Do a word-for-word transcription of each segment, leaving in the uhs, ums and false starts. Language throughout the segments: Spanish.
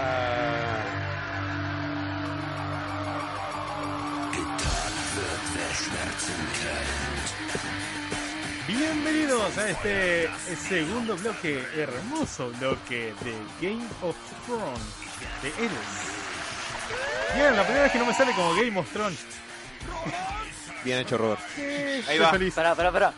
Bienvenidos a este segundo bloque, hermoso bloque de Game of Thrones de Héroes. Bien, la primera vez que no me sale como Game of Thrones. Bien hecho, Robert. Eh, Ahí va. feliz. Pará, pará, pará.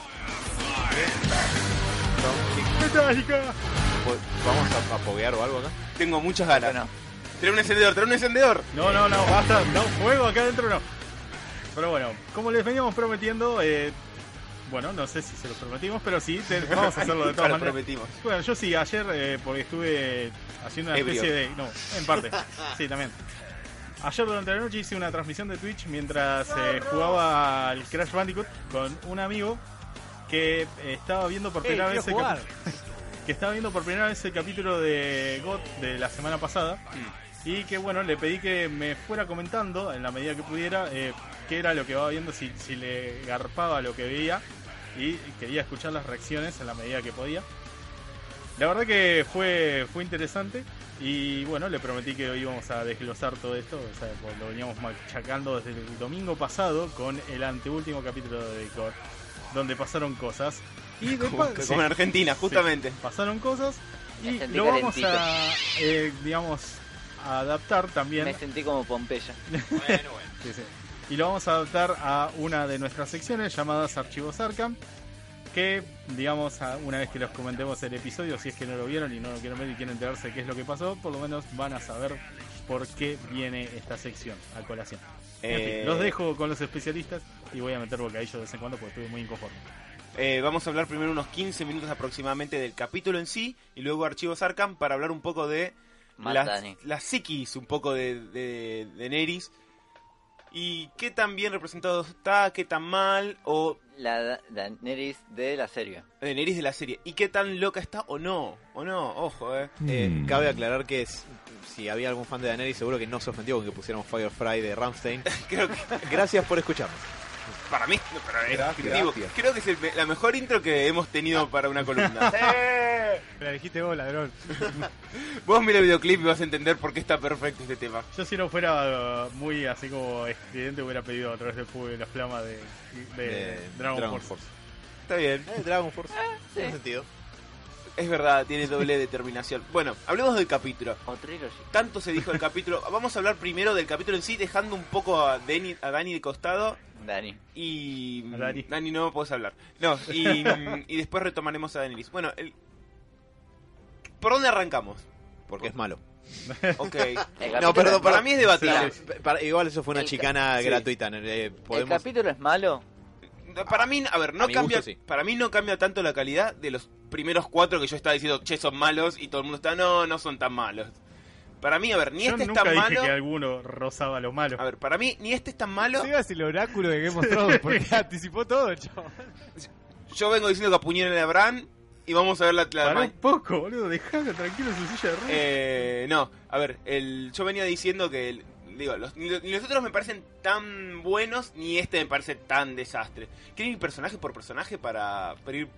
Metallica. ¿Vamos a, a poguear o algo acá? Tengo muchas ganas. Bueno. Trae un encendedor, trae un encendedor. No, no, no, basta, no, fuego acá adentro no. Pero bueno, como les veníamos prometiendo, eh, bueno, no sé si se lo prometimos, pero sí, te, vamos a hacerlo de todas Lo maneras. prometimos. Bueno, yo sí, ayer, eh, porque estuve haciendo una Ebrio. especie de... No, en parte, sí, también. Ayer durante la noche hice una transmisión de Twitch mientras eh, jugaba al Crash Bandicoot con un amigo que eh, estaba viendo por primera Ey, vez el quiero jugar. cap- que estaba viendo por primera vez el capítulo de God de la semana pasada. Y que bueno, le pedí que me fuera comentando en la medida que pudiera eh, qué era lo que iba viendo, si, si le garpaba lo que veía, y quería escuchar las reacciones en la medida que podía. La verdad que fue fue interesante y bueno, le prometí que hoy íbamos a desglosar todo esto, o sea, pues lo veníamos machacando desde el domingo pasado con el anteúltimo capítulo de God, donde pasaron cosas. Y de Como, pa- como sí, en Argentina, justamente. sí, pasaron cosas y Me sentí lo vamos calentito. a, eh, digamos, a adaptar también. Me sentí como Pompeya. Bueno, bueno. Sí, sí. Y lo vamos a adaptar a una de nuestras secciones llamadas Archivos Arkham, que, digamos, a- una vez que los comentemos el episodio, si es que no lo vieron y no lo quieren ver y quieren enterarse de qué es lo que pasó, por lo menos van a saber por qué viene esta sección a colación. En Eh, fin, los dejo con los especialistas y voy a meter bocadillo de vez en cuando porque estuve muy inconforme. Eh, vamos a hablar primero unos quince minutos aproximadamente del capítulo en sí y luego Archivos Arkham para hablar un poco de Matt las, Dani. las psiquis, un poco de, de, de Daenerys. Y qué tan bien representado está, qué tan mal, o La Da- Daenerys de la serie. Daenerys de la serie. Y qué tan loca está o no, o no, ojo, eh. Eh, cabe aclarar que es- si había algún fan de Daenerys seguro que no se ofendió con que pusiéramos Firefly de Rammstein. Creo que Gracias por escucharnos. para mí, no, pero es Gracias, descriptivo. gracias. Creo que es el me- la mejor intro que hemos tenido para una columna. Me la dijiste vos, ladrón. Vos mira el videoclip y vas a entender por qué está perfecto este tema. Yo si no fuera uh, muy así como estridente hubiera pedido a través del fuego y la flama de, de, De Dragon, Force. Está bien, Eh, Dragon Force. Tiene sí. sentido. es verdad, tiene doble determinación. Bueno, hablemos del capítulo. O Trilogy. Tanto se dijo del capítulo. Vamos a hablar primero del capítulo en sí, dejando un poco a Dani, a Dani de costado. Dani. Y. A Dani. Dani, no puedes hablar. No, y, y después retomaremos a Daenerys. Bueno, el... ¿por dónde arrancamos? Porque es malo. Ok. El No, capítulo perdón, es Para malo. mí es debatible. Sí. Para- igual eso fue una El ca- chicana sí. gratuita. eh, El podemos... capítulo es malo. Para mí, a ver, no A mi cambia. gusto, sí. Para mí no cambia tanto la calidad de los primeros cuatro que yo estaba diciendo, che, son malos, y todo el mundo está, no, no son tan malos. Para mí, a ver, ni Yo este es nunca tan dije malo. que alguno rozaba lo malo. A ver, para mí, ni este es tan malo. Sega es el oráculo de Game of Thrones porque anticipó todo, chaval. Yo vengo diciendo que apuñalen a Bran y vamos a ver la. la Pará ma- un poco, boludo, dejalo tranquilo en su silla de ruedas. Eh, no, a ver, el, yo venía diciendo que, el- digo, los, ni, los- ni los otros me parecen tan buenos, ni este me parece tan desastre. ¿Quieren ir personaje por personaje para, para ir?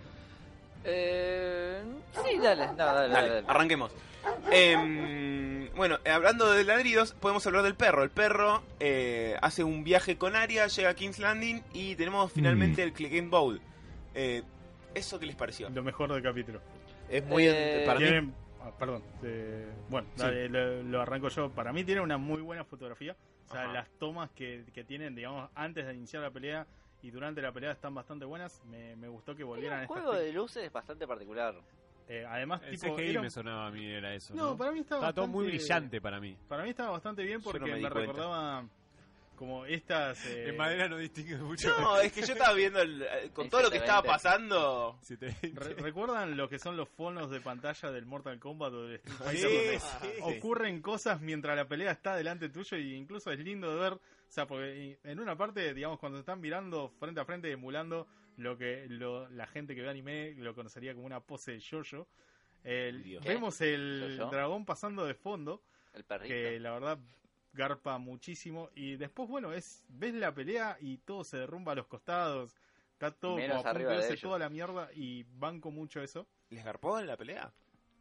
Eh, sí, dale. No, dale, dale. Dale, dale. arranquemos. Em, bueno, eh, hablando de ladridos, podemos hablar del perro. El perro eh, hace un viaje con Arya, llega a King's Landing y tenemos finalmente el Click and Bowl. Eh, ¿Eso qué les pareció? Lo mejor del capítulo. Es muy... Eh, para mí... Tienen- ah, perdón. eh, bueno, Sí. dale, lo, lo arranco yo. Para mí tiene una muy buena fotografía. O sea, Ajá. las tomas que, que tienen, digamos, antes de iniciar la pelea y durante la pelea están bastante buenas. Me, me gustó que Tiene volvieran a un estas juego te- de luces bastante particular. eh, además, El tipo, C G I era- me sonaba a mí, era eso. No, No, para mí estaba Estaba todo muy bastante- brillante para mí. Para mí estaba bastante bien Yo no porque me me, di cuenta. recordaba como estas... eh, En madera no distingue mucho. No, es que yo estaba viendo, el- eh, con todo lo que estaba pasando... Si te- Re- ¿Recuerdan lo que son los fondos de pantalla del Mortal Kombat o del Street Sí, Fighter? sí, donde ocurren cosas mientras la pelea está delante tuyo y incluso es lindo de ver. O sea, porque en una parte, digamos, cuando están mirando frente a frente, emulando lo que lo, la gente que ve anime lo conocería como una pose de Jojo. El- Dios. vemos el ¿Jojo? dragón pasando de fondo, El perrito. que la verdad garpa muchísimo. Y después, bueno, es ves la pelea y todo se derrumba a los costados. Está todo Menos como a punto arriba de de irse ellos. toda la mierda y banco mucho eso. ¿Les garpó en la pelea?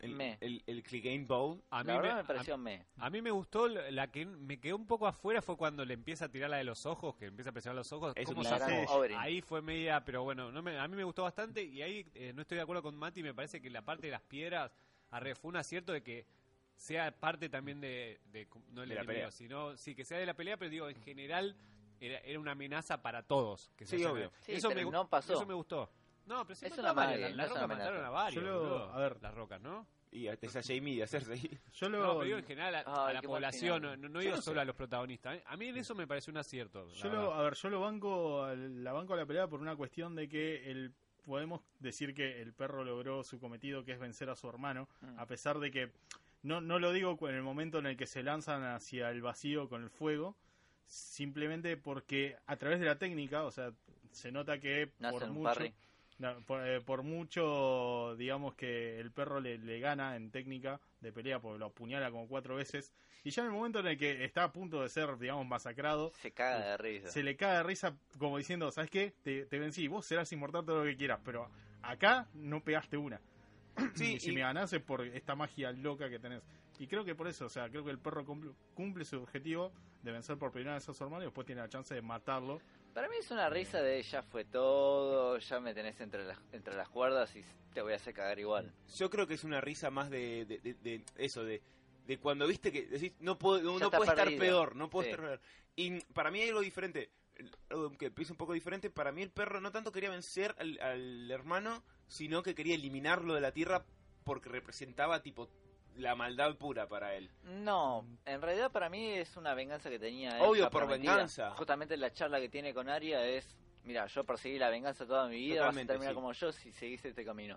El, Me. el, el Clegane Bowl. A mí, La verdad me, me pareció a, me. a mí me gustó, la que me quedó un poco afuera fue cuando le empieza a tirar la de los ojos, que empieza a presionar los ojos. Es ¿Cómo un se gran hace? Oberyn. Ahí fue media, pero bueno, no me, a mí me gustó bastante y ahí eh, no estoy de acuerdo con Mati, me parece que la parte de las piedras arre, fue un acierto de que sea parte también de, de no el De la enemigo, pelea. sino sí que sea de la pelea, pero digo en general era, era una amenaza para todos. Que se Sí, hayan- obvio. Sí, eso pero me, no pasó. Eso me gustó. No, pero sí Es mataron una varias, magia, la, no la es roca una amenaza. mataron a varios. Yo lo- boludo. a ver. Las rocas, ¿no? Y hasta esa Jamie de Cersei. Yo lo, No, pero digo en general a, a Ay, la qué mal población, final. no, no Yo digo no solo sé. a los protagonistas. ¿eh? A mí en eso me parece un acierto. la Yo lo, verdad. a ver, yo lo banco, la banco a la pelea por una cuestión de que el podemos decir que el perro logró su cometido, que es vencer a su hermano, Mm. a pesar de que no no lo digo en el momento en el que se lanzan hacia el vacío con el fuego, simplemente porque a través de la técnica, o sea, se nota que No por hacen un mucho parry. no, por, eh, por mucho, digamos que el perro le, le gana en técnica de pelea porque lo apuñala como cuatro veces y ya en el momento en el que está a punto de ser, digamos, masacrado, Se caga de risa. se le cae de risa como diciendo, ¿sabes qué? Te, te vencí, vos serás inmortal todo lo que quieras, pero acá no pegaste una. Sí, y si y- me ganás es por esta magia loca que tenés. Y creo que por eso, o sea, creo que el perro cumple, cumple su objetivo de vencer por primera vez a su hermano y después tiene la chance de matarlo. Para mí es una risa de ya fue todo, ya me tenés entre las, entre las cuerdas y te voy a hacer cagar igual. Yo creo que es una risa más de, de, de- de eso, de, de cuando viste que decís, no puedo, no, Ya no está puede estar perdido. peor, no puede Sí. estar peor. Y para mí hay algo diferente, algo que pienso un poco diferente. Para mí el perro no tanto quería vencer al, al hermano, sino que quería eliminarlo de la tierra porque representaba tipo la maldad pura para él. No, en realidad para mí es una venganza que tenía él Obvio, ya por prometida. venganza. Justamente la charla que tiene con Arya es, mira, yo perseguí la venganza toda mi vida, Totalmente, vas a terminar sí. como yo si seguís este camino.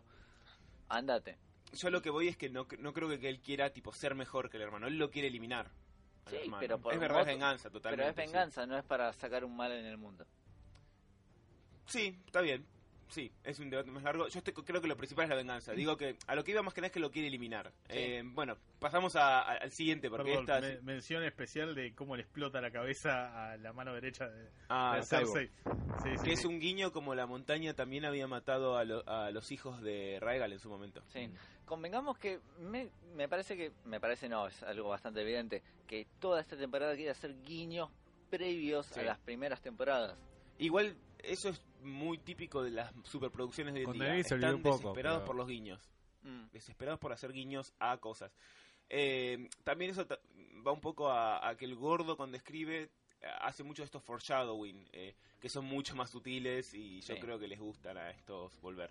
Andate. Yo lo que voy es que no, no creo que él quiera tipo ser mejor que el hermano, él lo quiere eliminar. al Sí, hermano. pero por es verdad, moto- es venganza, totalmente. Pero es sí. venganza, no es para sacar un mal en el mundo. Sí, está bien. Sí, es un debate más largo. Yo estoy- creo que lo principal es la venganza. Digo que a lo que iba más que nada es que lo quiere eliminar. Sí. Eh, bueno, pasamos a- a- al siguiente porque Perdón, esta... me- mención especial de cómo le explota la cabeza a la mano derecha de, Ah, de Cersei. Sí, sí, que es sí. un guiño como la montaña también había matado a, lo- a los hijos de Rhaegal en su momento. Sí. Convengamos que me, me parece que, me parece no, es algo bastante evidente, que toda esta temporada quiere hacer guiños previos Sí. a las primeras temporadas. Igual eso es muy típico de las superproducciones de hoy en Con día. Daenerys se Están olvidó un poco, desesperados pero- por los guiños. Mm. Desesperados por hacer guiños a cosas. Eh, también eso ta- va un poco a, a que el gordo cuando escribe eh, hace mucho de estos foreshadowing, eh, que son mucho más sutiles y yo Sí. creo que les gustan a estos volver.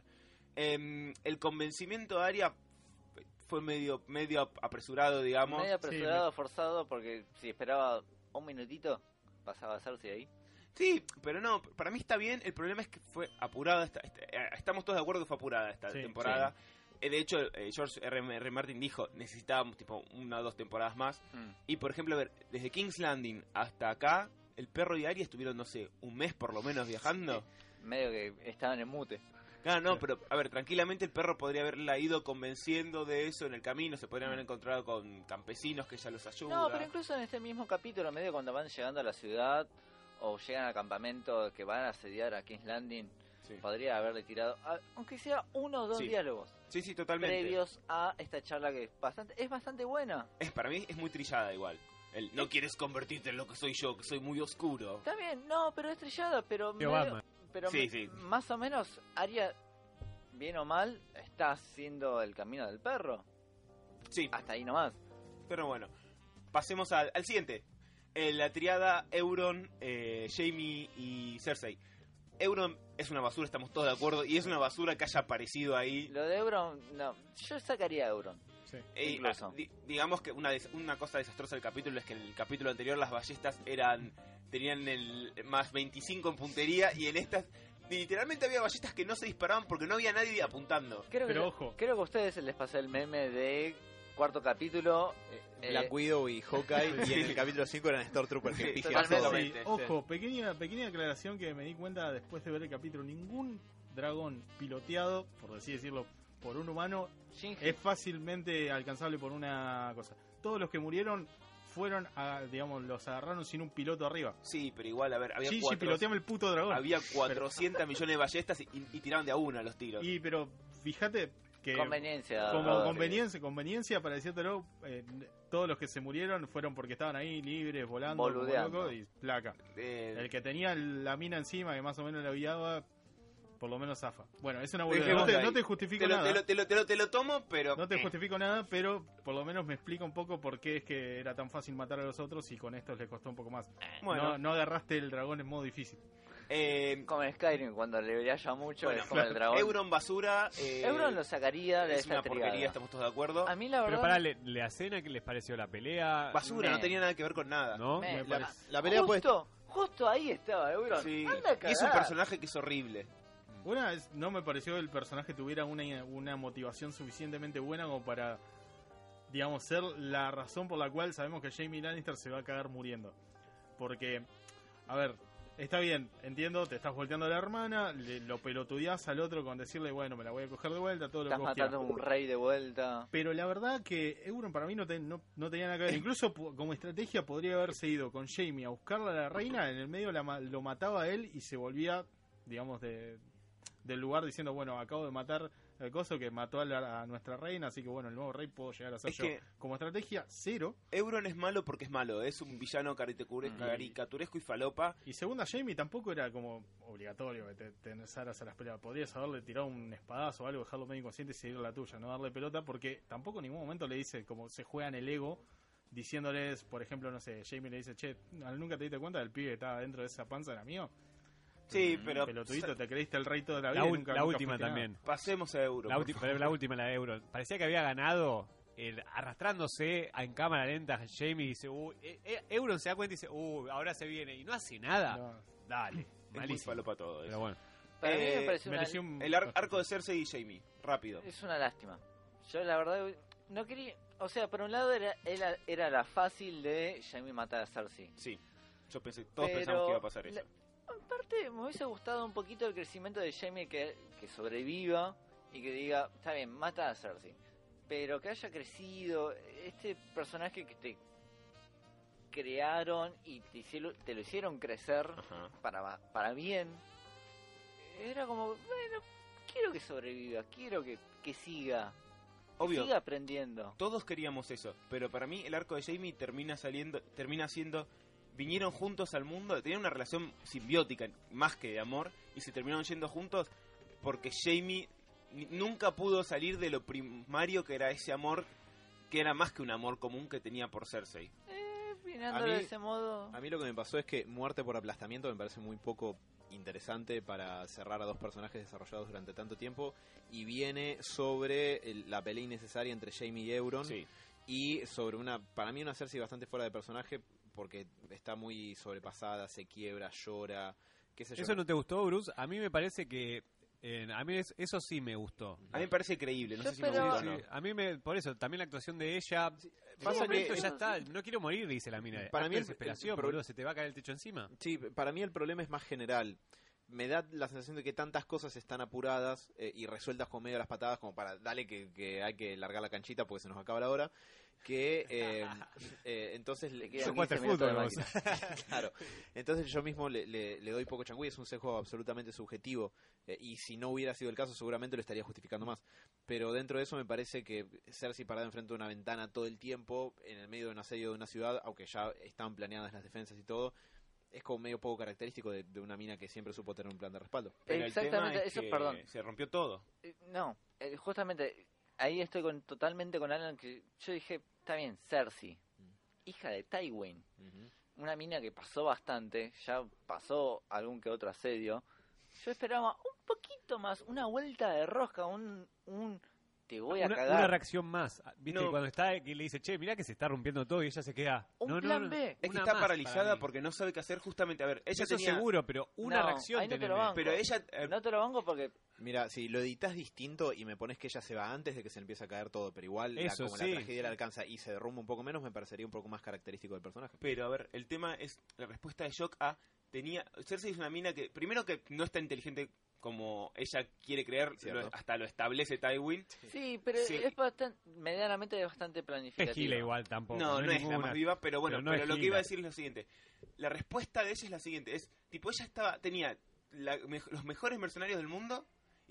Eh, el convencimiento de Arya fue medio medio ap- apresurado, digamos. Medio apresurado, forzado, porque si esperaba un minutito, pasaba a Cersei ahí. Sí, pero no, para mí está bien. El problema es que fue apurada. Esta, esta- eh, estamos todos de acuerdo que fue apurada esta Sí, temporada. Eh, De hecho, eh, George R. R. Martin dijo necesitábamos tipo una o dos temporadas más. Mm. Y por ejemplo, a ver, desde King's Landing hasta acá, el perro y Arya estuvieron, no sé, un mes por lo menos viajando. Medio que estaban en mute. Claro, no, pero a ver, tranquilamente el perro podría haberla ido convenciendo de eso en el camino. Se podrían haber encontrado con campesinos que ella los ayuda. No, pero incluso en este mismo capítulo, medio cuando van llegando a la ciudad o llegan al campamento que van a asediar a King's Landing, Sí. podría haberle tirado, a- aunque sea uno o dos Sí. diálogos Sí, sí, totalmente. previos a esta charla que es bastante, es bastante buena. Es, para mí es muy trillada igual. El, no quieres convertirte en lo que soy yo, que soy muy oscuro. Está bien, no, pero es trillada, pero, Tío medio- Batman. pero Sí, me- sí. más o menos Arya, bien o mal, está haciendo el camino del perro. Sí, Hasta ahí nomás. pero bueno. Pasemos al, al siguiente. Eh, la triada Euron, eh, Jaime y Cersei. Euron es una basura, estamos todos de acuerdo. Y es una basura que haya aparecido ahí. Lo de Euron, no, yo sacaría a Euron. Sí. Eh, incluso. ah, di- digamos que una, des- una cosa desastrosa del capítulo es que en el capítulo anterior las ballestas eran tenían el más veinticinco en puntería y en estas literalmente había ballestas que no se disparaban porque no había nadie apuntando. Creo Pero que, ojo. creo que a ustedes les pasó el meme de cuarto capítulo. eh, Black Widow y Hawkeye, y en el capítulo cinco eran Stormtroopers que Sí, pijean totalmente. todo. Sí, ojo, pequeña, pequeña aclaración que me di cuenta después de ver el capítulo. Ningún dragón piloteado, por así decirlo, por un humano Shinji. es fácilmente alcanzable por una cosa. Todos los que murieron fueron, a, digamos, los agarraron sin un piloto arriba. Sí, pero igual, a ver, había, Shinji cuatro, piloteaba el puto dragón. había cuatrocientos millones de ballestas y, y tiraban de a una los tiros. Y pero fíjate que Conveniencia. como Rodri. conveniencia, conveniencia para decírtelo, eh, todos los que se murieron fueron porque estaban ahí libres, volando, como Boludeando. locos, y placa. Eh, El que tenía la mina encima, que más o menos la guiaba, por lo menos zafa. Bueno, es una Dejemos boludez. No te, ahí. no te justifico te, lo, nada. te, lo, te, lo, te, lo, te lo tomo, pero... No te eh, justifico nada, pero por lo menos me explica un poco por qué es que era tan fácil matar a los otros y con estos les costó un poco más. Bueno. No, no agarraste el dragón en modo difícil. eh, Como en Skyrim, cuando le brilla mucho, Bueno, es como el dragón. Euron basura. Eh, Euron lo sacaría de es esta una porquería, triada. estamos todos de acuerdo. A mí la Pero verdad... para le, le acena, ¿qué les pareció la pelea? Basura, Me- no tenía nada que ver con nada. ¿No? Me- Me La, parece. la pelea puede... justo, justo ahí estaba Euron. Sí. Anda a Y es un cagar. personaje que es horrible. Una es, no me pareció que el personaje tuviera una, una motivación suficientemente buena como para, digamos, ser la razón por la cual sabemos que Jaime Lannister se va a cagar muriendo. Porque, a ver, está bien, entiendo, te estás volteando a la hermana, le, lo pelotudeás al otro con decirle, bueno, me la voy a coger de vuelta, todo lo Estás que vos matando a quieras. un rey de vuelta. Pero la verdad que Euron para mí no, te- no, no tenía nada que ver. Incluso po- como estrategia podría haberse ido con Jaime a buscarla a la reina, en el medio la ma- lo mataba a él y se volvía, digamos, de del lugar diciendo, bueno, acabo de matar el coso que mató a, la- a nuestra reina, así que bueno, el nuevo rey puedo llegar a ser Es yo. que- Como estrategia, cero. Euron es malo porque es malo. Es un villano caricaturesco, Mm. caricaturesco y falopa. Y segunda, Jaime tampoco era como obligatorio que te, te lanzaras a las peleas. Podrías haberle tirado un espadazo o algo, dejarlo medio inconsciente y seguir la tuya, no darle pelota, porque tampoco en ningún momento le dice, como se juega en el ego, diciéndoles, por ejemplo, no sé, Jaime le dice, che, ¿nunca te diste cuenta del pibe que estaba dentro de esa panza era mío? Sí, pero Pelotudito, te creíste el rey toda la La, vida. y ul- nunca- la nunca última fuiste nada. también. pasemos a Euron. La, por ulti- favor. pero la última, la de Euron. Parecía que había ganado el- arrastrándose en cámara lenta. Jamie dice, uh, eh, eh, Euron se da cuenta y dice, uh, ahora se viene. Y no hace nada. No. Dale, Es muy malísimo. falopa todo eso. Pero bueno. Para mí Eh, me parece una, Mereció un- El ar- arco de Cersei y Jaime. Rápido. es una lástima. Yo la verdad no quería... O sea, por un lado era, era, era la fácil de Jaime matar a Cersei. Sí. Yo pensé, todos Pero pensamos que iba a pasar eso. la- aparte, me hubiese gustado un poquito el crecimiento de Jaime que, que sobreviva y que diga, está bien, mata a Cersei. Pero que haya crecido, este personaje que te crearon y te, hicieron, te lo hicieron crecer Ajá. para, para bien, era como, bueno, quiero que sobreviva, quiero que, que siga, que Obvio. siga aprendiendo. Todos queríamos eso, pero para mí el arco de Jaime termina saliendo, termina siendo, vinieron juntos al mundo, tenían una relación simbiótica, más que de amor, y se terminaron yendo juntos porque Jaime ni- nunca pudo salir de lo primario que era ese amor, que era más que un amor común que tenía por Cersei. Eh, mirándolo A mí- de ese modo... A mí lo que me pasó es que muerte por aplastamiento me parece muy poco interesante para cerrar a dos personajes desarrollados durante tanto tiempo y viene sobre el- la pelea innecesaria entre Jaime y Euron Sí. y sobre una, para mí una Cersei bastante fuera de personaje porque está muy sobrepasada, se quiebra, llora, qué sé yo. ¿Eso no te gustó, Bruce? A mí me parece que... eh, a mí es- eso sí me gustó. A mí me parece creíble, no Yo sé si me espero- gusta Sí, o no. sí. A mí me, por eso, también la actuación de ella. pasa Pasa que- que ya está, no quiero morir, dice la mina. Para Para mí mí el- desesperación, el pro- boludo, se te va a caer el techo encima. Sí, para mí el problema es más general. Me da la sensación de que tantas cosas están apuradas eh, y resueltas con medio de las patadas como para dale que, que hay que largar la canchita porque se nos acaba la hora. Que eh, eh, entonces le- Te quedan yo- jugaste quince minutos de fútbol, máquina. claro. Entonces yo mismo le, le- le doy poco changüí, es un sesgo absolutamente subjetivo. eh, y si no hubiera sido el caso, seguramente lo estaría justificando más. Pero dentro de eso me parece que Cersei parada enfrente de una ventana todo el tiempo, en el medio de un asedio de una ciudad, aunque ya estaban planeadas las defensas y todo, es como medio poco característico de, de una mina que siempre supo tener un plan de respaldo. Pero el tema Exactamente, es eso, que perdón. se rompió todo. Eh, No, eh, justamente ahí estoy con, totalmente con Alan, que yo dije, está bien, Cersei, hija de Tywin, Ujú. una mina que pasó bastante, ya pasó algún que otro asedio. Yo esperaba un poquito más, una vuelta de rosca, un, un te voy a Una, cagar. una reacción más. ¿Viste? No. Cuando está, que le dice, che, mirá que se está rompiendo todo y ella se queda. Un no, no, plan no, B. Es que una está más paralizada para mí. porque no sabe qué hacer justamente. A ver, ella Eso tenía... seguro, pero una No, reacción ahí no te lo teneme. banco. Pero ella... eh, No te lo banco porque Mira, si lo editas distinto y me pones que ella se va antes de que se le empiece a caer todo, pero igual la- Eso, como sí. la tragedia la alcanza y se derrumba un poco menos, me parecería un poco más característico del personaje. Pero a ver, el tema es la respuesta de Shock a tenía Cersei es una mina que primero que no es tan inteligente como ella quiere creer, Cierto. lo- hasta lo establece Tywin. sí, pero Sí. es bastante, medianamente bastante Es planificativo. gila igual tampoco. No, no, hay es la ninguna. más viva, pero bueno, Pero no pero, es lo que Gilda. iba a decir es lo siguiente. La respuesta de ella es la siguiente, es tipo ella estaba tenía la- me- los mejores mercenarios del mundo y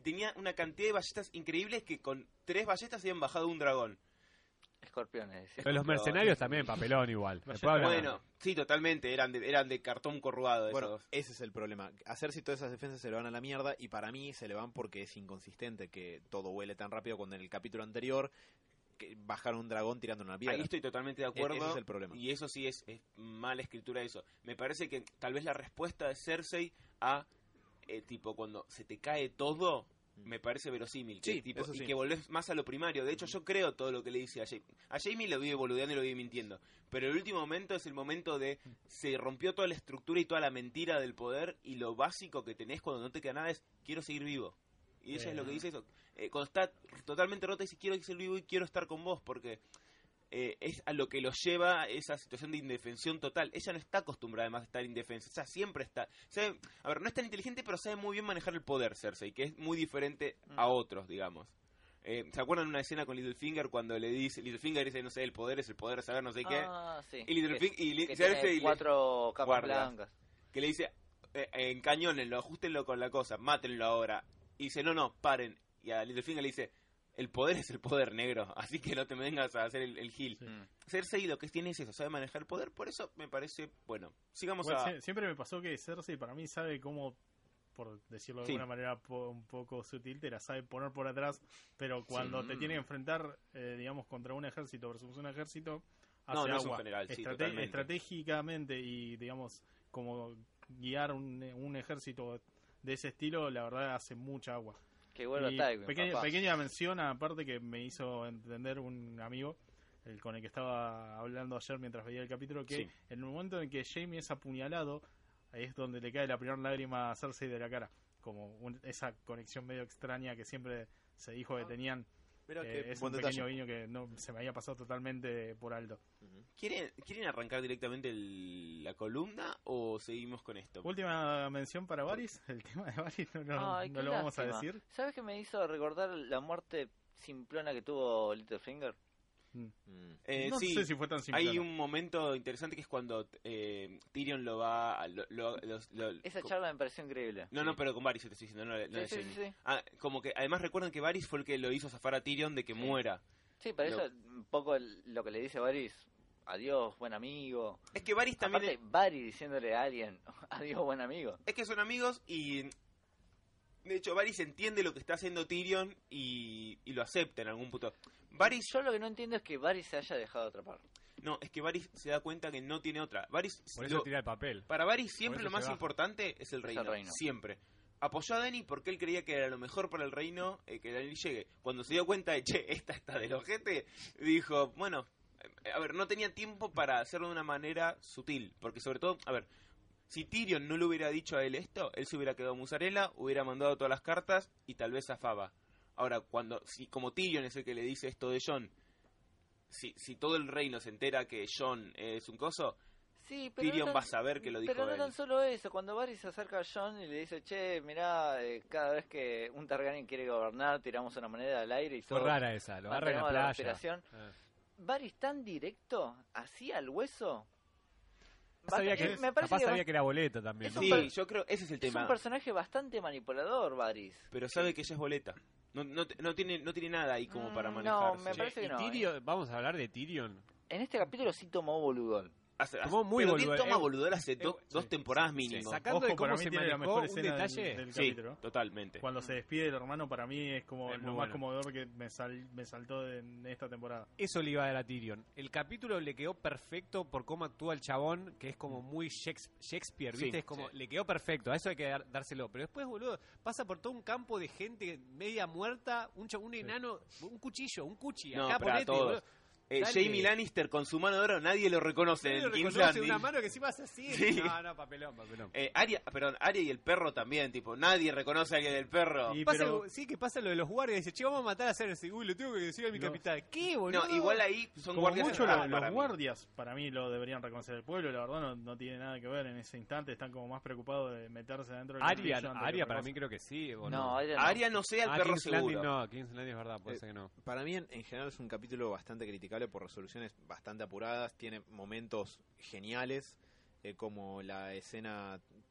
tenía una cantidad de ballestas increíbles que con tres ballestas habían bajado un dragón. Escorpiones. Pero los mercenarios también, papelón igual. Después hablamos. Bueno, sí, totalmente, eran de, eran de cartón corrugado Bueno, esos. ese es el problema. A Cersei todas esas defensas se le van a la mierda y para mí se le van porque es inconsistente que todo huele tan rápido cuando en el capítulo anterior que bajaron un dragón tirando una piedra. Ahí estoy totalmente de acuerdo. E- ese es el problema. Y eso sí es, es mala escritura eso. Me parece que tal vez la respuesta de Cersei a, eh, tipo, cuando se te cae todo, me parece verosímil. Que, Sí, tipo, eso y sí. que volvés más a lo primario. De hecho, yo creo todo lo que le dice a Jaime. A Jaime lo vive boludeando y lo vive mintiendo. Pero el último momento es el momento de... Se rompió toda la estructura y toda la mentira del poder. Y lo básico que tenés cuando no te queda nada es... Quiero seguir vivo. Y ella Eh. es lo que dice eso. Eh, cuando está totalmente rota dice quiero seguir vivo y quiero estar con vos. Porque... Eh, es a lo que lo lleva esa situación de indefensión total. Ella no está acostumbrada además a estar indefensa. O sea, siempre está... Sabe, a ver, no es tan inteligente, pero sabe muy bien manejar el poder, Cersei, que es muy diferente a otros, digamos. Eh, ¿Se acuerdan de una escena con Littlefinger cuando le dice... Littlefinger dice, no sé, el poder es el poder, saber no sé qué. Ah, sí. Y Littlefinger... Y Li- que Cersei tiene le- cuatro capas guardas. blancas. que le dice, eh, encañónenlo, ajustenlo con la cosa, mátenlo ahora. Y dice, no, no, paren. Y a Littlefinger le dice... El poder es el poder, negro, así que no te vengas a hacer el, el gil. Sí. Mm. Cersei lo que tiene es eso, sabe manejar el poder, por eso me parece, bueno, sigamos Igual, a... sie- siempre me pasó que Cersei para mí sabe cómo, por decirlo de Sí. alguna manera po- un poco sutil, te la sabe poner por atrás, pero cuando Sí. te tiene que enfrentar, eh, digamos, contra un ejército versus un ejército, hace No, no es un agua. general, sí, Estrate- totalmente. Estratégicamente y, digamos, como guiar un, un ejército de ese estilo, la verdad hace mucha agua. Que vuelva Y Tywin, pequeña, papá. pequeña mención aparte que me hizo entender un amigo, el con el que estaba hablando ayer mientras veía el capítulo, que Sí. en el momento en que Jaime es apuñalado, ahí es donde le cae la primera lágrima a Cersei de la cara, como un- esa conexión medio extraña que siempre se dijo que tenían. Mira Eh, qué es buen un detalle. pequeño guiño que no se me había pasado totalmente por alto. Ujú. ¿Quieren, ¿Quieren arrancar directamente el- la columna o seguimos con esto? Última mención para Varys, el tema de Varys no, no- Ay, no qué lo vamos a lástima. decir. ¿Sabes qué me hizo recordar la muerte simplona que tuvo Littlefinger? Mm. Mm. Eh, no sí, sé si fue tan simple. hay ¿no? un momento interesante que es cuando eh, Tyrion lo va... a- Lo, lo- los- lo- Esa co- charla me pareció increíble. No, no, pero con Varys te estoy diciendo, no, no de Sí, sí, Jaime. sí, sí. Ah, como que además recuerdan que Varys fue el que lo hizo zafar a Tyrion de que Sí. muera. Sí, pero Lo- eso un poco el- lo que le dice Varys, adiós, buen amigo. Es que Varys también... Aparte, Varys diciéndole a alguien, adiós, buen amigo. Es que son amigos y... De hecho, Varys entiende lo que está haciendo Tyrion y, y lo acepta en algún punto. Varys... Yo lo que no entiendo es que Varys se haya dejado atrapar. No, es que Varys se da cuenta que no tiene otra. Varys... Por eso lo- tira el papel. Para Varys siempre Por lo eso más se baja. importante es el Es el reino. reino. Siempre. Apoyó a Dany porque él creía que era lo mejor para el reino eh, que Dany llegue. Cuando se dio cuenta de, che, esta está del ojete, dijo, bueno, eh, a ver, no tenía tiempo para hacerlo de una manera sutil. Porque sobre todo, a ver, si Tyrion no le hubiera dicho a él esto, él se hubiera quedado musarela, hubiera mandado todas las cartas y tal vez zafaba. Ahora, cuando, si como Tyrion es el que le dice esto de Jon, si, si todo el reino se entera que Jon es un coso, Sí, pero Tyrion no tan- va a saber que lo dijo Pero no él. tan solo eso, cuando Varys se acerca a Jon y le dice, che, mirá, eh, cada vez que un Targaryen quiere gobernar, tiramos una moneda al aire y Fue todo. rara esa, lo agarra en la mantenemos la playa. respiración. Ah. Varys tan directo, así al hueso. Sabía Bast- que, eh, me parece capaz que sabía va- que era boleta también. Es ¿no? un Sí, per- yo creo ese es el es tema. un personaje bastante manipulador, Varys. Pero sabe que ella es boleta. No, no, no tiene no tiene nada ahí como para Mm, manejarse. no, me Che, parece que y no, Tyrion, vamos a hablar de Tyrion. En este capítulo sí tomó boludón. Hace- Tomó muy pero boludor, toma eh, boludor hace do- eh, dos sí, temporadas sí, mínimo. Sacando Ojo, de cómo para mí se tiene la manejó mejor un escena del- detalle. del Sí, capítulo. totalmente. Cuando se despide el hermano, para mí es como Es lo muy más bueno. conmovedor que me, sal- me saltó de- en esta temporada. Eso le iba a dar a Tyrion. El capítulo le quedó perfecto por cómo actúa el chabón, que es como muy Shakes- Shakespeare, ¿viste? Sí, es como, sí. le quedó perfecto, a eso hay que dar- dárselo. Pero después, boludo, pasa por todo un campo de gente media muerta, un, cha- un enano, un cuchillo, un cuchi, No, acá para ponete, todos. boludo. Eh, Dale. Jamie Lannister con su mano de oro, nadie lo reconoce Nadie en lo King's reconoce, Landing. una mano que encima hace así. Sí. No, no, papelón, papelón. Eh, Arya, perdón, Arya y el perro también, tipo, nadie reconoce a alguien del perro. Y- Pasa pero- algo- sí, que pasa lo de los guardias. Dice, che, vamos a matar a Cersei. Uy, lo tengo que decir a mi No. capitán. ¿Qué, boludo? No, igual ahí son Como guardias mucho entradas lo- los para mí. guardias, para mí lo deberían reconocer el pueblo, la verdad no, no tiene nada que ver en ese instante, están como más preocupados de meterse dentro del Arya, castillo antes que Arya otra para cosa. mí creo que sí. ¿o No, no? Arya no. Arya no sé, al Ah, perro King's Landing seguro. no, King's Landing es verdad, puede Eh, ser que no. Para mí, en, en general, es un capítulo bastante criticable por resoluciones bastante apuradas. Tiene momentos geniales, eh, como la escena,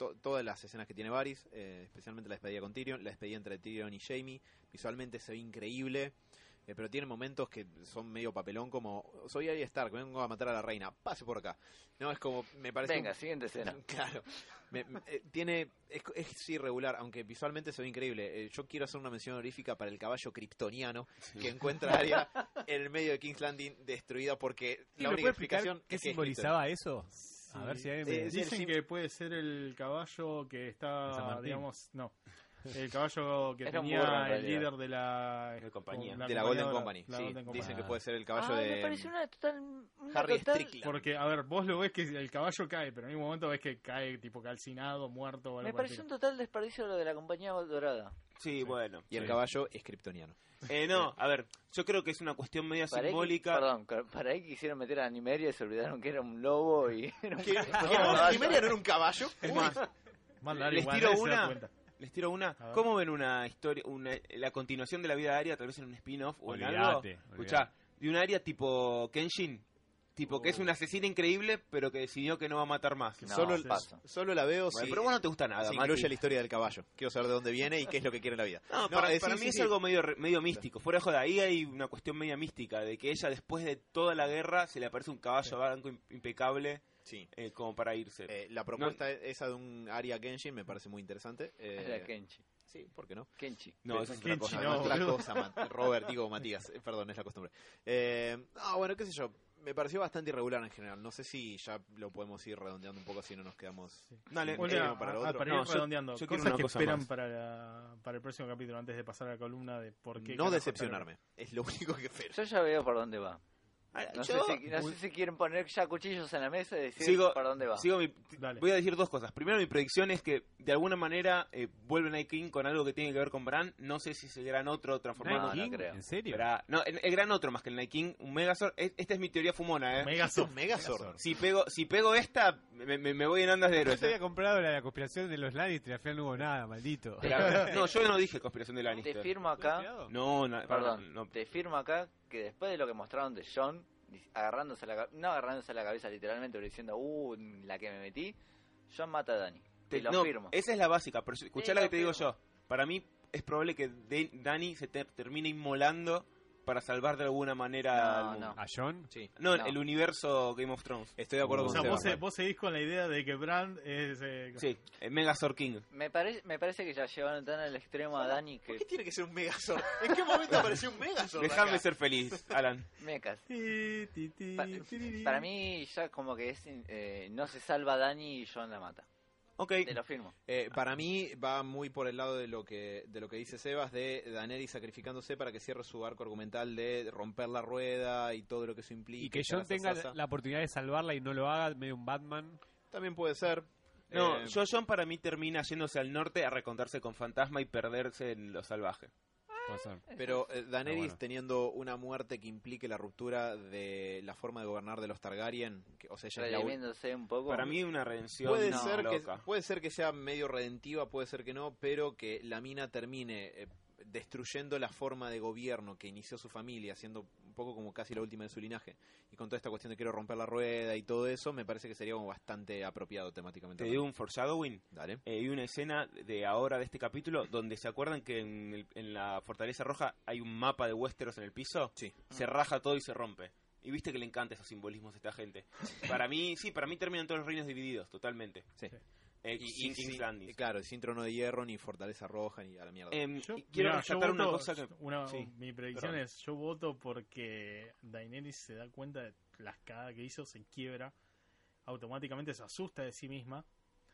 to- todas las escenas que tiene Varys, eh, especialmente la despedida con Tyrion, la despedida entre Tyrion y Jaime, visualmente se ve increíble. Eh, pero tiene momentos que son medio papelón, como soy Arya Stark, vengo a matar a la reina, pase por acá. No, es como, me parece... Venga, un- siguiente escena. Claro. Me- me- eh, tiene es, es irregular, aunque visualmente se ve increíble. Eh, yo quiero hacer una mención honorífica para el caballo kryptoniano que encuentra Arya en el medio de King's Landing destruida porque ¿Y la me única puede explicar explicación qué es que es simbolizaba eso? A ver si alguien me... Eh, sí, Dicen el sim- que puede ser el caballo que San está, Martín. digamos, no. El caballo que Era un tenía burro, en el realidad. líder de la, De compañía. de la compañía Golden de Company. la Sí, Golden Company. dicen que Ah. puede ser el caballo Ah, de me pareció una total... Una Harry total... Strickland. Porque, a ver, vos lo ves que el caballo cae, pero en un momento ves que cae tipo calcinado, muerto o algo Me por el pareció un estilo. total desperdicio lo de la compañía dorada. Sí, bueno. y el Sí. caballo es kryptoniano. Eh, no, a ver, yo creo que es una cuestión media Para ahí, simbólica. perdón, ca- para ahí quisieron meter a Nymeria y se olvidaron que era un lobo y era un ¿Qué? caballo. ¿Nymeria no era un caballo? Es más, Manda, les igual, tiro nadie se da una. cuenta. Les tiro una. A ver. ¿Cómo ven una historia, una, la continuación de la vida de Arya, tal vez en un spin-off o en algo? Olvídate, Escuchá, olvídate. de un Arya tipo Kenshin, tipo que es una asesina increíble, pero que decidió que no va a matar más. No, solo, el- paso. solo la veo Bueno, si, pero vos no te gusta nada, si Mati. incluye la historia del caballo. Quiero saber de dónde viene y qué es lo que quiere en la vida. No, No, para, eh, para sí, mí sí, es sí. algo medio re- medio místico. Fuera de joda, ahí hay una cuestión media mística, de que ella después de toda la guerra se le aparece un caballo blanco im- impecable Sí. eh, como para irse. Eh, la propuesta esa de un Arya Kenshin me parece muy interesante. Eh, Era Kenchi. sí, ¿por qué no? Kenchi. no, eso es otra Kenchi, cosa. no, otra boludo. cosa, Ma- Robert, digo Matías, eh, perdón, es la costumbre. Eh, no, bueno, qué sé yo, me pareció bastante irregular en general. No sé si ya lo podemos ir redondeando un poco, si no nos quedamos. Dale, sin Hola, tiempo para lo ah, otro. para No, ir yo- redondeando, yo quiero cosas una que cosa esperan más. para, la- para el próximo capítulo antes de pasar a la columna de por qué. No carajo decepcionarme, es lo único que espero. Yo ya veo por dónde va. Ah, No, yo sé, si, no sé si quieren poner ya cuchillos en la mesa y decir sigo, por dónde va. sigo mi- Dale. voy a decir dos cosas. Primero, mi predicción es que de alguna manera eh, vuelve Night King con algo que tiene que ver con Bran. No sé si es el gran otro transformado No, en no King, creo. ¿En serio? Espera, no, el, el gran otro más que el Night King, un Megazord. Es- Esta es mi teoría fumona, ¿eh? Megazord. Megazord. Si pego, si pego esta, me, me- me voy en andas de Yo héroes. te ¿eh? había comprado la, la conspiración de los Lannister y al final no hubo nada, maldito. Pero- no, yo no dije conspiración de Te Lannister. firmo acá, No, no, perdón, no. te firmo acá que después de lo que mostraron de John, dis- agarrándose la, ca- no agarrándose la cabeza literalmente, pero diciendo, uh, la que me metí, John mata a Dani. Te, Te- lo no, firmo. esa es la básica, pero escuchá Te la lo que te digo firmo. yo. Para mí es probable que De- Dani se ter- termine inmolando para salvar de alguna manera No, al mundo. no. ¿A John? Sí, No, No. el universo Game of Thrones. estoy de acuerdo O con sea, Seba. vos, se- vos seguís con la idea de que Brand es. eh, Sí, el Megazord King. Me, parece me parece que ya llevaron tan al extremo a Dani ¿Por que qué tiene que ser un Megazord? ¿En qué momento apareció un Megazord? Déjame acá? ser feliz, Alan. mecas. ti, ti, ti, Pa- tiriri. Para mí ya como que es eh, no se salva Dani y John la mata. Ok. Te lo firmo. Eh, para mí va muy por el lado de lo que de lo que dice Sebas, de Daenerys sacrificándose para que cierre su arco argumental de romper la rueda y todo lo que eso implica. Y que echar John a tenga Sansa. la oportunidad de salvarla y no lo haga, medio un Batman. También puede ser. No, Eh, yo John para mí termina yéndose al norte a recontarse con Fantasma y perderse en lo salvaje. Puede ser. Pero eh, Daenerys bueno. teniendo una muerte que implique la ruptura de la forma de gobernar de los Targaryen, que, o sea, ella es la ul- Redimiéndose un poco. Para mí una redención puede no, ser que loca. puede ser que sea medio redentiva, puede ser que no, pero que la mina termine eh, destruyendo la forma de gobierno que inició su familia, siendo un poco como casi la última de su linaje, y con toda esta cuestión de quiero romper la rueda y todo eso, me parece que sería como bastante apropiado temáticamente. Te digo un foreshadowing. Dale. Eh, hay una escena de ahora de este capítulo donde se acuerdan que en, el- en la Fortaleza Roja hay un mapa de Westeros en el piso. Sí. Se raja todo y se rompe. Y viste que le encanta esos simbolismos a esta gente. Para mí, sí, para mí terminan todos los reinos divididos, totalmente. Sí. Eh, Y, sin y- King's sí, Landing. y claro, sin trono de hierro, ni fortaleza roja, ni a la mierda. Em, Yo- y quiero mirá, yo rescatar una voto- cosa que... una- sí, mi predicción perdón. es: yo voto porque Daenerys se da cuenta de las cagadas que hizo, se quiebra, automáticamente se asusta de sí misma.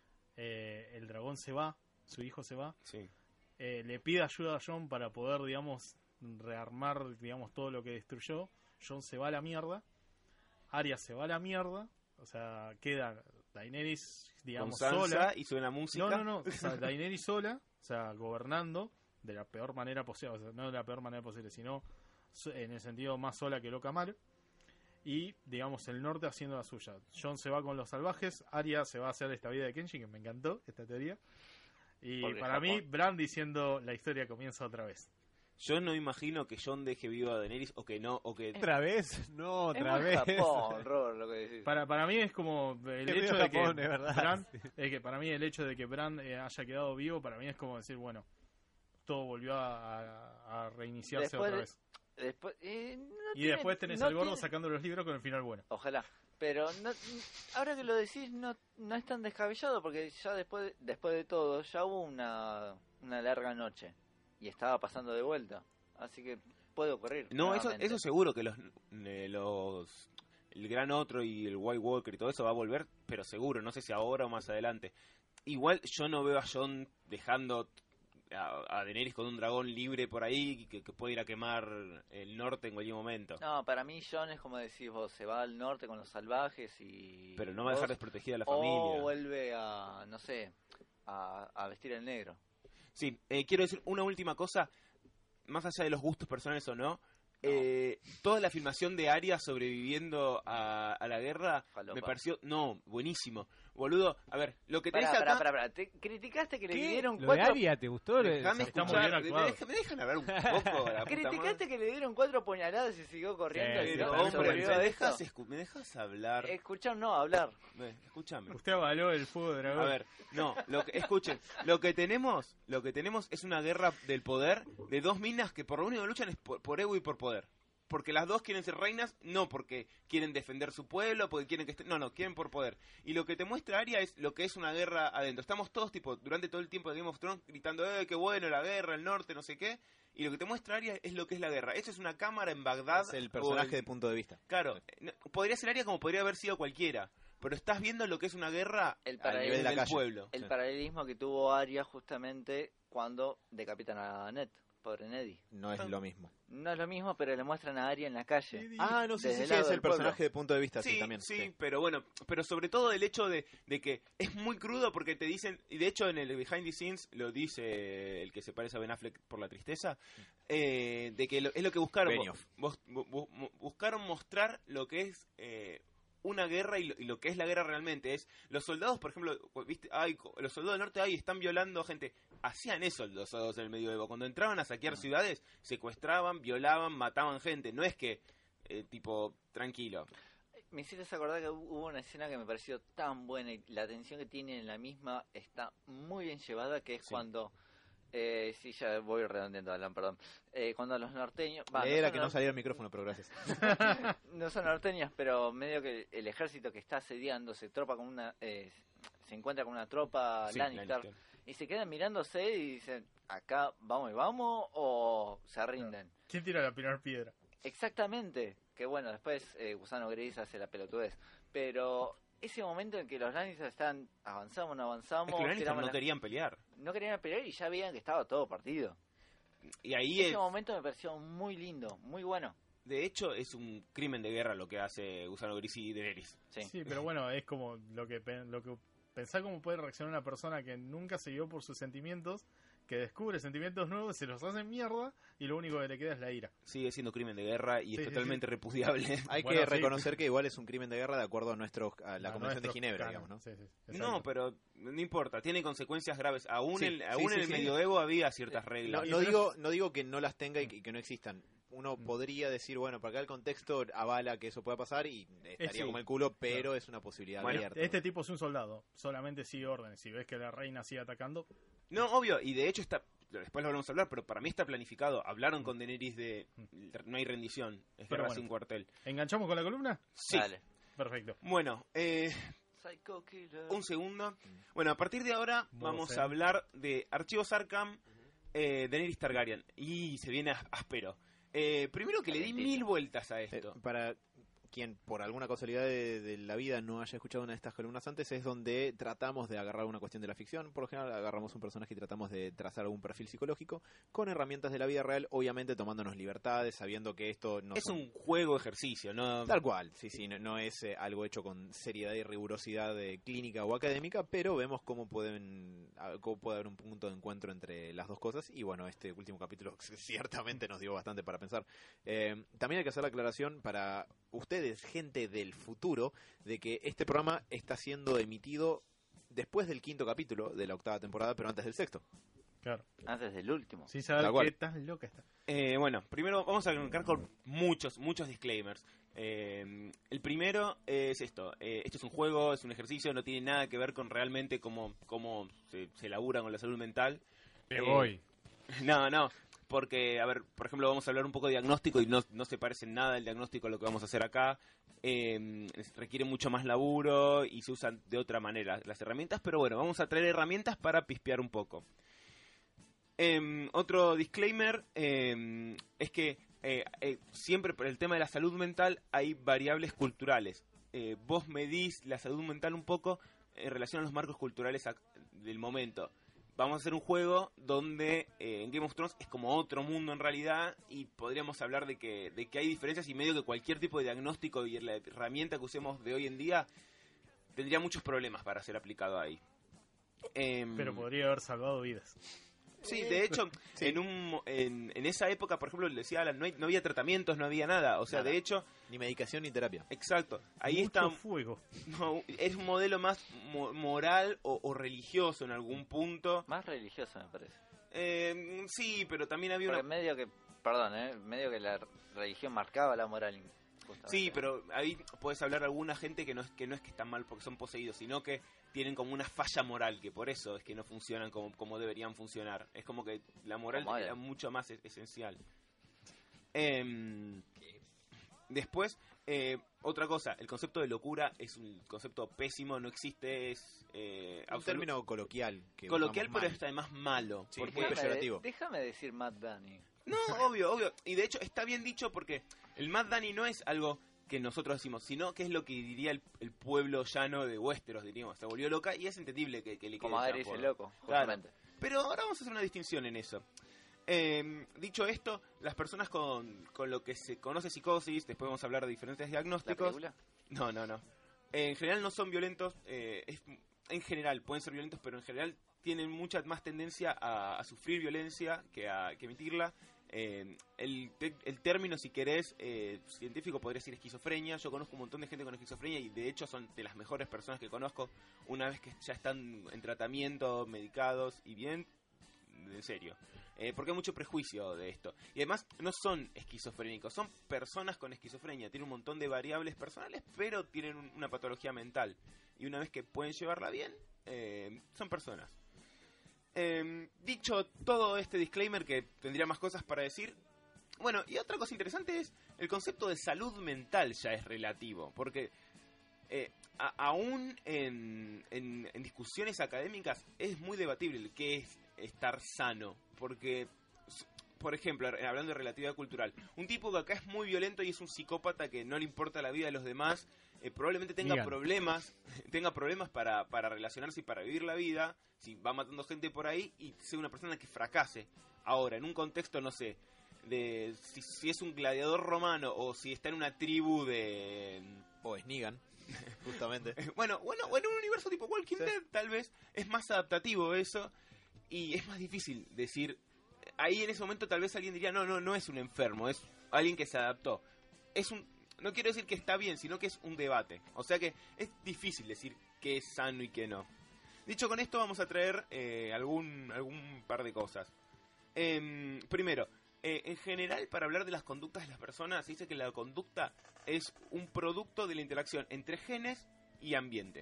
eh, el dragón se va, su hijo se va. Sí. eh, le pide ayuda a Jon para poder, digamos, rearmar, digamos, todo lo que destruyó. Jon se va a la mierda. Arya se va a la mierda. O sea, queda Daenerys, Con digamos, Sansa sola. y suena música. No, no, no. O sea, Daenerys sola, o sea, gobernando de la peor manera posible. O sea, no de la peor manera posible, sino so- en el sentido más sola que loca mal. Y, digamos, el norte haciendo la suya. Jon se va con los salvajes. Arya se va a hacer esta vida de Kenshin, que me encantó esta teoría. Y Porque para mí, Japón. Bran diciendo la historia comienza otra vez. Yo no imagino que Jon deje vivo a Daenerys o que no, o que... ¿Otra vez? No, Es otra muy vez. Japón, Robert, lo que decís. Para, para mí es como el Qué hecho medio de que Japón, es verdad, Bran, sí. es que para mí el hecho de que Bran eh, haya quedado vivo, para mí es como decir, bueno, todo volvió a, a- a reiniciarse Después otra de- vez. Después, eh, no Y tiene- después tenés no al gordo tiene- sacando los libros con el final bueno. Ojalá. Pero no, ahora que lo decís, no, no es tan descabellado, porque ya después, después de todo, ya hubo una, una larga noche. Y estaba pasando de vuelta. Así que puede ocurrir. No, eso, nuevamente. eso seguro que los, eh, los... El Gran Otro y el White Walker y todo eso va a volver, pero seguro, no sé si ahora o más adelante. Igual yo no veo a Jon dejando a, a Daenerys con un dragón libre por ahí que, que puede ir a quemar el norte en cualquier momento. No, para mí Jon es como decís vos, se va al norte con los salvajes y... Pero no va a dejar vos- desprotegida a la O familia. vuelve a, no sé, a, a vestir el negro. Sí, eh, quiero decir una última cosa, más allá de los gustos personales o no, eh, toda la filmación de Arya sobreviviendo a, a la guerra Falopa. me pareció, no, buenísimo. Boludo, a ver, lo que tenés Pará, pará, acá... pará, pará. Te criticaste que le ¿Qué? dieron ¿Lo de cuatro... Aria te gustó? Dejame Está muy escuchar, bien actuado. me, dejan, me dejan hablar un poco, la puta Criticaste madre. que le dieron cuatro puñaladas y siguió corriendo. Sí, y sí, Pero, no está hombre, sobrevivió ¿me a esto. dejas, escu- ¿me dejas hablar? Escuchar, no, hablar. Ve, Escúchame. Usted avaló el fuego de dragón. A ver, no, lo que, escuchen, lo que tenemos, lo que tenemos es una guerra del poder de dos minas que por lo único que luchan es por, por ego y por poder. Porque las dos quieren ser reinas, no porque quieren defender su pueblo, porque quieren que estén, no, no, quieren por poder. Y lo que te muestra Arya es lo que es una guerra adentro. Estamos todos, tipo, durante todo el tiempo de Game of Thrones gritando, eh, qué bueno la guerra, el norte, no sé qué. Y lo que te muestra Arya es lo que es la guerra. Eso es una cámara en Bagdad. Es el o personaje en- de punto de vista. Claro, no, podría ser Arya como podría haber sido cualquiera. Pero estás viendo lo que es una guerra El a nivel de la del calle. pueblo. El Sí. paralelismo que tuvo Arya justamente cuando decapitan a Ned, pobre Neddy. No es lo mismo. No es lo mismo, pero le muestran a Arya en la calle. Ah, no, sí, Desde sí, el sí, lado es del el personaje pueblo. de punto de vista, sí, Sí, también. sí, sí. pero bueno, pero sobre todo el hecho de, de que es muy crudo porque te dicen, y de hecho en el behind the scenes lo dice el que se parece a Ben Affleck por la tristeza, eh, de que lo- es lo que buscaron, Benioff. bus- bu- bu- bu- buscaron mostrar lo que es eh, una guerra y lo, y lo que es la guerra realmente. Es los soldados, por ejemplo, viste, ay, co- los soldados del norte ay, están violando gente. Hacían eso los soldados en el medioevo. Cuando entraban a saquear ciudades, secuestraban, violaban, mataban gente. No es que, eh, tipo, tranquilo. Me hiciste acordar que hubo una escena que me pareció tan buena y la tensión que tiene en la misma está muy bien llevada, que es Sí. cuando... Eh, sí, ya voy redondeando, Alan, perdón. Eh, cuando los norteños... va, Era son que no nor- saliera el micrófono, pero gracias. no son norteños, pero medio que el ejército que está asediando se tropa con una... eh, se encuentra con una tropa Sí, Lannister, Lannister. y se quedan mirándose y dicen, acá vamos y vamos, o se rinden. ¿Quién tira la primera piedra? Exactamente, que bueno, después eh, Gusano Gris hace la pelotudez, pero ese momento en que los Lannister están, avanzamos, no avanzamos, Es que los Lannister tiramos no la- querían pelear. no querían pelear y ya veían que estaba todo partido. Y ahí, Ese es, momento me pareció muy lindo, muy bueno. de hecho, es un crimen de guerra lo que hace Gusano Gris y Daenerys. Sí. Sí, pero bueno, es como lo que pe- lo que pensá cómo puede reaccionar una persona que nunca se guió por sus sentimientos, que descubre sentimientos nuevos, se los hace mierda y lo único que le queda es la ira. Sigue siendo crimen de guerra y Sí, es sí, totalmente sí. repudiable. Hay Bueno, que sí. reconocer que igual es un crimen de guerra de acuerdo a nuestros a la A Convención de nuestros Ginebra, cánones. digamos, ¿no? Sí, sí, No, exacto. pero no importa, tiene consecuencias graves. Aún, Sí, en, sí, aún sí, en el sí. medioevo había ciertas reglas. No, Y no pero digo, no digo que no las tenga y que, que no existan. Uno Mm. podría decir, bueno, para acá el contexto avala que eso pueda pasar y estaría sí. como el culo, pero es una posibilidad Bueno, abierta. Este tipo es un soldado, solamente sigue órdenes. Si ves que la reina sigue atacando, No, obvio, y de hecho está, después lo vamos a hablar, pero para mí está planificado. Hablaron con Daenerys de no hay rendición, es Pero guerra bueno. sin cuartel. ¿enganchamos con la columna? Sí, Dale. Perfecto. bueno, eh, Psycho Killer. un segundo. Bueno, a partir de ahora vamos Vos, a eh. hablar de Archivos Arkham, eh, Daenerys Targaryen. Y se viene as- áspero. Eh, primero que le di Calentito. mil vueltas a Eh, esto. para quien por alguna casualidad de, de la vida no haya escuchado una de estas columnas antes, es donde tratamos de agarrar una cuestión de la ficción. Por lo general agarramos un personaje y tratamos de trazar algún perfil psicológico con herramientas de la vida real, obviamente tomándonos libertades, sabiendo que esto no Es son- un juego ejercicio, ¿no? Tal cual, sí, sí, no, no es eh, algo hecho con seriedad y rigurosidad de clínica o académica, pero vemos cómo pueden ah, cómo puede haber un punto de encuentro entre las dos cosas y bueno, este último capítulo ciertamente nos dio bastante para pensar. Eh, también hay que hacer la aclaración para ustedes, gente del futuro, de que este programa está siendo emitido después del quinto capítulo de la octava temporada, pero antes del sexto. Claro. Antes del último. Sí, saber Tal cual. qué tan loca está. Eh, bueno, primero vamos a arrancar con muchos, muchos disclaimers. Eh, el primero es esto. Eh, esto es un juego, es un ejercicio, no tiene nada que ver con realmente cómo, cómo se, se labura con la salud mental. Me Eh, voy. No, no, porque, a ver, por ejemplo, vamos a hablar un poco de diagnóstico y no, no se parece en nada el diagnóstico a lo que vamos a hacer acá. Eh, es- requiere mucho más laburo y se usan de otra manera las herramientas, pero bueno, vamos a traer herramientas para pispear un poco. Em, otro disclaimer em, es que eh, eh, siempre por el tema de la salud mental hay variables culturales. Eh, vos medís la salud mental un poco en relación a los marcos culturales ac- del momento. Vamos a hacer un juego donde eh, en Game of Thrones es como otro mundo en realidad y podríamos hablar de que, de que hay diferencias y medio que cualquier tipo de diagnóstico y la herramienta que usemos de hoy en día tendría muchos problemas para ser aplicado ahí. Em, Pero podría haber salvado vidas. Sí, de hecho, en, un, mo- en, en esa época, por ejemplo, le decía Alan, no, hay- no había tratamientos, no había nada. O sea, Nada. de hecho, Ni medicación ni terapia. exacto. Ahí Mucho está. fuego. No, es un modelo más mo- moral o, o religioso en algún punto. Más religioso, me parece. Eh, sí, pero también había Porque una. medio que, perdón, ¿eh? Medio que la religión marcaba la moral. Justamente. Sí, pero ahí puedes hablar de alguna gente que no es que no es que están mal porque son poseídos, sino que tienen como una falla moral, que por eso es que no funcionan como, como deberían funcionar. Es como que la moral Como era Adam. mucho más es- esencial. Em, después, eh, otra cosa, el concepto de locura es un concepto pésimo, no existe, es eh, Un absolu- término coloquial. Que coloquial, usamos pero mal. es además malo. Sí, porque muy Déjame, peyorativo. déjame decir Matt Bunny. no, obvio, obvio. Y de hecho está bien dicho porque el Mad Dani no es algo que nosotros decimos, sino que es lo que diría el, el pueblo llano de Westeros, diríamos. Se volvió loca y es entendible que, que le Como quede Ares ese el apodo. loco, Claro. justamente. Pero ahora vamos a hacer una distinción en eso. Eh, dicho esto, las personas con, con lo que se conoce psicosis, después vamos a hablar de diferentes ¿La diagnósticos. película? No, no, no. Eh, en general no son violentos. eh, es- en general pueden ser violentos, pero en general tienen mucha más tendencia a, a sufrir violencia que a que emitirla. Eh, el, te- el término, si querés, eh, científico podría decir esquizofrenia. Yo conozco un montón de gente con esquizofrenia y de hecho son de las mejores personas que conozco una vez que ya están en tratamiento, medicados y bien, en serio. Eh, porque hay mucho prejuicio de esto. Y además no son esquizofrénicos, son personas con esquizofrenia. Tienen un montón de variables personales, pero tienen un- una patología mental. Y una vez que pueden llevarla bien, eh, son personas. Eh, dicho todo este disclaimer, que tendría más cosas para decir. Bueno, y otra cosa interesante es el concepto de salud mental ya es relativo. Porque eh, a- aún en, en, en discusiones académicas es muy debatible el qué es estar sano. Porque, s- por ejemplo, hablando de relatividad cultural, un tipo que acá es muy violento y es un psicópata que no le importa la vida de los demás, eh, probablemente tenga Digan. problemas, tenga problemas para, para relacionarse y para vivir la vida, si va matando gente por ahí y sea una persona que fracase. Ahora, en un contexto, no sé, de si, si es un gladiador romano o si está en una tribu de... O Snegan, justamente. Bueno, bueno, o en un universo tipo Walking Sí. Dead tal vez es más adaptativo eso y es más difícil decir, ahí en ese momento tal vez alguien diría, no, no, no es un enfermo, es alguien que se adaptó. Es un, no quiero decir que está bien, sino que es un debate. O sea que es difícil decir qué es sano y qué no. Dicho con esto, vamos a traer eh, algún, algún par de cosas. Em, primero, eh, en general, para hablar de las conductas de las personas, se dice que la conducta es un producto de la interacción entre genes y ambiente.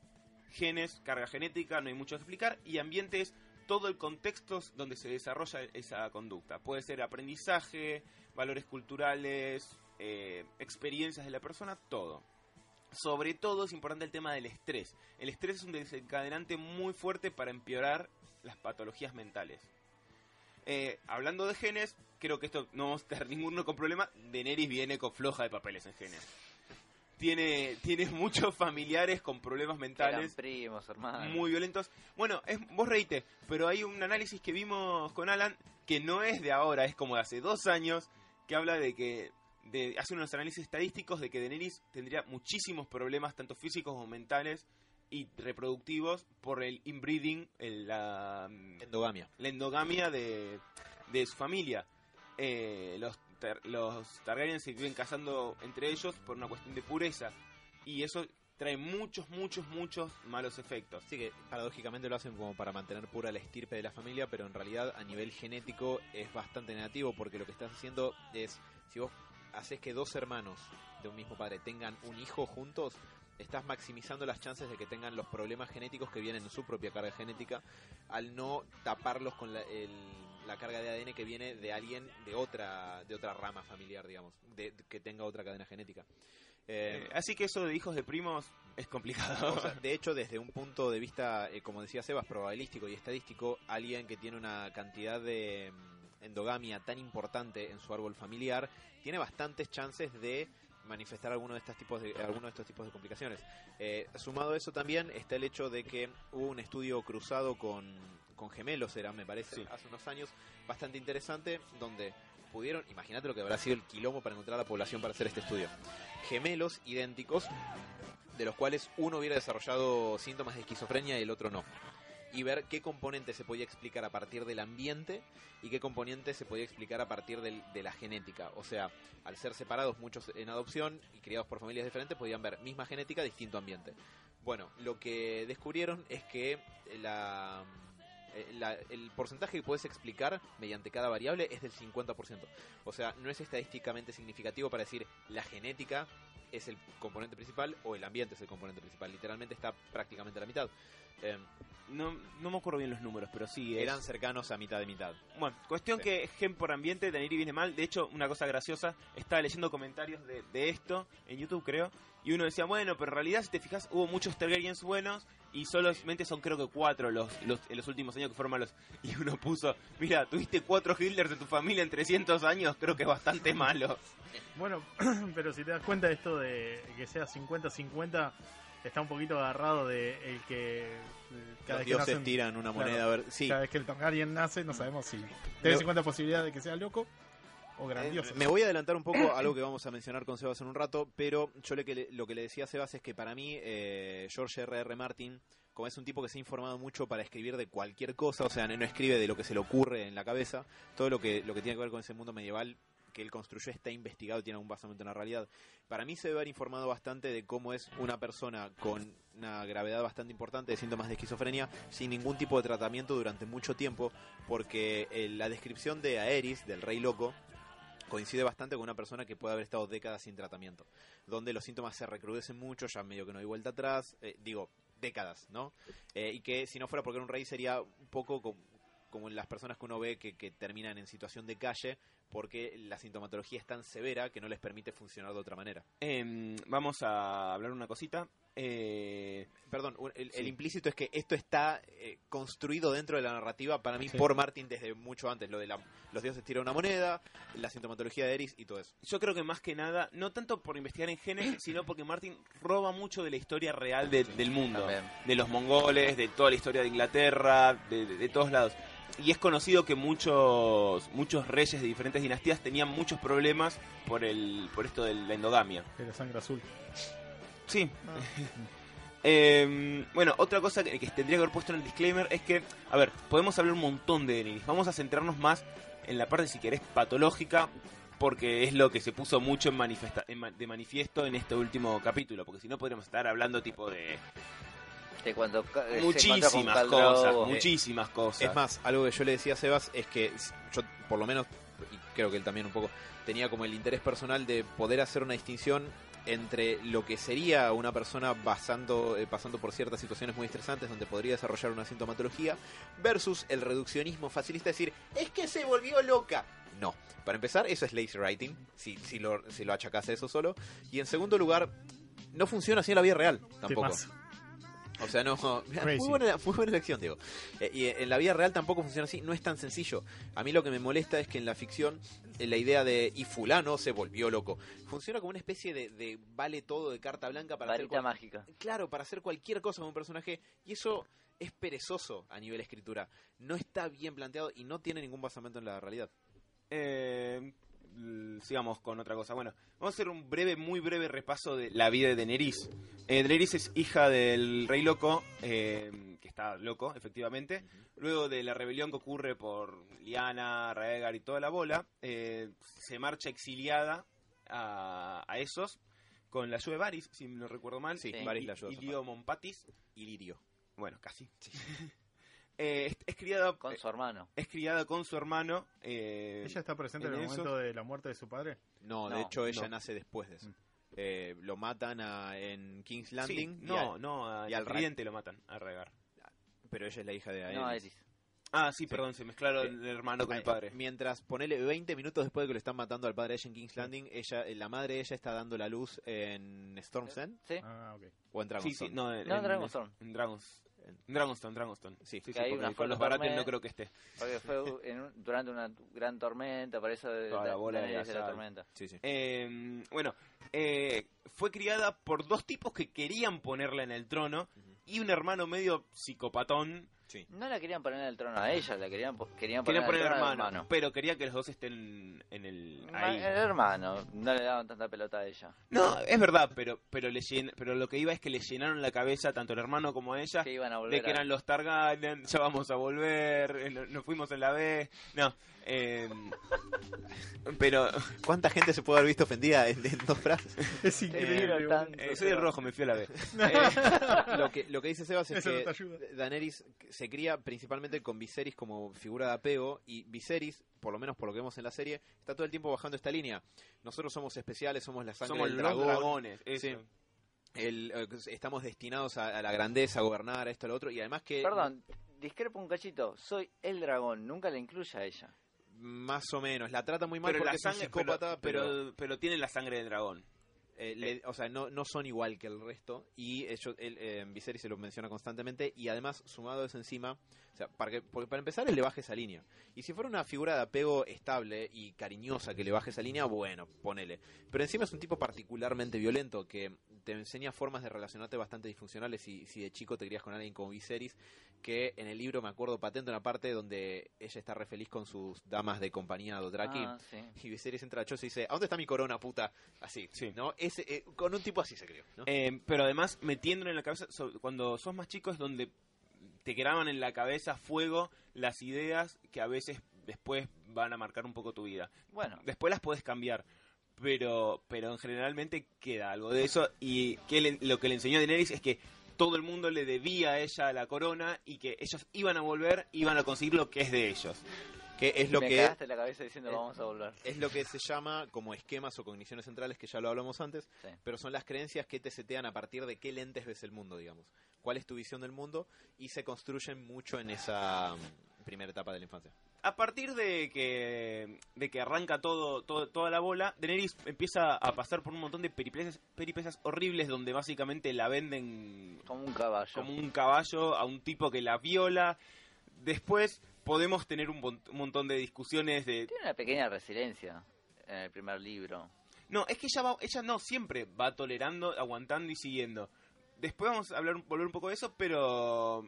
Genes, carga genética, no hay mucho que explicar, y ambiente es todo el contexto donde se desarrolla esa conducta. Puede ser aprendizaje, valores culturales, eh, experiencias de la persona, todo. Sobre todo es importante el tema del estrés. El estrés es un desencadenante muy fuerte para empeorar las patologías mentales. Eh, hablando de genes, creo que esto no vamos a tener ninguno con problema. Daenerys viene con floja de papeles en genes. Tiene, tiene muchos familiares con problemas Eran mentales primos, hermanos. muy violentos. Bueno, es, vos reíte, pero hay un análisis que vimos con Alan que no es de ahora, es como de hace dos años, que habla de que de, hace unos análisis estadísticos de que Daenerys tendría muchísimos problemas, tanto físicos como mentales y reproductivos, por el inbreeding, el, la, Endogamia. la endogamia de, de su familia. Eh, los, tar- los Targaryen se viven casando entre ellos por una cuestión de pureza. Y eso trae muchos, muchos, muchos malos efectos. Así que paradójicamente lo hacen como para mantener pura la estirpe de la familia, pero en realidad a nivel genético es bastante negativo, porque lo que estás haciendo es, si vos haces que dos hermanos de un mismo padre tengan un hijo juntos, estás maximizando las chances de que tengan los problemas genéticos que vienen en su propia carga genética, al no taparlos con la, el, la carga de A D N que viene de alguien de otra de otra rama familiar, digamos, de, de, que tenga otra cadena genética. Eh, Eh, así que eso de hijos de primos es complicado. O sea, de hecho, desde un punto de vista, eh, como decía Sebas, probabilístico y estadístico, alguien que tiene una cantidad de mm, endogamia tan importante en su árbol familiar tiene bastantes chances de manifestar alguno de estos tipos de alguno de estos tipos de complicaciones. Eh, sumado a eso también está el hecho de que hubo un estudio cruzado con, con gemelos, era, me parece, Sí. hace unos años, bastante interesante, donde pudieron, imagínate lo que habrá sido el quilombo para encontrar a la población para hacer este estudio. Gemelos idénticos, de los cuales uno hubiera desarrollado síntomas de esquizofrenia y el otro no. Y ver qué componente se podía explicar a partir del ambiente y qué componente se podía explicar a partir del, de la genética. O sea, al ser separados muchos en adopción y criados por familias diferentes, podían ver misma genética, distinto ambiente. Bueno, lo que descubrieron es que la... La, el porcentaje que puedes explicar mediante cada variable es del cincuenta por ciento. O sea, no es estadísticamente significativo para decir la genética es el componente principal o el ambiente es el componente principal. Literalmente está prácticamente a la mitad. Eh, No, no me acuerdo bien los números, pero sí. Es... eran cercanos a mitad de mitad. Bueno, cuestión Sí. que gen por ambiente, Daniri viene mal. De hecho, una cosa graciosa, estaba leyendo comentarios de, de esto en YouTube, creo. Y uno decía, bueno, pero en realidad, si te fijas, hubo muchos Targaryens buenos y solamente son, creo que cuatro los, los en los últimos años que forman los. Y uno puso, mira, tuviste cuatro Hilders de tu familia en trescientos años, creo que es bastante malo. Bueno, pero si te das cuenta, esto de que sea cincuenta cincuenta está un poquito agarrado de el que eh, cada Los vez que dioses nacen- tiran una moneda. claro, A ver, sí. cada vez que el Targaryen nace, no sabemos si Lo- tiene cincuenta posibilidades de que sea loco o grandioso. Eh, me voy a adelantar un poco a algo que vamos a mencionar con Sebas en un rato, pero yo le, que le- lo que le decía a Sebas es que para mí eh, George R R. Martin, como es un tipo que se ha informado mucho para escribir de cualquier cosa, o sea, no, no escribe de lo que se le ocurre en la cabeza, todo lo que, lo que tiene que ver con ese mundo medieval que él construyó está investigado, tiene algún basamento en la realidad. Para mí se debe haber informado bastante de cómo es una persona con una gravedad bastante importante de síntomas de esquizofrenia sin ningún tipo de tratamiento durante mucho tiempo, porque eh, la descripción de Aerys, del Rey Loco, coincide bastante con una persona que puede haber estado décadas sin tratamiento, donde los síntomas se recrudecen mucho, ya medio que no hay vuelta atrás, eh, digo, décadas, ¿no? Eh, y que si no fuera porque era un rey sería un poco como, como las personas que uno ve que, que terminan en situación de calle, porque la sintomatología es tan severa que no les permite funcionar de otra manera. Eh, vamos a hablar una cosita. Eh, Perdón, un- el, el Sí. implícito es que esto está eh, construido dentro de la narrativa para mí Sí. por Martin desde mucho antes, lo de la, los dioses tiran una moneda, la sintomatología de Eris y todo eso. yo creo que más que nada, no tanto por investigar en genes, sino porque Martin roba mucho de la historia real de- del mundo. También. De los mongoles, de toda la historia de Inglaterra, de, de- de todos lados. Y es conocido que muchos muchos reyes de diferentes dinastías tenían muchos problemas por el por esto de la endogamia. De la sangre azul. Sí. Eh, bueno, otra cosa que, que tendría que haber puesto en el disclaimer es que, a ver, podemos hablar un montón de Daenerys. Vamos a centrarnos más en la parte, si querés, patológica, porque es lo que se puso mucho en manifesta en ma- de manifiesto en este último capítulo. Porque si no, podríamos estar hablando tipo de De cuando ca- se encuentra con muchísimas Khal cosas, Drogo. muchísimas cosas. Es más, algo que yo le decía a Sebas es que yo, por lo menos, y creo que él también un poco, tenía como el interés personal de poder hacer una distinción entre lo que sería una persona basando, eh, pasando por ciertas situaciones muy estresantes donde podría desarrollar una sintomatología versus el reduccionismo facilista de decir, es que se volvió loca. No, para empezar, eso es lazy writing, si, si, lo, si lo achacás a eso solo. Y en segundo lugar, no funciona así en la vida real tampoco. Temazo. O sea, no. Crazy. Muy buena, muy buena elección, Diego. Eh, y en la vida real tampoco funciona así, no es tan sencillo. A mí lo que me molesta es que en la ficción eh, la idea de y fulano se volvió loco funciona como una especie de, de vale todo de carta blanca para hacer Varita cual- mágica. claro, para hacer cualquier cosa con un personaje, y eso es perezoso a nivel escritura. No está bien planteado y no tiene ningún basamento en la realidad. Eh, l- sigamos con otra cosa. Bueno, vamos a hacer un breve, muy breve repaso de la vida de Daenerys. Eh, Daenerys es hija del rey loco, eh, que está loco, efectivamente. Luego de la rebelión que ocurre por Lyanna, Rhaegar y toda la bola, eh, se marcha exiliada a, a esos. con la ayuda de Varys, si no recuerdo mal. Sí, y, Varys la ayuda a Ilio Mompatis. Ilirio. Bueno, casi. eh, es, es criada Con su hermano. es criada con su hermano. Eh, ¿Ella está presente en, en el eso. momento de la muerte de su padre? No, No, de hecho ella no. nace después de eso. Mm. Eh, lo matan a- en King's sí, Landing. y no, al- no, al y al tridente lo matan, a Rhaegar. pero ella es la hija de Aerys. No, Eris. Ah, sí, perdón, se mezclaron Eh, el hermano con el Eh, padre. Mientras, ponele veinte minutos después de que lo están matando al padre de ella en King's Landing, ella, eh, la madre de ella está dando la luz en Storm's End Sí. Ah, ok. o en Sí, Dragonstone. sí, no, en, No, en en- Dragonstone. En Dragons. En Dragonstone, Dragonstone. Sí. sí, Que hay porque una con los fuerte Baratheon no tormenta. creo que esté. Porque fue en un- durante una gran tormenta, por eso de, Toda la de- bola de Daenerys la de la sal. tormenta. Sí, sí. Eh, bueno, eh, fue criada por dos tipos que querían ponerla en el trono Ujú. y un hermano medio psicopatón. Sí. No la querían poner en el trono a ella, la querían, po- querían Querían poner, poner en el hermano, trono al hermano. pero quería que los dos estén en el Ma- ahí. El hermano, no le daban tanta pelota a ella. No, es verdad, pero pero le llen- pero lo que iba es que le llenaron la cabeza tanto al hermano como a ella Que iban a de volver que a- eran los Targaryen, ya vamos a volver, eh, no- nos fuimos en la B. No, eh, pero ¿Cuánta gente se puede haber visto ofendida en, en dos frases? Es increíble. quiero boludo. tanto. eh, soy el rojo, me fui a la B. lo, que, lo que dice Sebas es Eso no que te ayuda. Daenerys se cría principalmente con Viserys como figura de apego y Viserys, por lo menos por lo que vemos en la serie, está todo el tiempo bajando esta línea. Nosotros somos especiales, somos la sangre Somos del los dragón. dragones, eso. Sí. El, eh, estamos destinados a, a la grandeza, a gobernar, a esto, a lo otro, y además que... Perdón, discrepo un cachito. Soy el dragón, nunca la incluye a ella. Más o menos, la trata muy mal Pero porque la es un sangre, psicópata, pero, pero... pero, pero tiene la sangre del dragón. Eh, le- o sea, no, no son igual que el resto y ellos, él, eh, Viserys se lo menciona constantemente y además sumado a eso encima, o sea, para, que, porque para empezar él le baja esa línea y si fuera una figura de apego estable y cariñosa que le baje esa línea, bueno, ponele, pero encima es un tipo particularmente violento que te enseña formas de relacionarte bastante disfuncionales si, si de chico te querías con alguien como Viserys, que en el libro me acuerdo patente una parte donde ella está re feliz con sus damas de compañía Dothraki. Ah, sí. Y Viserys entra a la choza y dice, ¿a dónde está mi corona, puta? Así, Sí. ¿no? Ese, eh, con un tipo así se crió, ¿no? Eh, pero además metiéndole en la cabeza, so- cuando sos más chico es donde te graban en la cabeza fuego las ideas que a veces después van a marcar un poco tu vida. Bueno, Después las puedes cambiar, pero pero generalmente queda algo de eso y que le- lo que le enseñó a Daenerys es que todo el mundo le debía a ella la corona y que ellos iban a volver, iban a conseguir lo que es de ellos. Que es lo me que cagaste la cabeza diciendo eh, vamos a volver. es lo que se llama como esquemas o cogniciones centrales, que ya lo hablamos antes, Sí. pero son las creencias que te setean a partir de qué lentes ves el mundo, digamos. ¿Cuál es tu visión del mundo? Y se construyen mucho en esa mm, primera etapa de la infancia. A partir de que de que arranca todo, todo toda la bola, Daenerys empieza a pasar por un montón de peripecias, peripecias horribles donde básicamente la venden Como un caballo. como un caballo a un tipo que la viola. Después podemos tener un, mon- un montón de discusiones de... Tiene una pequeña resiliencia en el primer libro. No, es que ella, va, ella no siempre va tolerando, aguantando y siguiendo. Después vamos a hablar, volver un poco de eso, pero...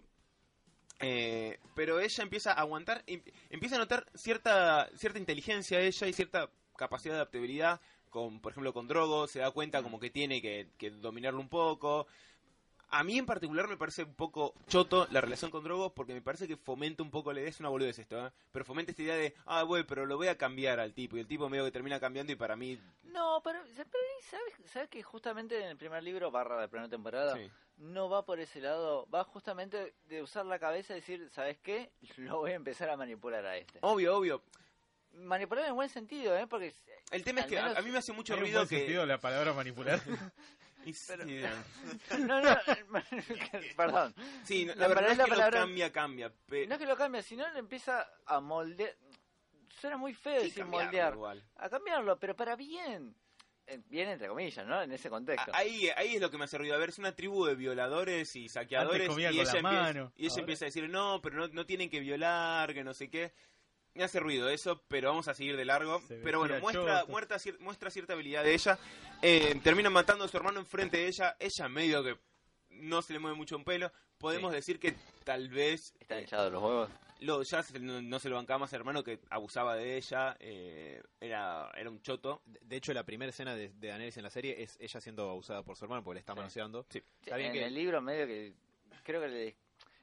eh, pero ella empieza a aguantar, em- empieza a notar cierta cierta inteligencia ella y cierta capacidad de adaptabilidad, con por ejemplo con Drogo, se da cuenta como que tiene que, que dominarlo un poco. A mí en particular me parece un poco choto la relación con Drogo porque me parece que fomenta un poco la idea, es una boludez esto, ¿eh? Pero fomenta esta idea de, ah, bueno, pero lo voy a cambiar al tipo, y el tipo medio que termina cambiando y para mí... No, pero, pero ¿sabes, ¿sabes que justamente en el primer libro, barra de primera temporada, Sí. no va por ese lado? Va justamente de usar la cabeza y decir, ¿sabes qué? Lo voy a empezar a manipular a este. Obvio, obvio. Manipular en buen sentido, ¿eh? Porque... El tema es Al que a- menos- a, mí me hace mucho ¿Hay un ruido buen que... sentido la palabra manipular? Y sí, Pero- no. No, no, perdón. Sí, no, No, la verdad pero es es la que palabra- lo cambia, cambia. pe- No es que lo cambie, sino le empieza a moldear... Suena muy feo sí, decir cambiarlo moldear. igual. A cambiarlo, pero para bien. Eh, Bien entre comillas, ¿no? En ese contexto. A- Ahí, ahí es lo que me hace ruido. A ver, es una tribu de violadores y saqueadores. Antes comía y con ella, la empieza, mano, y ella ahora- empieza a decir, no, pero no, no tienen que violar, que no sé qué. Me hace ruido eso, pero vamos a seguir de largo. Se Pero bueno, vestía muestra, choto. muestra, cier- muestra cierta habilidad de ella. Eh, termina matando a su hermano enfrente de ella. Ella medio que no se le mueve mucho un pelo. Podemos Sí. decir que tal vez... Están eh, hinchados los huevos. lo, ya se- no, no se lo bancaba más al hermano que abusaba de ella. eh, era, era un choto. De de hecho, la primera escena de, de Daenerys en la serie es ella siendo abusada por su hermano porque le está Sí. manoseando. Sí. Está bien en que- el libro medio que... Creo que le...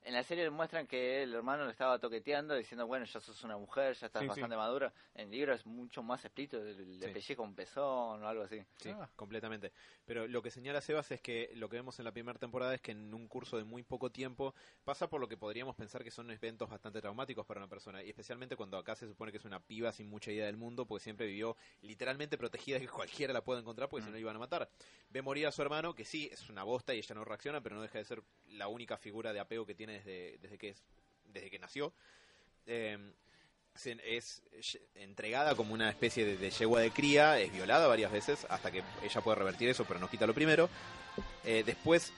en la serie muestran que el hermano le estaba toqueteando diciendo, bueno, ya sos una mujer, ya estás Sí, bastante sí. madura. En el libro es mucho más explícito, le, le Sí. pelleja un pezón o algo así. Sí, Ah. completamente. Pero lo que señala Sebas es que lo que vemos en la primera temporada es que en un curso de muy poco tiempo pasa por lo que podríamos pensar que son eventos bastante traumáticos para una persona. Y especialmente cuando acá se supone que es una piba sin mucha idea del mundo, porque siempre vivió literalmente protegida de que cualquiera la pueda encontrar, porque si no le iban a matar. Ve morir a su hermano, que sí, es una bosta y ella no reacciona, pero no deja de ser la única figura de apego que tiene desde, desde que es, desde que nació. Eh, se- es ye- entregada como una especie de, de yegua de cría, es violada varias veces hasta que ella puede revertir eso, pero nos quita lo primero. Eh, después,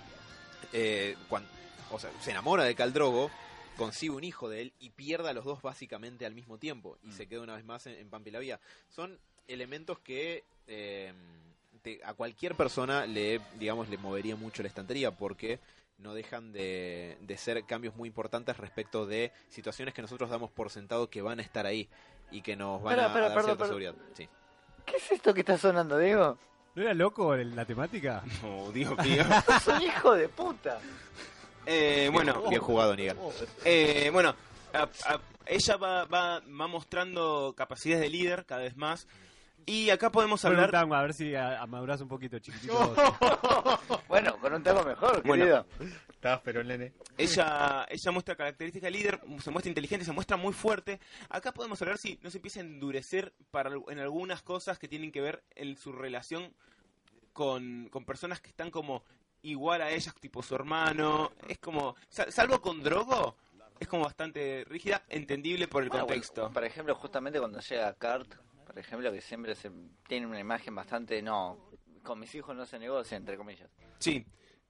eh, cuan- o sea, se enamora de Khal Drogo, consigue un hijo de él y pierde a los dos básicamente al mismo tiempo y se queda una vez más en, en Pampi la Vía. Son elementos que eh, te- a cualquier persona le, digamos, le movería mucho la estantería porque no dejan de, de ser cambios muy importantes respecto de situaciones que nosotros damos por sentado que van a estar ahí y que nos van Espera, a, espera, a dar perdón, cierta perdón. seguridad. Sí. ¿Qué es esto que está sonando, Diego? ¿No era loco el- la temática? Oh, Dios mío. ¡Es un hijo de puta! Eh, bueno, Bien jugado, Nigal. eh, bueno, a- a- ella va, va, va mostrando capacidades de líder cada vez más. Y acá podemos Bueno, hablar... Tango, a ver si a- amadurás un poquito, chiquitito. Bueno, con un tema mejor, Bueno. querido. Estás, pero el nene. Ella, ella muestra características de líder, se muestra inteligente, se muestra muy fuerte. Acá podemos hablar si no se empieza a endurecer para, en algunas cosas que tienen que ver en su relación con, con personas que están como igual a ellas, tipo su hermano. Es como, sal- salvo con Drogo, es como bastante rígida, entendible por el Bueno, contexto. bueno, por ejemplo, justamente cuando llega Kurt, por ejemplo, que siempre se tiene una imagen bastante, no, con mis hijos no se negocia, entre comillas. Sí.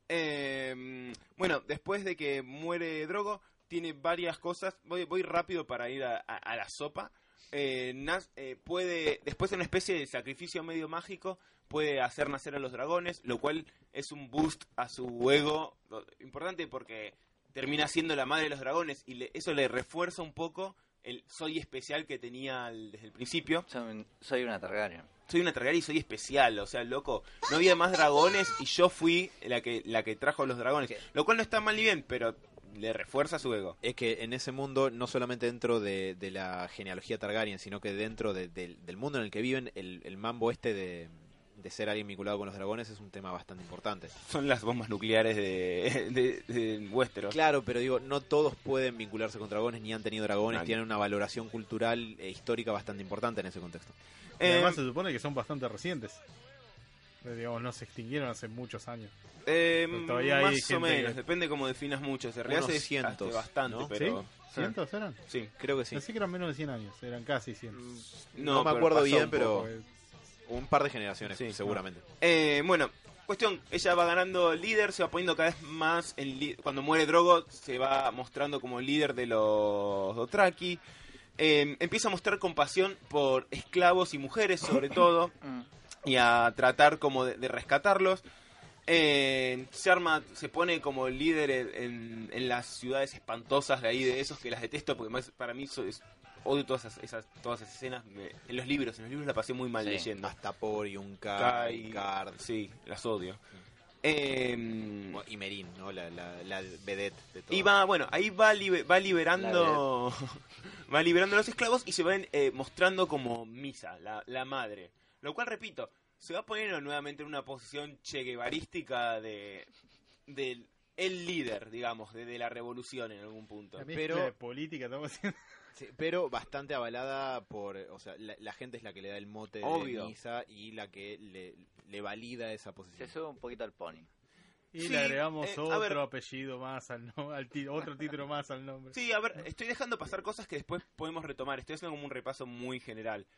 Eh, bueno, después de que muere Drogo, tiene varias cosas. Voy, voy rápido para ir a, a- a la sopa. Eh, Nas- eh, puede, después de una especie de sacrificio medio mágico, puede hacer nacer a los dragones, lo cual es un boost a su ego lo- importante porque termina siendo la madre de los dragones y le- eso le refuerza un poco el soy especial que tenía al- desde el principio. Soy, un- soy una Targaryen. Soy una Targaryen y soy especial, o sea, loco, no había más dragones y yo fui la que la que trajo los dragones, lo cual no está mal ni bien, pero le refuerza su ego. Es que en ese mundo, no solamente dentro de, de la genealogía Targaryen, sino que dentro de- del- del mundo en el que viven, el, el mambo este de, de ser alguien vinculado con los dragones es un tema bastante importante. Son las bombas nucleares de, de, de Westeros. Claro, pero digo, no todos pueden vincularse con dragones ni han tenido dragones, Nadie. tienen una valoración cultural e histórica bastante importante en ese contexto. Y Eh, además se supone que son bastante recientes. Eh, digamos, no se extinguieron hace muchos años. eh, Pero todavía hay más gente o menos, que- depende cómo definas mucho. Se realidad Unos se cientos, hace bastante, ¿no? pero... ¿Cientos eran? Sí. Creo que sí. Pensé que eran menos de cien años, eran casi cien. No, me pero acuerdo pasó bien, un pero poco. un par de generaciones, Sí, seguramente. Eh, bueno, cuestión, ella va ganando líder, se va poniendo cada vez más en li- cuando muere Drogo se va mostrando como líder de los Dothraki. Eh, empieza a mostrar compasión por esclavos y mujeres sobre todo Mm. y a tratar como de, de rescatarlos. Eh, se arma, se pone como líder en, en- en las ciudades espantosas de ahí, de esos que las detesto porque más, para mí so- es- odio todas esas, esas- todas esas escenas me- en los libros, en los libros la pasé muy mal Sí. leyendo. Hasta por y un Kai, Card sí, las odio. Eh, y Merin, ¿no? La, la, la vedette de todo. y va, bueno, ahí va, libe- va liberando va liberando a los esclavos y se ven eh, mostrando como Misa, la, la madre. Lo cual, repito, se va poniendo nuevamente en una posición che guevarística de, de el líder, digamos, de, de la revolución en algún punto. La Pero- mezcla de política, estamos haciendo. Sí, pero bastante avalada por, o sea, la, la gente es la que le da el mote Obvio. de misa y la que le, le valida esa Se posición. sube un poquito al pony. Y Sí, le agregamos eh, a otro ver. apellido más al, no- al ti- otro título más al nombre. Sí, a ver, estoy dejando pasar cosas que después podemos retomar. Estoy haciendo como un repaso muy general.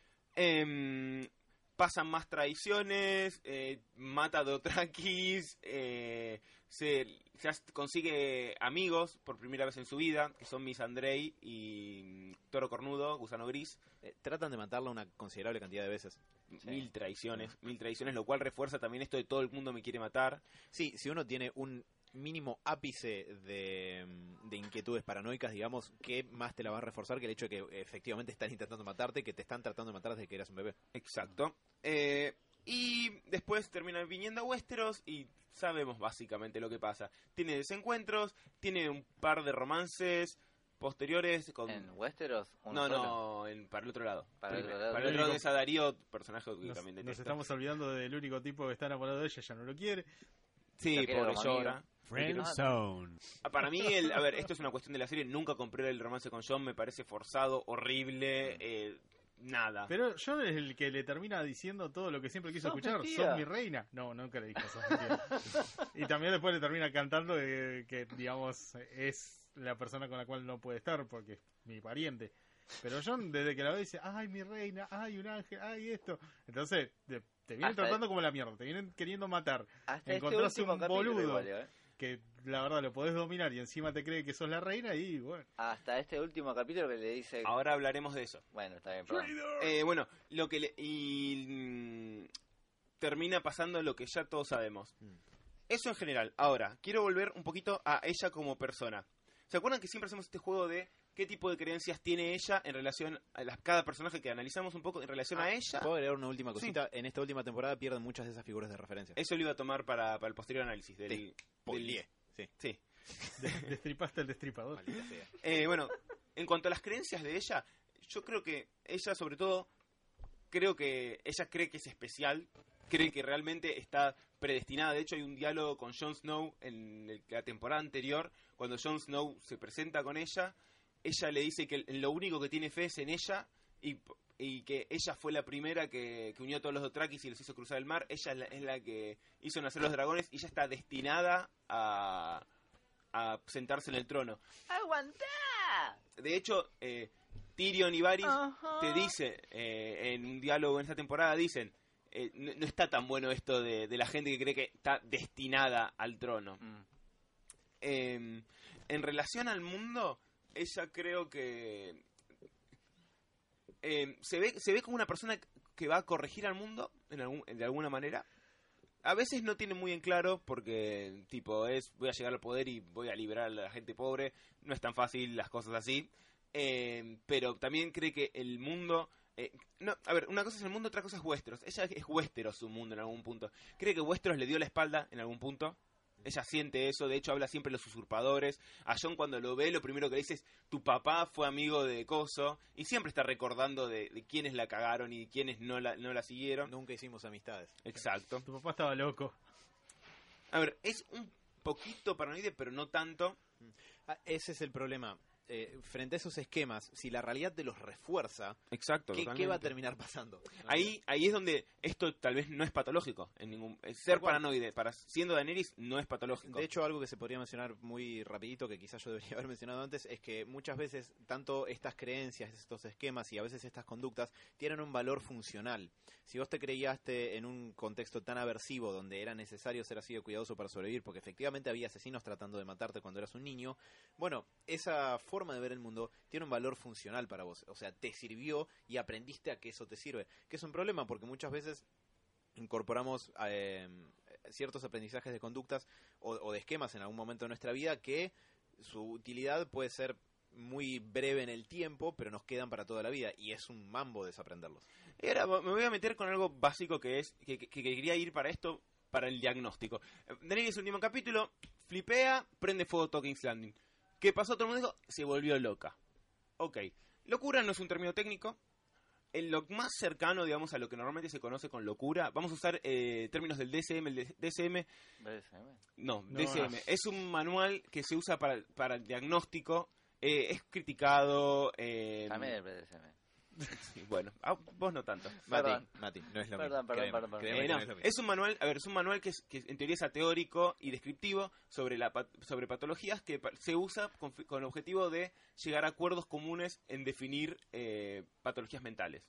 Em, pasan más traiciones, eh, mata a Dothrakis, eh, se, se hace- consigue amigos por primera vez en su vida, que son Miss Andrei y mm, Toro Cornudo, Gusano Gris. Eh, tratan de matarla una considerable cantidad de veces. Mil traiciones, mil traiciones, lo cual refuerza también esto de todo el mundo me quiere matar. Sí, si uno tiene un mínimo ápice de, de inquietudes paranoicas, digamos, ¿qué más te la va a reforzar que el hecho de que efectivamente están intentando matarte, que te están tratando de matar desde que eras un bebé? Exacto. Eh, y después terminan viniendo a Westeros y sabemos básicamente lo que pasa. Tiene desencuentros, tiene un par de romances posteriores con... ¿En Westeros? No, ¿Uno no, en, para el otro lado. Para el Primero, otro lado. Para el otro lado es a Darío, personaje que Nos, también nos detesto. estamos olvidando del único tipo que está enamorado de ella, ya no lo quiere. Sí, Lo quiere pobre como amigo. llora. Friend Ah, Zone. Ah, Para mí, el, a ver, esto es una cuestión de la serie. Nunca compré el romance con John, me parece forzado, horrible, eh, nada. Pero John es el que le termina diciendo todo lo que siempre quiso Sos escuchar. mentira. Sos mi reina. No, nunca le dijo sos mentira. Y también después le termina cantando eh, que, digamos, es la persona con la cual no puede estar porque es mi pariente. Pero John, desde que la ve, dice, ay, mi reina, ay, un ángel, ay, esto. Entonces, te, te vienen Hasta tratando como la mierda, te vienen queriendo matar. Hasta este Encontrás último un capítulo boludo igual, ¿eh? que la verdad lo podés dominar y encima te cree que sos la reina y bueno. Hasta este último capítulo que le dice... Ahora hablaremos de eso. Bueno, está bien, perdón. Eh, bueno, lo que le, y mm, termina pasando lo que ya todos sabemos. Mm. Eso en general. Ahora, quiero volver un poquito a ella como persona. ¿Se acuerdan que siempre hacemos este juego de qué tipo de creencias tiene ella en relación a las, cada personaje que analizamos un poco en relación Ah, a ella? ¿Puedo agregar una última cosita? En esta última temporada pierden muchas de esas figuras de referencia. Eso lo iba a tomar para, para el posterior análisis del... Sí. del- Spoileé. Sí. sí. De- destripaste el destripador. Maldita sea. Eh, bueno, en cuanto a las creencias de ella, yo creo que ella sobre todo, creo que ella cree que es especial, cree que realmente está predestinada. De hecho, hay un diálogo con Jon Snow en el- la temporada anterior, cuando Jon Snow se presenta con ella, ella le dice que lo único que tiene fe es en ella y, y que ella fue la primera que, que unió a todos los Dothrakis y los hizo cruzar el mar. Ella es la, es la que hizo nacer los dragones y ella está destinada a, a sentarse en el trono. ¡Aguantá! De hecho, eh, Tyrion y Varys Ajá. te dice eh, en un diálogo en esta temporada, dicen, eh, no, no está tan bueno esto de, de la gente que cree que está destinada al trono. Mm. Eh, en relación al mundo, ella creo que eh, se ve se ve como una persona que va a corregir al mundo en algún, de alguna manera. A veces no tiene muy en claro porque tipo es voy a llegar al poder y voy a liberar a la gente pobre. No es tan fácil las cosas así. Eh, pero también cree que el mundo eh, no, a ver, una cosa es el mundo, otra cosa es Westeros. Ella es Westeros su mundo en algún punto. Cree que Westeros le dio la espalda en algún punto. Ella siente eso, de hecho habla siempre de los usurpadores. A Jon cuando lo ve, lo primero que le dice es, tu papá fue amigo de Coso. Y siempre está recordando de, de quiénes la cagaron y quiénes no la, no la siguieron. Nunca hicimos amistades. Exacto. Tu papá estaba loco. A ver, es un poquito paranoide, pero no tanto. Ah, ese es el problema. Eh, frente a esos esquemas, si la realidad te los refuerza, Exacto. ¿qué, ¿qué va a terminar pasando? Ahí, ahí es donde esto tal vez no es patológico. En ningún, eh, ser Tal cual. paranoide, para siendo Daenerys, no es patológico. De hecho, algo que se podría mencionar muy rapidito, que quizás yo debería haber mencionado antes, es que muchas veces tanto estas creencias, estos esquemas y a veces estas conductas tienen un valor funcional. Si vos te creíaste en un contexto tan aversivo donde era necesario ser así de cuidadoso para sobrevivir, porque efectivamente había asesinos tratando de matarte cuando eras un niño, bueno, esa forma de ver el mundo tiene un valor funcional para vos. O sea, te sirvió y aprendiste a que eso te sirve. Que es un problema porque muchas veces incorporamos eh, ciertos aprendizajes de conductas o, o de esquemas en algún momento de nuestra vida que su utilidad puede ser muy breve en el tiempo, pero nos quedan para toda la vida y es un mambo desaprenderlos. Y ahora me voy a meter con algo básico que es que, que- que quería ir para esto, para el diagnóstico. Eh, Daenerys, último capítulo, flipea, prende fuego todo King's Landing. ¿Qué pasó? Todo el mundo dijo, se volvió loca. Ok, locura no es un término técnico. En lo más cercano, digamos, a lo que normalmente se conoce con locura, vamos a usar eh, términos del D S M. El D S M, B S M. no, No, D S M, no. es un manual que se usa para, para el diagnóstico. Eh, es criticado. Eh, También el B S M. sí, bueno, ah, vos no tanto. Perdón. Mati, Mati, no es lo Perdón, mismo. perdón, Créeme, perdón, perdón. créeme Eh, que no, no es lo mismo. es un manual, a ver, es un manual que, es- que en teoría es teórico y descriptivo sobre la pat- sobre patologías que pa- se usa con, fi- con el objetivo de llegar a acuerdos comunes en definir eh, patologías mentales.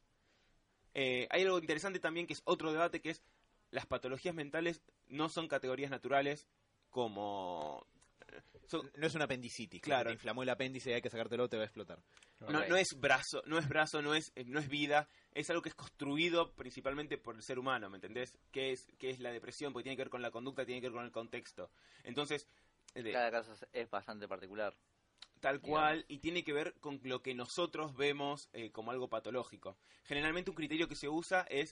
Eh, hay algo interesante también que es otro debate, que es las patologías mentales no son categorías naturales como... son- No es un apendicitis. Claro. Claro. Te inflamó el apéndice y hay que sacártelo, te va a explotar. No, Ok. no es brazo, no es brazo, no es, eh, no es vida, es algo que es construido principalmente por el ser humano, ¿me entendés? ¿Qué es, qué es la depresión? Porque tiene que ver con la conducta, tiene que ver con el contexto. Entonces, eh, de- Cada caso es- es bastante particular. tal cual, y tiene que ver con lo que nosotros vemos eh, como algo patológico. Generalmente un criterio que se usa es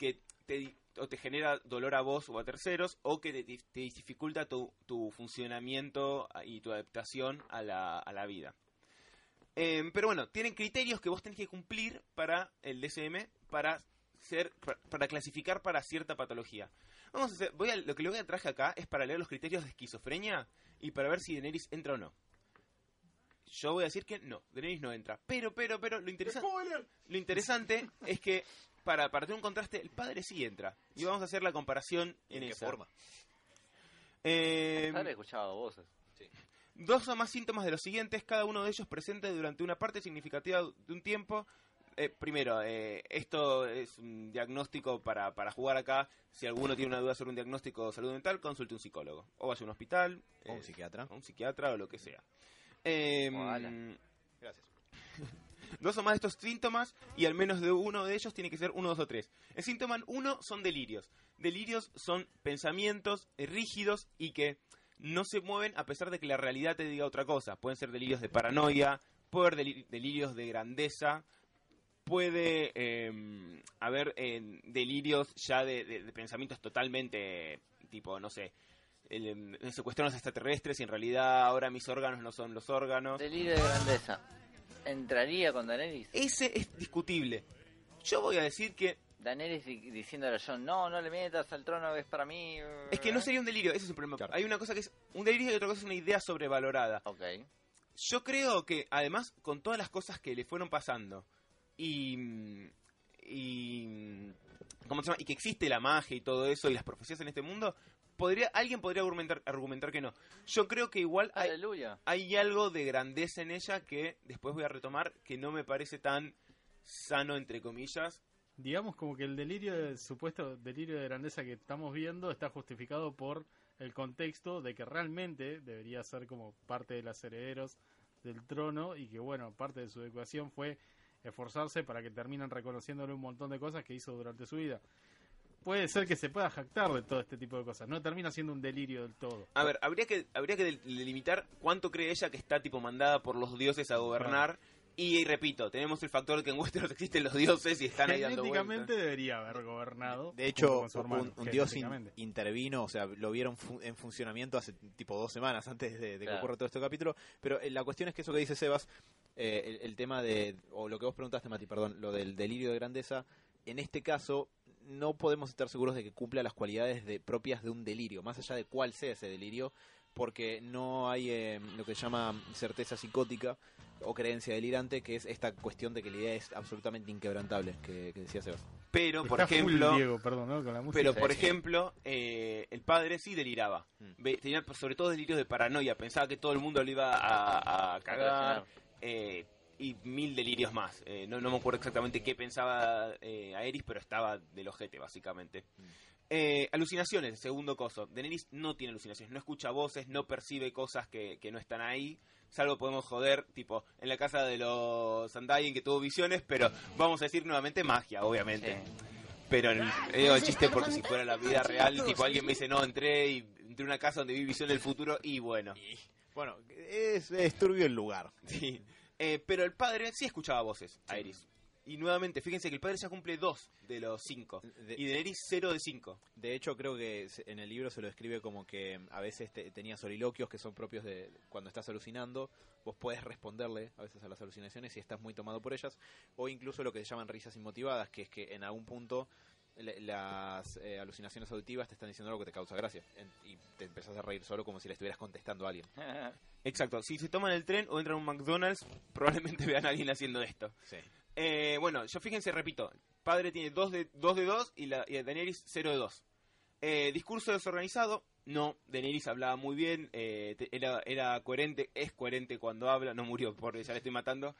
que te, o te genera dolor a vos o a terceros, o que te, te dificulta tu, tu funcionamiento y tu adaptación a la, a la vida. Eh, pero bueno, tienen criterios que vos tenés que cumplir para el D S M para ser para, para clasificar para cierta patología. Vamos a hacer, voy a, lo que le voy a traje acá es para leer los criterios de esquizofrenia y para ver si Daenerys entra o no. Yo voy a decir que no, Daenerys no entra. Pero, pero, pero, lo, interesa lo interesante es que, para, para tener un contraste, el padre sí entra. Y vamos a hacer la comparación en, ¿En qué esa. forma? Eh, El padre escuchaba voces. Sí. Dos o más síntomas de los siguientes, cada uno de ellos presente durante una parte significativa de un tiempo. Eh, primero, eh, esto es un diagnóstico para, para jugar acá. Si alguno tiene una duda sobre un diagnóstico de salud mental, consulte un psicólogo. O vaya a un hospital. O un eh, psiquiatra. O un psiquiatra o lo que sea. Eh, Ojalá. Gracias. Dos o más de estos síntomas y al menos de uno de ellos tiene que ser uno, dos o tres. El síntoma uno son delirios. Delirios son pensamientos eh, rígidos y que no se mueven a pesar de que la realidad te diga otra cosa. Pueden ser delirios de paranoia, puede haber deli- delirios de grandeza, puede eh, haber eh, delirios ya de, de- de pensamientos totalmente, tipo, no sé, el, el secuestrar a los extraterrestres y en realidad ahora mis órganos no son los órganos. Delirio de grandeza. ¿Entraría con Daenerys? Ese es discutible. Yo voy a decir que Daenerys di- diciéndole a Jon, no, no le metas al trono, es para mí. es que no sería un delirio, ese es el problema. Claro. Hay una cosa que es un delirio y otra cosa es una idea sobrevalorada. Ok. Yo creo que además con todas las cosas que le fueron pasando y y ¿cómo se llama? Y que existe la magia y todo eso y las profecías en este mundo, podría alguien podría argumentar argumentar que no. Yo creo que igual hay, Aleluya. hay algo de grandeza en ella que después voy a retomar que no me parece tan sano entre comillas. Digamos como que el delirio, el supuesto delirio de grandeza que estamos viendo está justificado por el contexto de que realmente debería ser como parte de los herederos del trono y que bueno, parte de su educación fue esforzarse para que terminen reconociéndole un montón de cosas que hizo durante su vida. Puede ser que se pueda jactar de todo este tipo de cosas, no termina siendo un delirio del todo. A ver, habría que habría que delimitar cuánto cree ella que está tipo mandada por los dioses a gobernar. Y, y repito, tenemos el factor de que en Westeros existen los dioses y están ahí dando Genéticamente vueltas. debería haber gobernado. De hecho, junto con su hermano, un, un dios in- genéticamente. intervino, o sea, lo vieron fu- en funcionamiento hace tipo dos semanas antes de, de que Claro. ocurra todo este capítulo. Pero eh, la cuestión es que eso que dice Sebas, eh, el, el tema de, o lo que vos preguntaste, Mati, perdón, lo del delirio de grandeza, en este caso no podemos estar seguros de que cumpla las cualidades de, propias de un delirio, más allá de cuál sea ese delirio, porque no hay eh, lo que se llama certeza psicótica o creencia delirante, que es esta cuestión de que la idea es absolutamente inquebrantable, que, que decía Sebas. Pero, por Está full ejemplo, Diego, perdón, ¿no? Con la música. pero Sí, por sí. ejemplo, eh, el padre sí deliraba. Mm. Ve- Tenía sobre todo delirios de paranoia. Pensaba que todo el mundo lo iba a, a cagar. eh, y mil delirios más. Eh, no, no me acuerdo exactamente qué pensaba eh, Aerys, pero estaba del ojete, básicamente. Mm. Eh, alucinaciones, segundo coso. Daenerys no tiene alucinaciones, no escucha voces, no percibe cosas que, que no están ahí. Salvo podemos joder, tipo, en la casa de los Undying que tuvo visiones, pero vamos a decir nuevamente magia, obviamente. Sí. Pero el, digo el chiste porque si fuera la vida real, tipo, alguien me dice, no, entré y entré a una casa donde vi visión del futuro y bueno. Bueno, es, es turbio el lugar. Sí. Eh, pero el padre sí escuchaba voces, Aerys. Y nuevamente, fíjense que el padre ya cumple dos de los cinco. De- Y Daenerys cero de cinco. De hecho, creo que se- en el libro se lo describe como que a veces te- tenía soliloquios que son propios de cuando estás alucinando. Vos podés responderle a veces a las alucinaciones si estás muy tomado por ellas. O incluso lo que se llaman risas inmotivadas, que es que en algún punto le- las eh, alucinaciones auditivas te están diciendo algo que te causa gracia. En- y te empezás a reír solo como si le estuvieras contestando a alguien. Exacto. Si se toman el tren o entran a un McDonald's, probablemente vean a alguien haciendo esto. Sí. Eh, bueno, yo fíjense, repito, padre tiene dos de dos de dos y, la, y Daenerys cero de dos. Eh, discurso desorganizado, no, Daenerys hablaba muy bien, eh, te- era, era coherente, es coherente cuando habla, no murió, porque ya le estoy matando.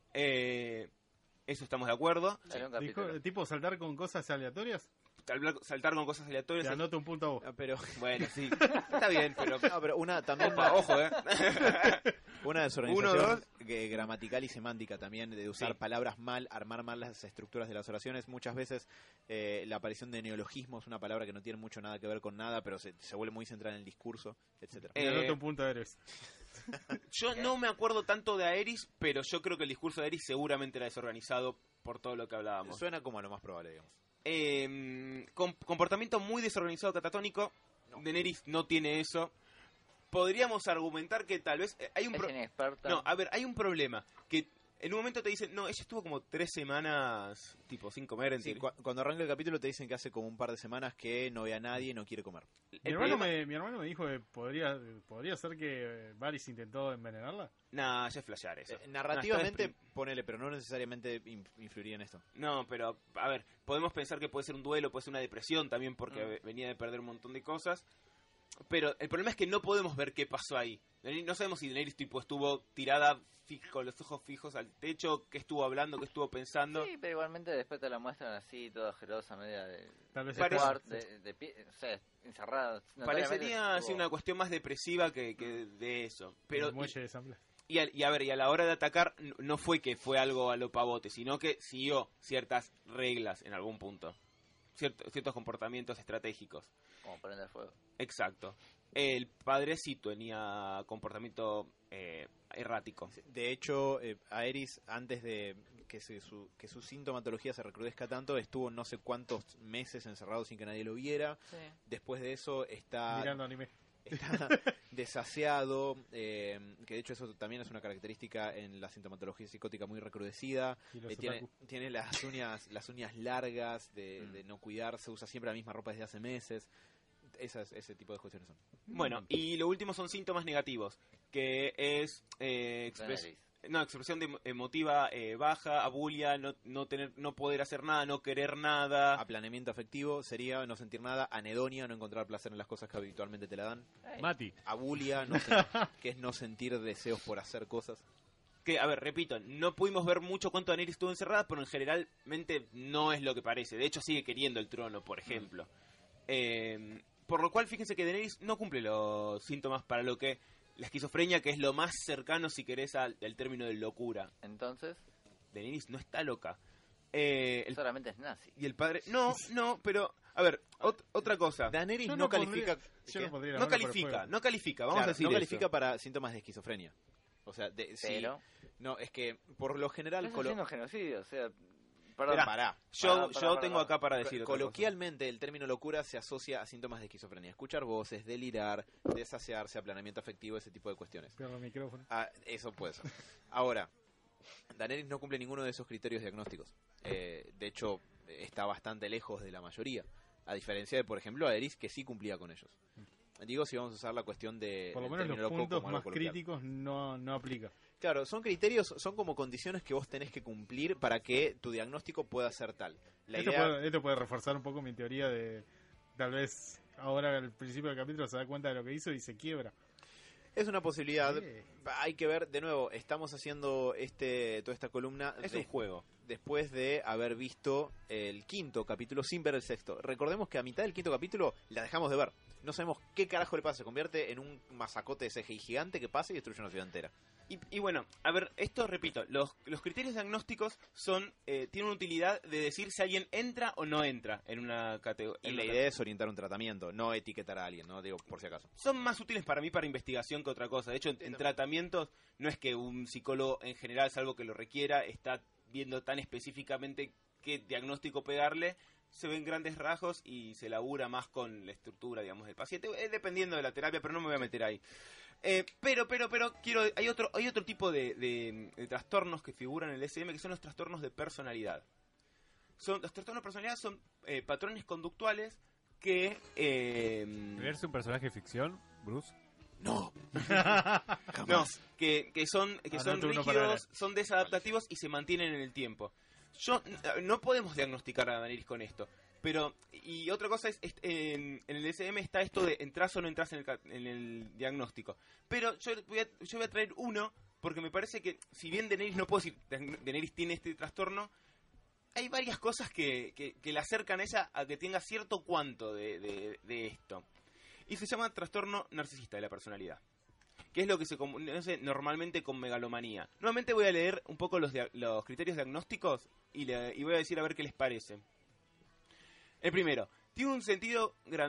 Eh, eso estamos de acuerdo. Era un Dijo- capítulo. ¿Tipo saltar con cosas aleatorias? Hablar- saltar con cosas Te aleatorias. anoto un punto a vos. Ah, Pero, Bueno, sí, está bien, pero... no, pero una también Opa, ojo, eh. una desorganización Uno, dos. que- gramatical y semántica también, de usar Sí. palabras mal, armar mal las estructuras de las oraciones. Muchas veces eh, la aparición de neologismo es una palabra que no tiene mucho nada que ver con nada, pero se, se vuelve muy central en el discurso, etcétera. Te Eh, anoto un punto a Eres. Yo no me acuerdo tanto de Aerys, pero yo creo que el discurso de Aerys seguramente era desorganizado por todo lo que hablábamos. Suena como a lo más probable, digamos. Eh, com- comportamiento muy desorganizado, catatónico. No. Daenerys no tiene eso. Podríamos argumentar que tal vez eh, hay un Es pro- inexperta. no, a ver, hay un problema que en un momento te dicen, no, ella estuvo como tres semanas tipo sin comer. En Sí, teoría. cu- cuando arranca el capítulo te dicen que hace como un par de semanas que no ve a nadie y no quiere comer. Mi El hermano, problema, me, mi hermano me dijo que podría, podría ser que Varys intentó envenenarla. nah, ya es flashear eso. Eh, narrativamente, No, está despre- ponele, pero no necesariamente inf- influiría en esto. No, pero a ver, podemos pensar que puede ser un duelo, puede ser una depresión también porque Mm. ve- venía de perder un montón de cosas. Pero el problema es que no podemos ver qué pasó ahí. No sabemos si Daenerys tipo estuvo tirada fi- con los ojos fijos al techo, qué estuvo hablando, qué estuvo pensando. Sí, pero igualmente después te la muestran así, toda ajerosa, media de, Tal vez Parece- está- cuarto, de, de pie, o sea, encerrada. Parecería así estuvo- una cuestión más depresiva que, que de eso. Pero el muelle de San Blas. y, al- y a ver, y a la hora de atacar n- no fue que fue algo a lo pavote, sino que siguió ciertas reglas en algún punto. Cierto- ciertos comportamientos estratégicos. Como prender fuego. Exacto. El padre sí tenía comportamiento eh, errático. De hecho, eh, Aerys, antes de que, se- su, que su sintomatología se recrudezca tanto, estuvo no sé cuántos meses encerrado sin que nadie lo viera. Sí. Después de eso está, Mirando anime. está desaseado, eh, que de hecho eso también es una característica en la sintomatología psicótica muy recrudecida. Y los Eh, tiene, otaku. tiene las uñas las uñas largas de, Mm. de no cuidarse, usa siempre la misma ropa desde hace meses. Esas, ese tipo de cuestiones son. Bueno, y lo último son síntomas negativos, que es eh, expres- Daenerys. no, expresión de emotiva eh, baja, abulia, no, no tener, no poder hacer nada, no querer nada. Aplaneamiento afectivo sería no sentir nada. Anedonia, no encontrar placer en las cosas que habitualmente te la dan. Ay, Mati. Abulia, no sen- que es no sentir deseos por hacer cosas. Que, a ver, repito, no pudimos ver mucho cuánto Daenerys estuvo encerrada, pero en generalmente no es lo que parece. De hecho, sigue queriendo el trono, por ejemplo. Eh, por lo cual, fíjense que Daenerys no cumple los síntomas para lo que la esquizofrenia, que es lo más cercano, si querés, al, al término de locura. Entonces, Daenerys no está loca. Eh, el- solamente es nazi. y el padre... No, no, pero... A ver, ot- otra cosa. Daenerys Yo no, no califica. pondría- yo ¿qué? no pondría la No mano por el califica, fuego. no califica, vamos Claro, a decir no eso. califica para síntomas de esquizofrenia. O sea, de, sí, Pero, no, es que por lo general... estás colo- haciendo genocidio, o sea, perdón. Esperá. Pará. Yo, Pará, yo pará, pará, tengo pará. acá para decir otra cosa. Coloquialmente, el término locura se asocia a síntomas de esquizofrenia. Escuchar voces, delirar, desasearse, aplanamiento afectivo, ese tipo de cuestiones. Pierdo el micrófono. Ah, eso puede ser. Ahora, Daenerys no cumple ninguno de esos criterios diagnósticos. Eh, de hecho, está bastante lejos de la mayoría. A diferencia de, por ejemplo, Aerys, que sí cumplía con ellos. Digo, si vamos a usar la cuestión de... Por lo del menos término los loco puntos como algo más coloquial. críticos no, no aplica. Claro, son criterios, son como condiciones que vos tenés que cumplir para que tu diagnóstico pueda ser tal. La esto, idea... puede, esto puede reforzar un poco mi teoría de tal vez ahora al principio del capítulo se da cuenta de lo que hizo y se quiebra. Es una posibilidad. Sí. Hay que ver, de nuevo, estamos haciendo este toda esta columna Es de- un juego. después de haber visto el quinto capítulo sin ver el sexto. Recordemos que a mitad del quinto capítulo la dejamos de ver. No sabemos qué carajo le pasa. Se convierte en un masacote de C G I gigante que pasa y destruye una ciudad entera. Y, y bueno, a ver, esto repito, los, los criterios diagnósticos son eh, tienen una utilidad de decir si alguien entra o no entra en una categoría. Y la idea es orientar un tratamiento, no etiquetar a alguien, ¿no? Digo, por si acaso. Son más útiles para mí para investigación que otra cosa. De hecho, en, en tratamientos no es que un psicólogo en general, salvo que lo requiera, está viendo tan específicamente qué diagnóstico pegarle. Se ven grandes rasgos y se labura más con la estructura, digamos, del paciente, eh, dependiendo de la terapia, pero no me voy a meter ahí. Eh, pero, pero, pero, quiero, hay otro, hay otro tipo de, de- de trastornos que figuran en el D S M, que son los trastornos de personalidad. Son, los trastornos de personalidad son eh, patrones conductuales que... eh, ¿Leerse un personaje de ficción, Bruce? No. No, que, que son, que son Anoto uno para rígidos, son desadaptativos y se mantienen en el tiempo. Yo no podemos diagnosticar a Daenerys con esto. Pero, y otra cosa es, es, en, en el D S M está esto de entras o no entras en el, ca- en el diagnóstico. Pero yo voy, a, yo voy a traer uno, porque me parece que, si bien Daenerys no puedo decir, Daenerys tiene este trastorno, hay varias cosas que, que, que le acercan a ella a que tenga cierto cuanto de, de, de esto. Y se llama trastorno narcisista de la personalidad, que es lo que se conoce normalmente con megalomanía. Nuevamente voy a leer un poco los, dia- los criterios diagnósticos y, le- y voy a decir a ver qué les parece. El primero, tiene un sentido gran-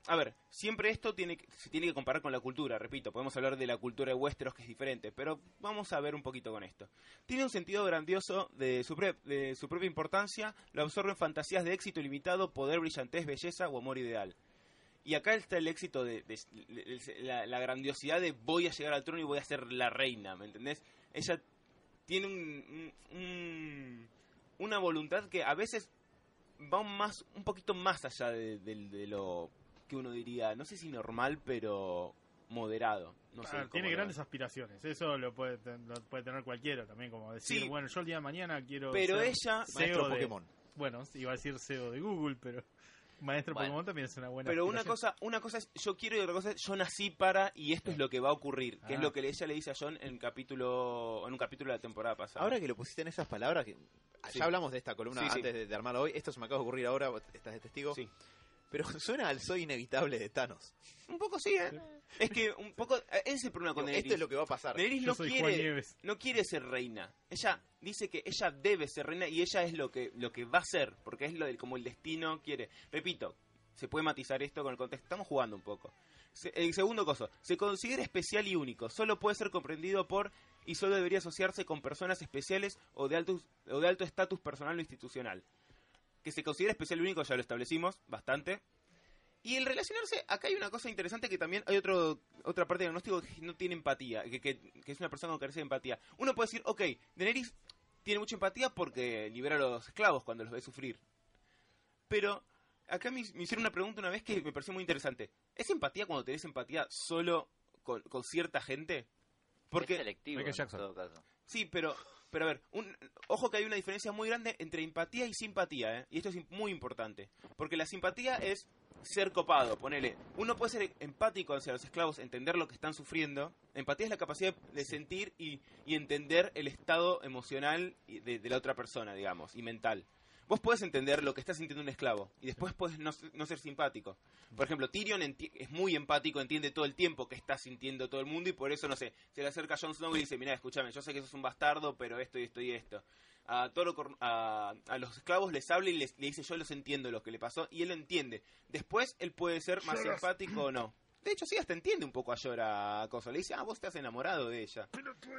a ver, siempre esto tiene que- se tiene que comparar con la cultura, repito, podemos hablar de la cultura de Westeros que es diferente, pero vamos a ver un poquito con esto. Tiene un sentido grandioso de su, pre- de su propia importancia, lo absorben fantasías de éxito ilimitado, poder, brillantez, belleza o amor ideal. Y acá está el éxito de, de- de- la, la grandiosidad de voy a llegar al trono y voy a ser la reina, ¿me entendés? Ella tiene un, un- un- una voluntad que a veces va más un poquito más allá de, de- de lo que uno diría, no sé si normal, pero moderado. No sé Ah, cómo tiene lo- grandes aspiraciones, eso lo puede, ten- lo puede tener cualquiera también, como decir, Sí. bueno, yo el día de mañana quiero Pero ser ella, C E O Maestro de- Pokémon. Bueno, iba a decir C E O de Google, pero maestro Bueno. Pokémon también es una buena pero una aspiración. cosa, una cosa es yo quiero y otra cosa es yo nací para y esto es lo que va a ocurrir, que es Ah. lo que ella le dice a Jon en capítulo, en un capítulo de la temporada pasada. Ahora que lo pusiste en esas palabras, que Sí. ya hablamos de esta columna Sí, sí. antes de, de armarla hoy, esto se me acaba de ocurrir ahora, vos estás de testigo, Sí. pero suena al soy inevitable de Thanos. Un poco sí, ¿eh? Es que un poco, ese es el problema con Digo, Daenerys. esto es lo que va a pasar. Daenerys Yo no soy Juan quiere, Nieves. no quiere ser reina. Ella dice que ella debe ser reina y ella es lo que, lo que va a ser, porque es lo del, como el destino quiere. Repito, se puede matizar esto con el contexto. Estamos jugando un poco. Se- el segundo cosa, se considera especial y único. Solo puede ser comprendido por y solo debería asociarse con personas especiales o de alto o de alto estatus personal o institucional. Que se considera especial y único ya lo establecimos bastante. Y el relacionarse, acá hay una cosa interesante que también hay otro otra parte del diagnóstico que no tiene empatía, que, que, que es una persona con carece de empatía. Uno puede decir, ok, Daenerys tiene mucha empatía porque libera a los esclavos cuando los ve sufrir. Pero acá me, me hicieron una pregunta una vez que me pareció muy interesante. ¿Es empatía cuando tenés empatía solo con, con cierta gente? Es Porque selectivo Michael en Jackson. todo caso. sí, pero pero a ver, un, ojo que hay una diferencia muy grande entre empatía y simpatía, ¿eh? Y esto es muy importante. Porque la simpatía es ser copado, ponele. Uno puede ser empático hacia los esclavos, entender lo que están sufriendo. Empatía es la capacidad de sentir y, y entender el estado emocional y de, de la otra persona, digamos, y mental. Vos podés entender lo que está sintiendo un esclavo y después podés no, no ser simpático. Por ejemplo, Tyrion enti- es muy empático, entiende todo el tiempo que está sintiendo todo el mundo y por eso, no sé, se le acerca a Jon Snow y dice, mirá, escúchame, yo sé que sos un bastardo, pero esto y esto y esto. A, Toro Cor- a, a los esclavos les habla y les, le dice, yo los entiendo lo que le pasó y él lo entiende. Después él puede ser más simpático o no. De hecho, sí, hasta entiende un poco a Llora a Cosa. Le dice, ah, vos estás enamorado de ella.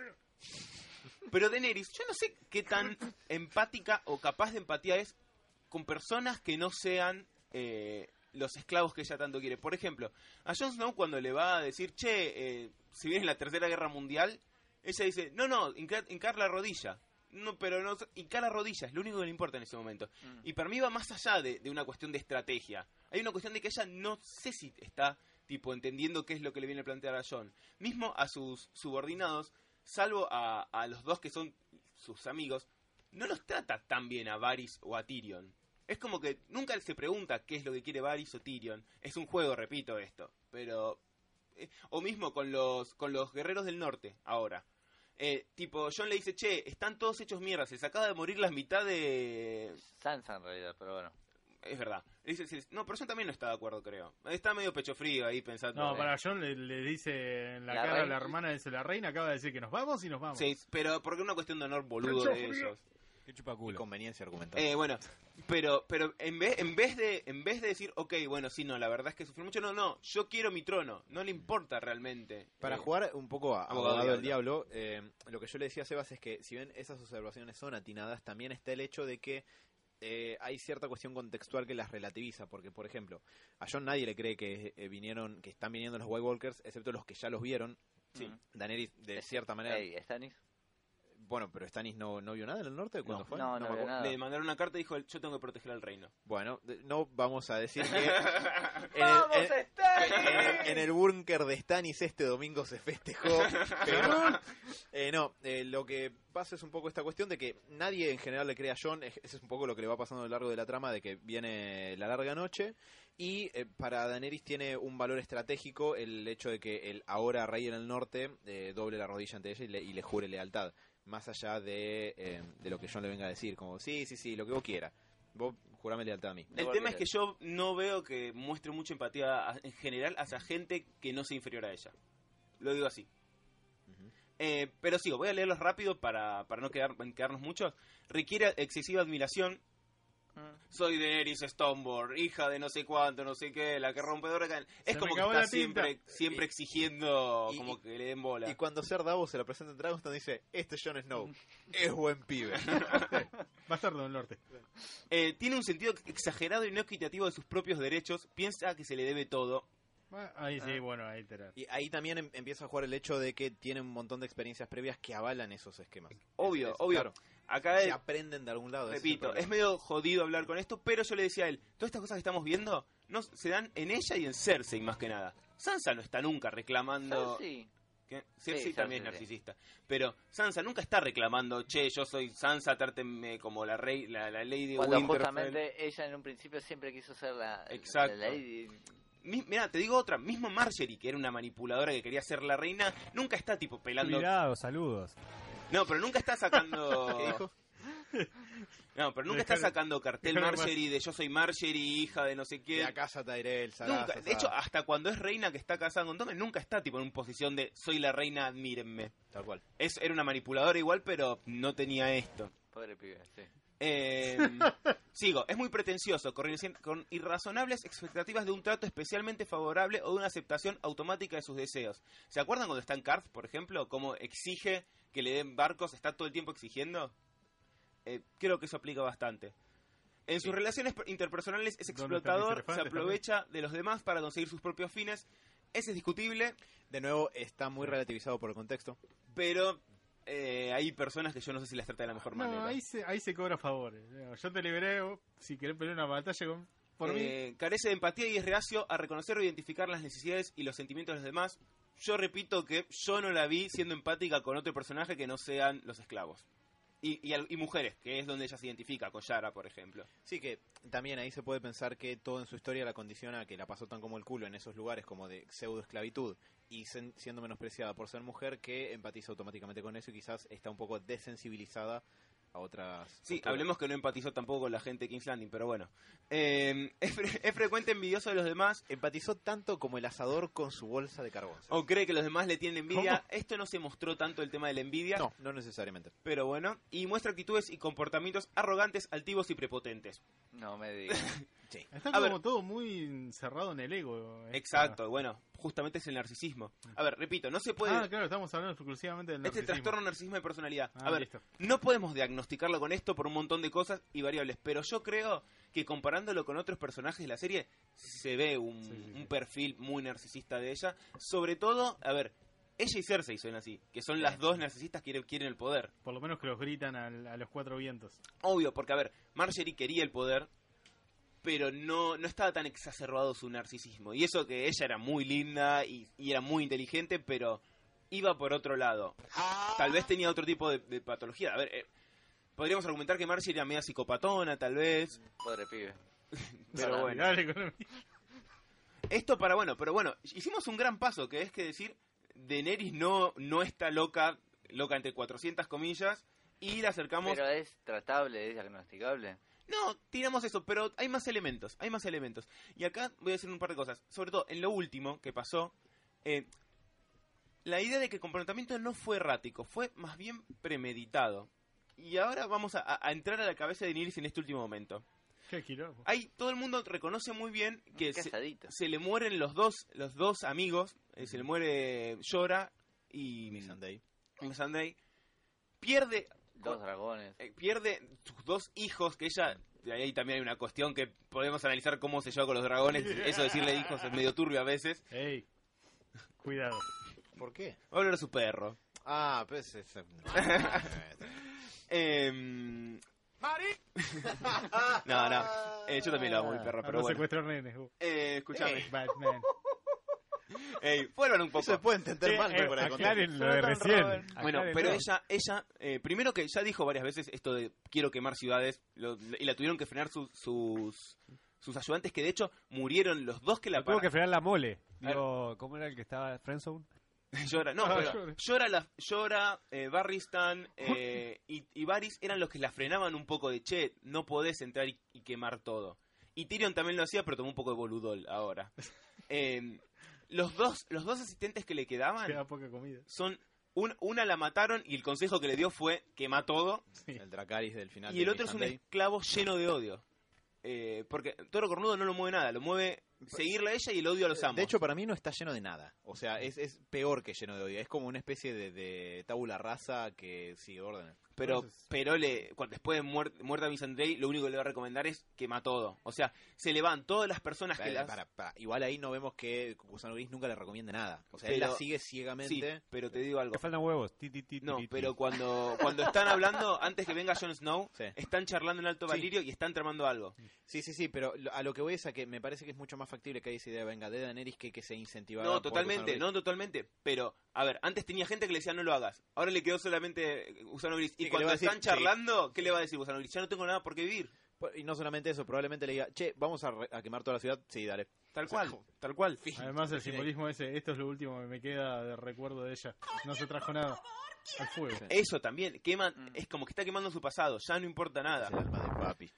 Pero Daenerys, yo no sé qué tan empática o capaz de empatía es con personas que no sean eh, los esclavos que ella tanto quiere. Por ejemplo, a Jon Snow cuando le va a decir, che, eh, si viene la Tercera Guerra Mundial, ella dice, no, no, hincar, hincar la rodilla. No, pero no, hincar la rodilla es lo único que le importa en ese momento. Mm. Y para mí va más allá de, de una cuestión de estrategia. Hay una cuestión de que ella no sé si está, tipo, entendiendo qué es lo que le viene a plantear a Jon. Mismo a sus subordinados, salvo a, a los dos que son sus amigos, no los trata tan bien a Varys o a Tyrion. Es como que nunca se pregunta qué es lo que quiere Varys o Tyrion. Es un juego, repito esto. Pero... eh, o mismo con los, con los guerreros del norte, ahora. Eh, tipo, Jon le dice, che, están todos hechos mierda, se les acaba de morir la mitad de... Sansa en realidad, pero bueno. Es verdad. Le dice, sí, no, pero Jon también no está de acuerdo, creo. Está medio pecho frío ahí pensando... No, eh, para John le, le dice en la, La cara a reina- la hermana, dice, la reina acaba de decir que nos vamos y nos vamos. Sí, pero porque es una cuestión de honor boludo de ellos. Qué chupaculo. Conveniencia argumental. Eh, bueno, pero pero en vez en vez de en vez de decir, ok, bueno, sí, no, la verdad es que sufrí mucho, no, no, yo quiero mi trono, no le importa realmente. Para Eh, jugar un poco a abogado abogado del diablo. diablo, eh, lo que yo le decía a Sebas es que si bien esas observaciones son atinadas, también está el hecho de que eh, hay cierta cuestión contextual que las relativiza, porque por ejemplo, a Jon nadie le cree que eh, vinieron, que están viniendo los White Walkers, excepto los que ya los vieron. Sí. Mm. Daenerys de cierta manera, Ey, ¿Stannis? bueno, pero Stannis no, no vio nada en el norte cuando No, fue. no, me veo acuerdo. nada. Le mandaron una carta y dijo, yo tengo que proteger al reino. Bueno, de- no vamos a decir que en el, ¡Vamos, en- Stannis! en el- en el búnker de Stannis este domingo se festejó, pero eh, no, eh, lo que pasa es un poco esta cuestión de que nadie en general le cree a Jon, es- ese es un poco lo que le va pasando a lo largo de la trama, de que viene la larga noche, y eh, para Daenerys tiene un valor estratégico el hecho de que el ahora rey en el norte eh, doble la rodilla ante ella y le, y le jure lealtad, más allá de, eh, de lo que Jon le venga a decir, como sí, sí, sí, lo que vos quieras, vos jurame lealtad a mí. El No, tema es porque- que yo no veo que muestre mucha empatía a- en general hacia gente que no sea inferior a ella. Lo digo así. Ujú. Eh, pero sigo, voy a leerlos rápido para, para no quedar, quedarnos muchos. Requiere excesiva admiración. Soy Daenerys Stoneborn, hija de no sé cuánto, no sé qué, la que rompedora... Es Se como me que acabó está la tinta. siempre, siempre exigiendo y- como que le den bola. Y cuando Ser Davos se la presenta en Dragonstone dice, este es Jon Snow, es buen pibe. Bastardo del Norte. Eh, tiene un sentido exagerado y no equitativo de sus propios derechos, piensa que se le debe todo. Ah, Ahí sí, Ah. bueno, ahí te la- Y ahí también em- empieza a jugar el hecho de que tiene un montón de experiencias previas que avalan esos esquemas. Obvio, Es- es- obvio. claro, Acá se es, aprenden de algún lado. ese repito, el es problema. medio jodido hablar con esto, pero yo le decía a él, todas estas cosas que estamos viendo no se dan en ella y en Cersei más que nada. Sansa no está nunca reclamando... Cersei. ¿Qué? Cersei Sí, también Cersei, es narcisista. Pero Sansa nunca está reclamando, che, yo soy Sansa, tráteme como la rey, la, la Lady Cuando Winterfell. justamente ella en un principio siempre quiso ser la, Exacto. la lady. Mi- Mirá, te digo otra, mismo Marjorie, que era una manipuladora que quería ser la reina, nunca está tipo pelando... Cuidado, saludos. No, pero nunca está sacando... ¿Qué dijo? No, pero nunca está Dejar- sacando cartel dejar Marjorie de yo soy Marjorie, hija de no sé De qué. la casa Tyrell, Nunca, Sarasa, de hecho, hasta cuando es reina que está casada con Tommen, nunca está tipo en una posición de soy la reina, admírenme. tal cual. Es, era una manipuladora igual, pero no tenía esto. Pobre pibe, sí. Eh, sigo, es muy pretencioso, con, con irrazonables expectativas de un trato especialmente favorable o de una aceptación automática de sus deseos. ¿Se acuerdan cuando está en Karth, por ejemplo? Cómo exige que le den barcos, está todo el tiempo exigiendo. Eh, creo que eso aplica bastante. En sus relaciones per- interpersonales es ¿Dónde están explotador, mis se elefantes aprovecha de los demás para conseguir sus propios fines. Ese es discutible, De nuevo, está muy relativizado por el contexto. pero eh, hay personas que yo no sé si las trata de la mejor No, manera. ahí se, ahí se cobra favores. Yo te liberé, vos, si querés pelear una batalla con, por mí. Eh, carece de empatía y es reacio a reconocer o identificar las necesidades y los sentimientos de los demás. Yo repito que yo no la vi siendo empática con otro personaje que no sean los esclavos. Y, y, al- y mujeres, que es donde ella se identifica, con Yara, por ejemplo. Sí, que también ahí se puede pensar que todo en su historia la condiciona a que la pasó tan como el culo en esos lugares como de pseudo esclavitud y sen- siendo menospreciada por ser mujer, que empatiza automáticamente con eso y quizás está un poco desensibilizada a otras. Sí, posturas. hablemos que no empatizó tampoco con la gente de King's Landing, pero bueno. Eh, es, fre- es frecuente envidioso de los demás Empatizó tanto como el asador con su bolsa de carbón. o cree que los demás le tienen envidia. ¿Cómo? Esto no se mostró tanto el tema de la envidia, No, no necesariamente. pero bueno. Y muestra actitudes y comportamientos arrogantes, altivos y prepotentes. No me digas. Sí. Está a como ver. todo muy encerrado en el ego. esta- Exacto, bueno, justamente es el narcisismo. A ver, repito, no se puede... Ah, claro, estamos hablando exclusivamente del Este narcisismo. trastorno narcisismo de personalidad. Ah, A ver, listo. no podemos diagnosticarlo con esto por un montón de cosas y variables, pero yo creo que comparándolo con otros personajes de la serie, se ve un, Sí, sí, sí. un perfil muy narcisista de ella. Sobre todo, a ver, ella y Cersei son así, que son las dos narcisistas que quieren, quieren el poder. Por lo menos que los gritan al- a los cuatro vientos. Obvio, porque a ver, Marjorie quería el poder, pero no, no estaba tan exacerbado su narcisismo. Y eso que ella era muy linda y, y era muy inteligente, pero iba por otro lado. Tal vez tenía otro tipo de, de patología. A ver, eh, podríamos argumentar que Marjorie era media psicopatona, tal vez. Pobre pibe. Pero Dale, bueno. Dale, con el- Esto para bueno, pero bueno, hicimos un gran paso, que es que decir, Daenerys no, no está loca, loca entre cuatrocientas comillas, y la acercamos... Pero es tratable, es diagnosticable. No, tiramos eso, pero hay más elementos, hay más elementos. Y acá voy a decir un par de cosas. Sobre todo, en lo último que pasó, eh, la idea de que el comportamiento no fue errático, fue más bien premeditado. Y ahora vamos a, a entrar a la cabeza de Daenerys en este último momento. Qué quilombo. Ahí todo el mundo reconoce muy bien que se, Casadito. se le mueren los dos, los dos amigos, eh, se le muere Jorah y Missandei. Missandei. Pierde Dos dragones. eh, pierde sus dos hijos, que ella, ahí también hay una cuestión que podemos analizar cómo se lleva con los dragones, eso de decirle hijos es medio turbio a veces. Ey, cuidado. ¿Por qué? Va a hablar a su perro. Ah, pues es... Eh, no, no, eh, yo también lo amo mi perro, pero Ahora bueno. secuestrar nenes. uh. Eh, escuchame, Batman. Ey, vuelvan un poco. Se puede entender Sí, mal eh, por el contexto. aclaren lo de recién. Bueno, Aclárenlo. pero ella, ella eh, primero que ya dijo varias veces esto de quiero quemar ciudades, lo- y la tuvieron que frenar sus, sus, sus ayudantes, que de hecho murieron los dos que la Tuvo que pararon. frenar la mole. Digo, ¿cómo era el que estaba Friendzone? Llora, no, Ah, pero Llora. Llora, la, Llora eh, Barristan eh, y, y Varys eran los que la frenaban un poco de che, no podés entrar y, y quemar todo. Y Tyrion también lo hacía, pero tomó un poco de boludol ahora. Eh, los dos los dos asistentes que le quedaban Queda poca comida. son... un- una la mataron y el consejo que le dio fue quema todo. Sí. El Dracarys del final. Y el de otro es un Missandei. esclavo lleno de odio. Eh, porque Toro Cornudo no lo mueve nada, lo mueve seguirla a ella y el odio a los amos. De hecho, para mí no está lleno de nada. O sea, es, es peor que lleno de odio. Es como una especie de, de tabula rasa que sigue órdenes. Pero, Entonces- pero le, cuando, después de muer, muerta Miss Andrei, lo único que le va a recomendar es quema todo. O sea, se le van todas las personas que Para, las... para, para. Igual ahí no vemos que Gusano Gris nunca le recomiende nada. O sea, Pero- él la sigue Sí, ciegamente. pero te digo algo. Te faltan huevos. Ti, ti, ti, No, ti, ti. pero cuando, cuando están hablando, antes que venga Jon Snow, Sí. están charlando en Alto Sí. Valirio y están tramando algo. Sí, sí, sí, pero lo- a lo que voy es a que me parece que es mucho más factible que haya esa idea venga de Daenerys que que se incentivara No, por totalmente, Gusano no, totalmente. Pero, a ver, antes tenía gente que le decía no lo hagas. Ahora le quedó solamente Gusano Gris. Sí, Y que cuando le va a decir, están sí. charlando, ¿qué le va a decir Gusano Gris? Ya no tengo nada por qué vivir. Gris. Y no solamente eso, probablemente le diga, che, vamos a, re- a quemar toda la ciudad. Sí, dale. Tal O sea, cual, como- tal cual. Además el simbolismo ese, esto es lo último que me queda de recuerdo de ella. No se trajo nada al fuego. Eso también, quema, Mm. es como que está quemando su pasado, ya no importa nada. Es el alma de papi.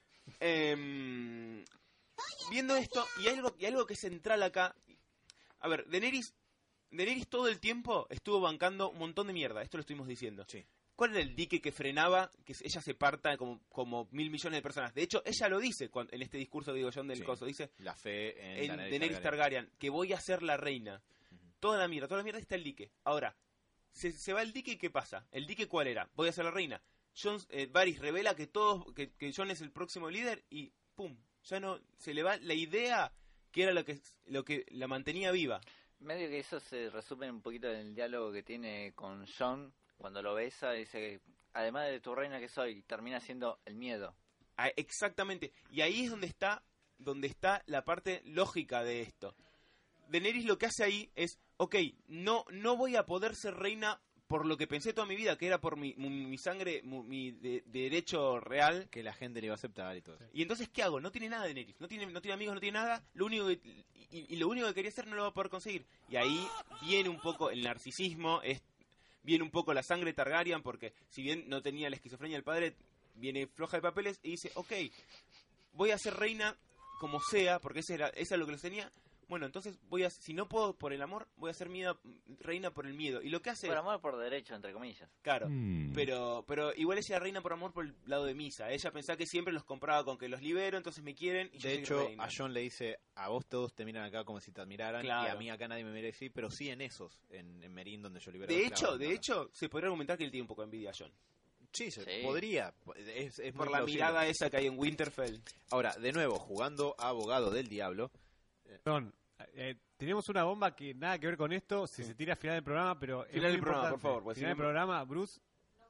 Em, viendo esto, y algo, y algo que es central acá. A ver, Daenerys, Daenerys todo el tiempo estuvo bancando un montón de mierda, esto lo estuvimos diciendo. Sí. ¿Cuál era el dique que frenaba que ella se parta como, como mil millones de personas? De hecho, ella lo dice cuando, en este discurso que digo yo del Sí. coso, dice La fe en, en Daenerys Daenerys Targaryen. Targaryen, que voy a ser la reina. Ujú. Toda la mierda, toda la mierda está el dique. Ahora, se, se va el dique y ¿qué pasa? ¿El dique cuál era? Voy a ser la reina. Jon, eh, Varys revela que todos, que, que Jon es el próximo líder y ¡pum! Ya no, se le va la idea que era lo que, lo que la mantenía viva. Medio que eso se resume un poquito en el diálogo que tiene con Jon cuando lo besa. Dice, además de tu reina que soy, termina siendo el miedo. Ah, exactamente. Y ahí es donde está, donde está la parte lógica de esto. Daenerys lo que hace ahí es, ok, no, no voy a poder ser reina por lo que pensé toda mi vida, que era por mi, mi, mi sangre, mi, mi de- derecho real. Que la gente le iba a aceptar y todo eso. Y entonces, ¿qué hago? No tiene nada de Daenerys, no tiene, no tiene amigos, no tiene nada, lo único que, y, y lo único que quería hacer no lo va a poder conseguir. Y ahí viene un poco el narcisismo, es, viene un poco la sangre Targaryen, porque si bien no tenía la esquizofrenia del padre, viene floja de papeles y dice, ok, voy a ser reina como sea, porque esa era, esa es lo que les tenía. Bueno, entonces voy a, si no puedo por el amor, voy a ser miedo, reina por el miedo. Y lo que hace, Por amor, por derecho, entre comillas. claro, Mm. pero pero igual ella era reina por amor por el lado de Misa. Ella pensaba que siempre los compraba con que los libero, entonces me quieren y yo De soy hecho, reina. a Jon le dice, a vos todos te miran acá como si te admiraran, Claro. y a mí acá nadie me mira así, pero sí en esos, en, en Meereen, donde yo libero De a los hecho, esclavos, de ¿no? hecho, se podría argumentar que él tiene un poco de envidia a Jon. Sí, se Sí. podría, es, es Por muy la plausible. mirada esa que hay en Winterfell. Ahora, de nuevo, jugando a abogado del diablo, Perdón, eh, tenemos una bomba que nada que ver con esto, si se tira al final del programa, pero es Final muy del programa, importante. por favor, pues, Final si del no- programa, Bruce.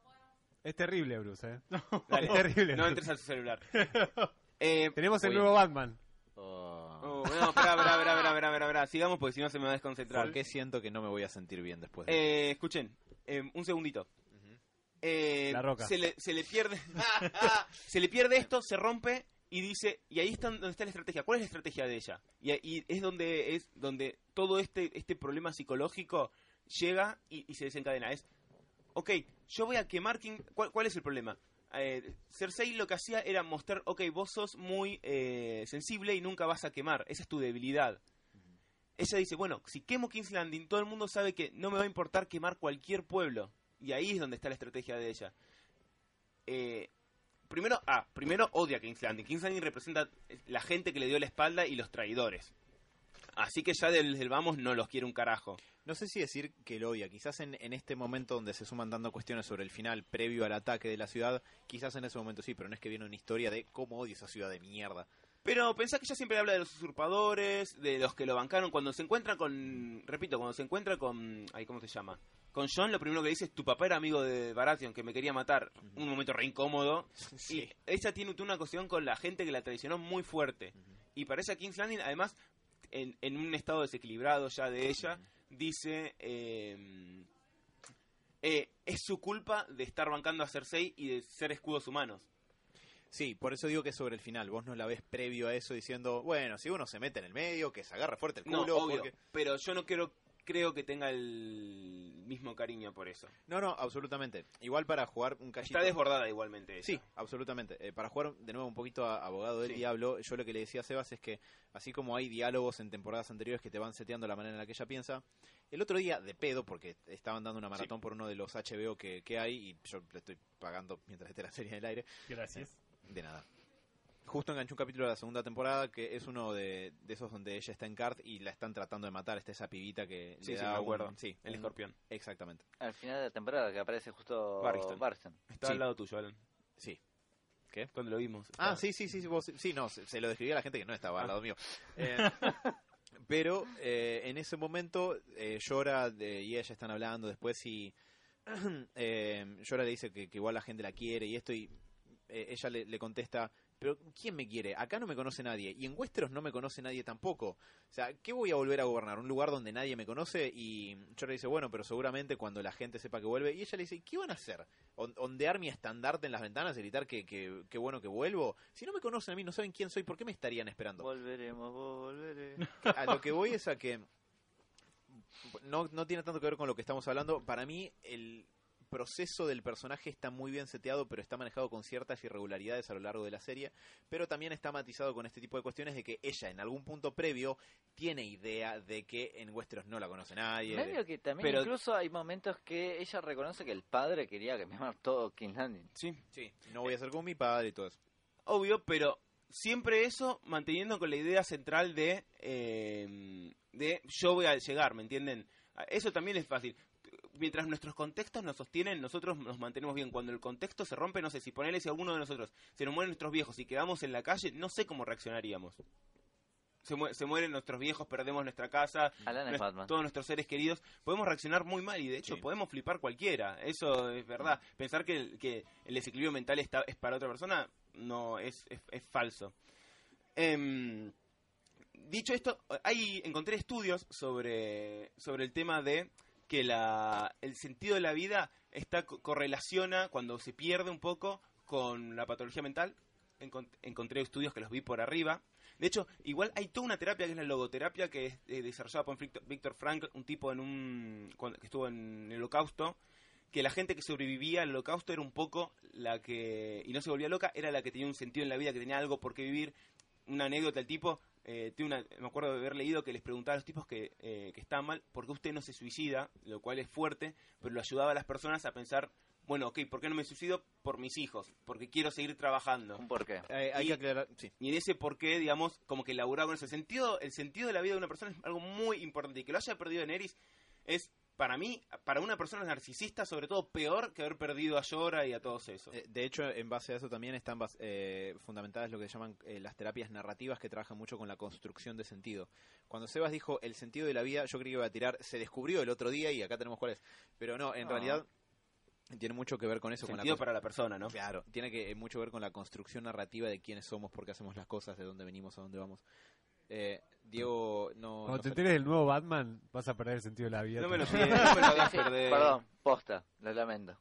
Es terrible, Bruce, ¿eh? Dale, Es terrible. no entres a su celular. Eh, Tenemos el Uy. nuevo Batman. oh, oh, no, espera, espera, espera, espera, espera, espera, espera. Sigamos porque si no se me va a desconcentrar. ¿por qué siento que no me voy a sentir bien después de esto? Eh, escuchen, eh, un segundito. Ujú. Eh, La Roca. Se le, se le pierde se le pierde esto, se rompe y dice, y ahí está donde está la estrategia. ¿Cuál es la estrategia de ella? Y, y es donde es donde todo este este problema psicológico llega y, y se desencadena. Es, ok, yo voy a quemar King. ¿Cuál, cuál es el problema? Eh, Cersei lo que hacía era mostrar, ok, vos sos muy eh, sensible y nunca vas a quemar. Esa es tu debilidad. Ella dice, bueno, si quemo King's Landing, todo el mundo sabe que no me va a importar quemar cualquier pueblo. Y ahí es donde está la estrategia de ella. Eh, primero, ah, primero odia a King's Landing. King's Landing representa la gente que le dio la espalda y los traidores. Así que ya desde el vamos no los quiere un carajo. No sé si decir que lo odia, quizás en, en este momento donde se suman dando cuestiones sobre el final previo al ataque de la ciudad, quizás en ese momento sí, pero no es que viene una historia de cómo odia esa ciudad de mierda. Pero pensá que ella siempre habla de los usurpadores, de los que lo bancaron. Cuando se encuentra con, repito, cuando se encuentra con, ay, ¿cómo se llama? Con Jon, lo primero que dice es, tu papá era amigo de Baratheon, que me quería matar. Ujú. Un momento re incómodo. Sí. Y ella tiene una cuestión con la gente que la traicionó muy fuerte. Y parece a King's Landing, además, en, en un estado desequilibrado ya de ella, dice, eh, eh, es su culpa de estar bancando a Cersei y de ser escudos humanos. Sí, por eso digo que sobre el final, vos no la ves previo a eso diciendo, bueno, si uno se mete en el medio, que se agarra fuerte el No, culo, obvio, porque... pero yo no quiero, creo que tenga el mismo cariño por eso. No, no, absolutamente. Igual para jugar un cachito... Está desbordada igualmente ella. Sí, absolutamente. Eh, para jugar de nuevo un poquito a Abogado del Sí. Diablo, yo lo que le decía a Sebas es que, así como hay diálogos en temporadas anteriores que te van seteando la manera en la que ella piensa, el otro día, de pedo, porque estaban dando una maratón por uno de los H B O que, que hay, y yo le estoy pagando mientras esté la serie en el aire, Gracias. de nada. justo enganché un capítulo de la segunda temporada que es uno de, de esos donde ella está en Cart y la están tratando de matar. Está esa pibita que Sí, le sí, da me un- acuerdo. sí, El un- escorpión. Exactamente. Al final de la temporada que aparece justo Barristan. Barristan. Está Sí. al lado tuyo, Alan. Sí. Cuando lo vimos. Ah, Está- sí, sí, sí, sí, vos- sí, no, se, se lo describí a la gente que no estaba al lado mío. Eh, pero eh, en ese momento eh, Yora de- y ella están hablando después y eh, Yora le dice que, que igual la gente la quiere y esto y eh, ella le, le contesta, pero ¿quién me quiere? Acá no me conoce nadie y en Westeros no me conoce nadie tampoco. O sea, ¿qué voy a volver a gobernar? ¿Un lugar donde nadie me conoce? Y Yora dice, bueno, pero seguramente cuando la gente sepa que vuelve. Y ella le dice, ¿qué van a hacer? ¿On- ¿Ondear mi estandarte en las ventanas y gritar que, que, que bueno que vuelvo? Si no me conocen a mí, no saben quién soy, ¿por qué me estarían esperando? Volveremos, volveremos. A lo que voy es a que no, no tiene tanto que ver con lo que estamos hablando. Para mí, el proceso del personaje está muy bien seteado, pero está manejado con ciertas irregularidades a lo largo de la serie. Pero también está matizado con este tipo de cuestiones de que ella, en algún punto previo, tiene idea de que en Westeros no la conoce nadie. Medio que también Pero- incluso hay momentos que ella reconoce que el padre quería quemar todo King's Landing. Sí, Sí, no voy a ser como mi padre y todo eso. obvio, pero siempre eso manteniendo con la idea central de, eh, de yo voy a llegar, ¿me entienden? Eso también es fácil. Mientras nuestros contextos nos sostienen, nosotros nos mantenemos bien. Cuando el contexto se rompe, no sé, si ponele si a alguno de nosotros se nos mueren nuestros viejos y quedamos en la calle, no sé cómo reaccionaríamos. Se, mu- se mueren nuestros viejos, perdemos nuestra casa, Alan es nues- Batman. todos nuestros seres queridos, podemos reaccionar muy mal y de hecho Sí. podemos flipar cualquiera. Eso es verdad. Pensar que el, que el desequilibrio mental está, es para otra persona, no, es, es, es falso. Em, dicho esto, hay, encontré estudios sobre, sobre el tema de que la, el sentido de la vida está co- correlaciona cuando se pierde un poco con la patología mental. Encont- encontré estudios que los vi por arriba. De hecho, igual hay toda una terapia que es la logoterapia que es eh, desarrollada por Victor, Viktor Frankl, un tipo en un cuando, que estuvo en el Holocausto, que la gente que sobrevivía al Holocausto era un poco la que, y no se volvía loca, era la que tenía un sentido en la vida, que tenía algo por qué vivir. Una anécdota, el tipo, eh, tiene una, me acuerdo de haber leído que les preguntaba a los tipos que, eh, que estaban mal, ¿por qué usted no se suicida? Lo cual es fuerte, pero lo ayudaba a las personas a pensar, bueno, ok, ¿por qué no me suicido? Por mis hijos, porque quiero seguir trabajando. Un porqué. Eh, hay Y- que aclarar, sí. Y en ese porqué, digamos, como que laburaba con ese sentido, el sentido de la vida de una persona es algo muy importante. Y que lo haya perdido Daenerys es, para mí, para una persona narcisista, sobre todo peor que haber perdido a Jorah y a todos esos. Eh, De hecho, en base a eso también están bas- eh, fundamentadas lo que llaman eh, las terapias narrativas, que trabajan mucho con la construcción de sentido. Cuando Sebas dijo el sentido de la vida, yo creí que iba a tirar, se descubrió el otro día y acá tenemos cuál es. Pero no, en Ah. realidad tiene mucho que ver con eso. Sentido con la para la persona, ¿no? Claro, tiene que eh, mucho que ver con la construcción narrativa de quiénes somos, por qué hacemos las cosas, de dónde venimos, a dónde vamos. Eh, Diego, no... Cuando no te sé- enteres del nuevo Batman, vas a perder el sentido de la vida. No me lo también. piden, no me lo hagan Sí, perder. perdón, posta, lo lamento.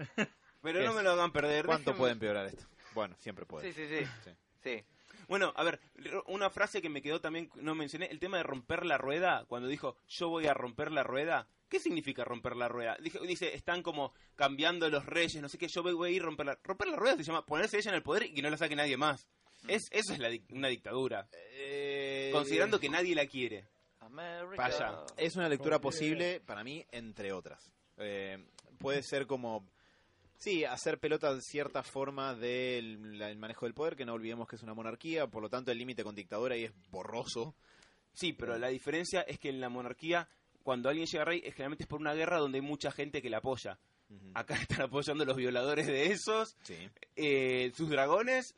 Pero ¿Qué no es? me lo hagan perder. ¿Cuánto déjenme- puede empeorar esto? Bueno, siempre puede. Sí, sí, sí. Sí. Sí. Bueno, a ver, una frase que me quedó también, no mencioné, el tema de romper la rueda, cuando dijo, yo voy a romper la rueda. ¿Qué significa romper la rueda? Dice, dice, están como cambiando los reyes, no sé qué, yo voy a ir a romper la... Romper la rueda se llama ponerse ella en el poder y que no la saque nadie más. Es, eso es la dic- una dictadura. Eh, Considerando que nadie la quiere. America. Vaya. Es una lectura posible para mí, entre otras. Eh, puede ser como, sí, hacer pelota de cierta forma del la- el manejo del poder, que no olvidemos que es una monarquía, por lo tanto el límite con dictadura ahí es borroso. Sí, pero la diferencia es que en la monarquía, cuando alguien llega a rey, es generalmente es por una guerra donde hay mucha gente que la apoya. Ujú. Acá están apoyando los violadores de esos, Sí. eh, sus dragones,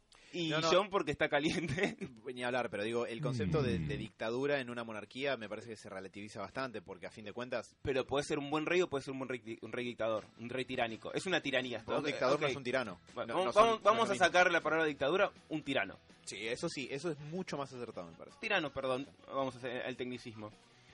y No, no. Jon porque está caliente. Ni hablar, pero digo, el concepto de, de dictadura en una monarquía me parece que se relativiza bastante, porque a fin de cuentas, Pero puede ser un buen rey o puede ser un buen rey, un rey dictador, un rey tiránico. Es una tiranía esto. un Ok, dictador no ok. es un tirano. Bueno, No- no vamos son- vamos- no vamos es a lo mismo. sacar la palabra dictadura, un tirano. Sí, eso sí, eso es mucho más acertado, me parece. Tirano, perdón, vamos a hacer el tecnicismo.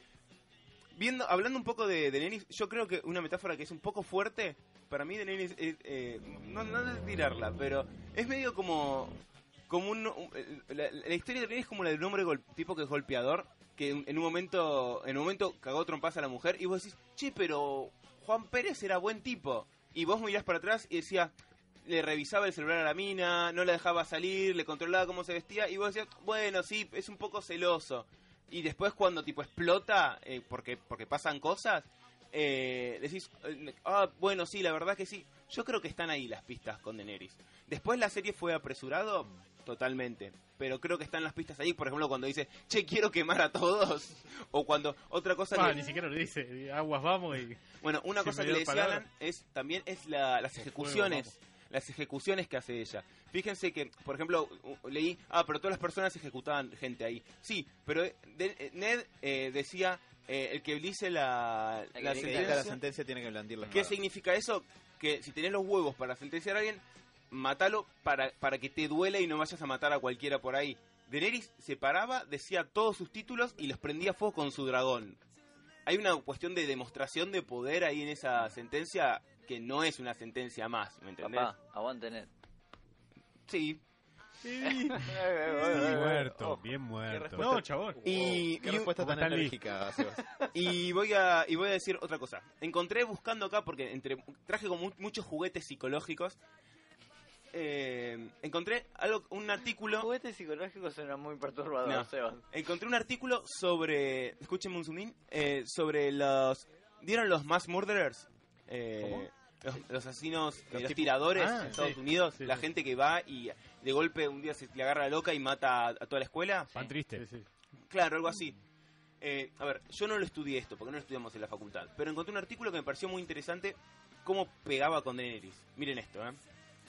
Viendo, hablando un poco de Daenerys, yo creo que una metáfora que es un poco fuerte, para mí Daenerys es, eh, no, no de tirarla, pero es medio como, como un, un- la, la historia de Daenerys es como la de un hombre gol- tipo que es golpeador, que en, en un momento, en un momento cagó trompas a la mujer y vos decís, che, pero Juan Pérez era buen tipo, y vos mirás para atrás y decías, le revisaba el celular a la mina, no la dejaba salir, le controlaba cómo se vestía, y vos decías, bueno, sí, es un poco celoso. Y después cuando tipo explota, eh, porque, porque pasan cosas, eh, decís, eh, ah, bueno, sí, la verdad que sí. Yo creo que están ahí las pistas con Daenerys. Después la serie fue apresurado, totalmente. Pero creo que están las pistas ahí, por ejemplo, cuando dice, che, quiero quemar a todos. O cuando otra cosa... Ah, que... ni siquiera lo dice, aguas vamos y... Bueno, una Sin cosa que pedir le decía palabra. Alan es también es la, las Con ejecuciones. fuego, Las ejecuciones que hace ella. Fíjense que, por ejemplo, u- leí, ah, pero todas las personas ejecutaban gente ahí. Sí, pero eh, de- eh, Ned eh, decía, eh, el que dice la, El la que dicta la sentencia, sentencia tiene que blandir la ¿qué espada. significa eso? Que si tenés los huevos para sentenciar a alguien, matalo para, para que te duela y no vayas a matar a cualquiera por ahí. Daenerys se paraba, decía todos sus títulos y los prendía a fuego con su dragón. Hay una cuestión de demostración de poder ahí en esa sentencia que no es una sentencia más, ¿me entendés? Papá, aguante Ned. Sí. Sí. Muerto, Oh, bien muerto. No, chabón. Y, Qué y- respuesta como tan Stan Lee. enérgica, Sebas. y voy a y voy a decir otra cosa. Encontré buscando acá porque entre traje como mu- muchos juguetes psicológicos. Eh, encontré algo un artículo. Juguete psicológico suena muy perturbador, No. Sebas. Encontré un artículo sobre, escúchenme un zoom in, eh, sobre los ¿vieron los mass murderers? Eh, los, los asesinos, eh, los, tipos- tiradores Ah, en Estados sí. Unidos, Sí, la sí. gente que va y de golpe un día se le agarra la loca y mata a, a toda la escuela. Pan triste. Sí, sí. Claro, algo así. Eh, a ver, yo no lo estudié esto, porque no lo estudiamos en la facultad, pero encontré un artículo que me pareció muy interesante, cómo pegaba con Daenerys. Miren esto, ¿eh?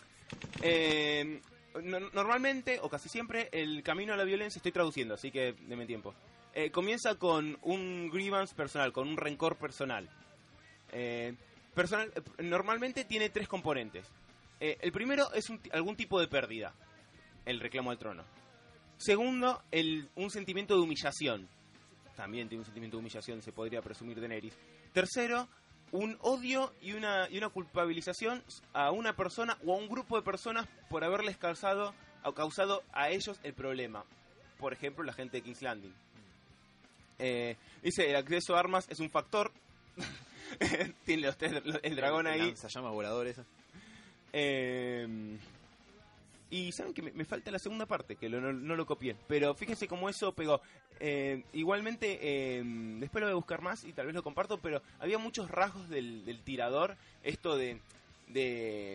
Eh, no- normalmente, o casi siempre, el camino a la violencia, estoy traduciendo, así que denme tiempo. Eh, comienza con un grievance personal, con un rencor personal. Eh, personal eh, normalmente tiene tres componentes. Eh, el primero es un ti- algún tipo de pérdida, el reclamo al trono. Segundo, el, un sentimiento de humillación. También tiene un sentimiento de humillación, se podría presumir de Daenerys. Tercero, un odio y una, y una culpabilización a una persona o a un grupo de personas por haberles causado, o causado a ellos el problema. Por ejemplo, la gente de King's Landing. Eh, dice, el acceso a armas es un factor. Tiene los tres, el dragón El ahí. lanzallamas volador ese. Eh, y saben que me, me falta la segunda parte, que lo- no, no lo copié. Pero fíjense cómo eso pegó. Eh, igualmente, eh, después lo voy a buscar más y tal vez lo comparto, pero había muchos rasgos del, del tirador. Esto de, de,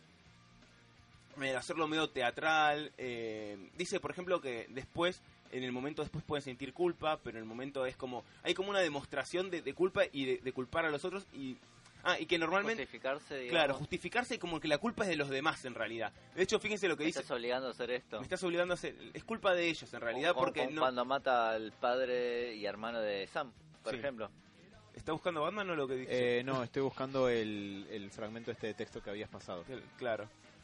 mm, de hacerlo medio teatral. Eh, dice, por ejemplo, que después, en el momento después pueden sentir culpa, pero en el momento es como... Hay como una demostración de, de culpa y de, de culpar a los otros y... Ah, y que normalmente... Justificarse, digamos. Claro, justificarse como que la culpa es de los demás en realidad. De hecho, fíjense lo que Me dice. estás obligando a hacer esto. Me estás obligando a hacer. Es culpa de ellos en realidad Como- porque como no. Cuando mata al padre y hermano de Sam, por Sí. ejemplo. ¿Está buscando Batman o lo que dice? Eh, no, estoy buscando el, el fragmento este de texto que habías pasado. Claro.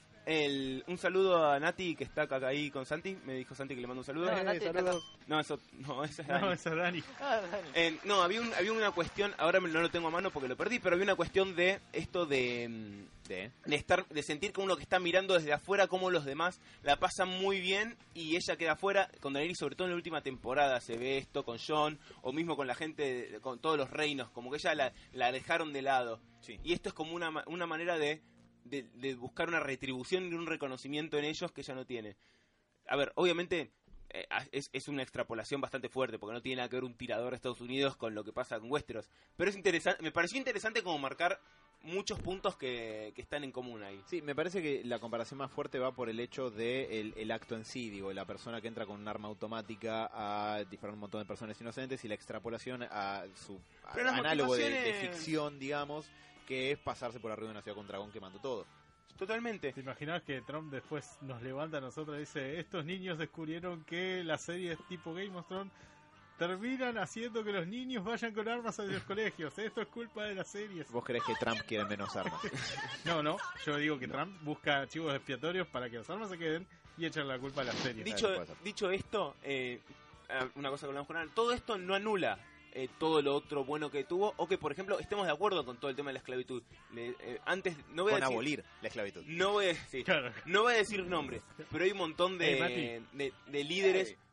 El, un saludo a Nati que está acá ahí con Santi. Me dijo Santi que le mando un saludo. No, Nati está acá. No, eso. No, eso es Dani. No, eso es Dani. Ah, Dani. Eh, no, había, un, había una cuestión. Ahora no lo tengo a mano porque lo perdí. Pero había una cuestión de esto de. mm, ¿De? de estar de sentir que uno que está mirando desde afuera como los demás la pasan muy bien y ella queda afuera. Con Daenerys, sobre todo en la última temporada, se ve esto con Jon o mismo con la gente, de- con todos los reinos, como que ella la, la dejaron de lado. Sí. Y esto es como una, ma- una manera de, de, de buscar una retribución y un reconocimiento en ellos que ella no tiene. A ver, obviamente eh, es, es una extrapolación bastante fuerte porque no tiene nada que ver un tirador de Estados Unidos con lo que pasa con Westeros. Pero es interesante, me pareció interesante como marcar muchos puntos que, que están en común ahí. Sí, me parece que la comparación más fuerte va por el hecho de el, el acto en sí, digo, la persona que entra con un arma automática a disparar a un montón de personas inocentes y la extrapolación a su a- Pero las análogo de, de motivaciones- ficción, digamos, que es pasarse por arriba de una ciudad con un dragón quemando todo. Totalmente. ¿Te imaginas que Trump después nos levanta a nosotros y dice, estos niños descubrieron que las series tipo Game of Thrones terminan haciendo que los niños vayan con armas a los colegios? Esto es culpa de las series. ¿Vos creés que Trump quiere menos armas? No, no, yo digo que Trump busca archivos expiatorios para que las armas se queden y echan la culpa a las series. Dicho, puede ser. dicho esto, eh, ah, una cosa que hablamos con Alan, todo esto no anula eh, todo lo otro bueno que tuvo, o que por ejemplo estemos de acuerdo con todo el tema de la esclavitud. Le- eh, antes, no voy a Con decir, abolir la esclavitud. no voy a, sí, Claro. no voy a decir nombres, pero hay un montón de, Hey, Mati. de, de líderes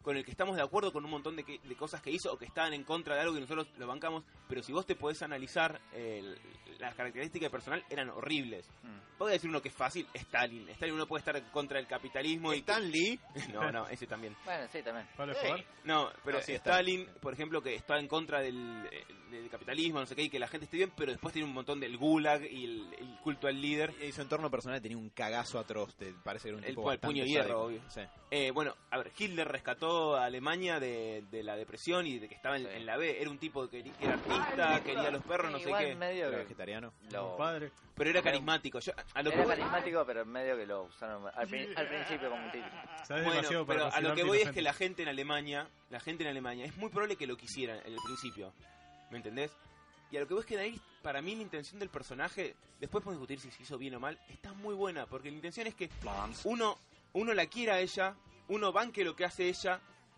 con el que estamos de acuerdo con un montón de, que, de cosas que hizo o que estaban en contra de algo que nosotros lo bancamos, pero si vos te podés analizar, eh, las características personal eran horribles. Mm. Voy a decir uno que es fácil, Stalin. Stalin uno puede estar en contra del capitalismo y... Stan Lee. No, no, ese también. Bueno, sí, también. ¿Pablo Escobar? No, pero No, sí, Stalin, por ejemplo, que está en contra del, eh, del capitalismo, no sé qué, y que la gente esté bien, pero después tiene un montón del gulag y el, el culto al líder. Y su entorno personal tenía un cagazo atroz. Te parece que era un El tipo pu- el bastante puño de hierro, sádico. obvio. Sí. Eh, bueno, a ver, Hitler rescató a Alemania de, de la depresión y de que estaba en, Sí. en la B. Era un tipo que, quería- que era artista, quería a los perros, no sé Igual qué. medio Era que vegetariano. lo- Padre. Pero era carismático. Yo, a lo que Era voy- carismático, pero medio que lo usaron al, prin- al principio como un título. ¿Sabes Bueno, demasiado para pero a lo que considerarte voy es inocente? que la gente en Alemania, la gente en Alemania, es muy probable que lo quisieran en el principio. ¿Me entendés? Y a lo que voy es que Daenerys, para mí la intención del personaje, después podemos discutir si se hizo bien o mal, está muy buena, porque la intención es que uno, uno la quiera a ella, uno banque lo que hace ella,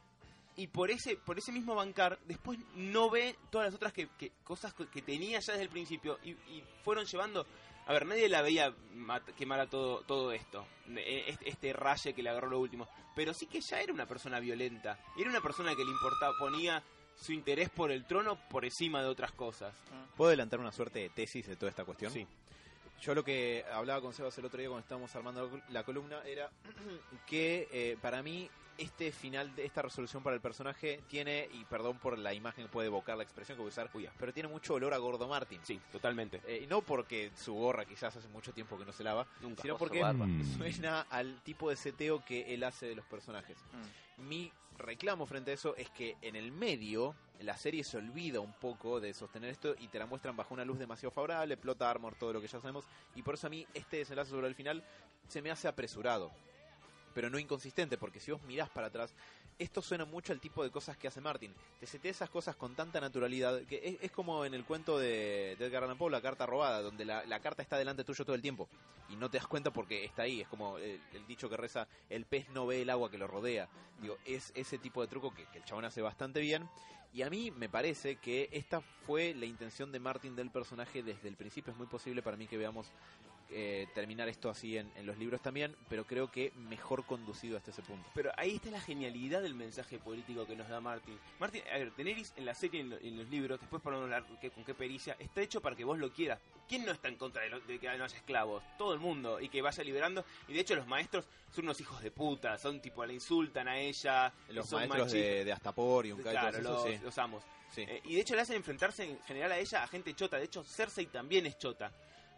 y por ese, por ese mismo bancar, después no ve todas las otras que, que- cosas que que tenía ya desde el principio, y, y fueron llevando... A ver, nadie la veía mat- quemar a todo, todo esto, eh, este, este raye que le agarró lo último, pero sí que ya era una persona violenta, era una persona que le importaba, ponía su interés por el trono por encima de otras cosas. ¿Puedo adelantar una suerte de tesis de toda esta cuestión? Sí. Yo lo que hablaba con Sebas el otro día cuando estábamos armando la columna era que eh, para mí este final de esta resolución para el personaje tiene, y perdón por la imagen que puede evocar la expresión que voy a usar, Uy, ah. pero tiene mucho olor a Gordo Martin. Sí, totalmente. Eh, y no porque su gorra quizás hace mucho tiempo que no se lava, Nunca. sino O su porque barba. suena al tipo de seteo que él hace de los personajes. Mm. Mi reclamo frente a eso es que en el medio la serie se olvida un poco de sostener esto y te la muestran bajo una luz demasiado favorable, plota armor, todo lo que ya sabemos, y por eso a mí este desenlace sobre el final se me hace apresurado, pero no inconsistente, porque si vos mirás para atrás, esto suena mucho al tipo de cosas que hace Martin. Te setea esas cosas con tanta naturalidad que es, es como en el cuento de, de Edgar Allan Poe, La carta robada, donde la, la carta está delante tuyo todo el tiempo y no te das cuenta porque está ahí. Es como el, el dicho que reza, el pez no ve el agua que lo rodea. Digo, es ese tipo de truco que, que el chabón hace bastante bien. Y a mí me parece que esta fue la intención de Martin del personaje desde el principio. Es muy posible para mí que veamos eh, terminar esto así en, en los libros también, pero creo que mejor conducido hasta ese punto. Pero ahí está la genialidad del mensaje político que nos da Martin. Martin, a ver, Daenerys en la serie y en, lo- en los libros, después para hablar que- con qué pericia, está hecho para que vos lo quieras. ¿Quién no está en contra de, lo- de que no haya esclavos? Todo el mundo, y que vaya liberando. Y de hecho los maestros son unos hijos de puta, son tipo, la insultan a ella. Los son maestros machistas. de, de Astapor y un Claro, eso, los, sí. los amos. Sí. Eh, y de hecho le hacen enfrentarse en general a ella a gente chota. De hecho, Cersei también es chota.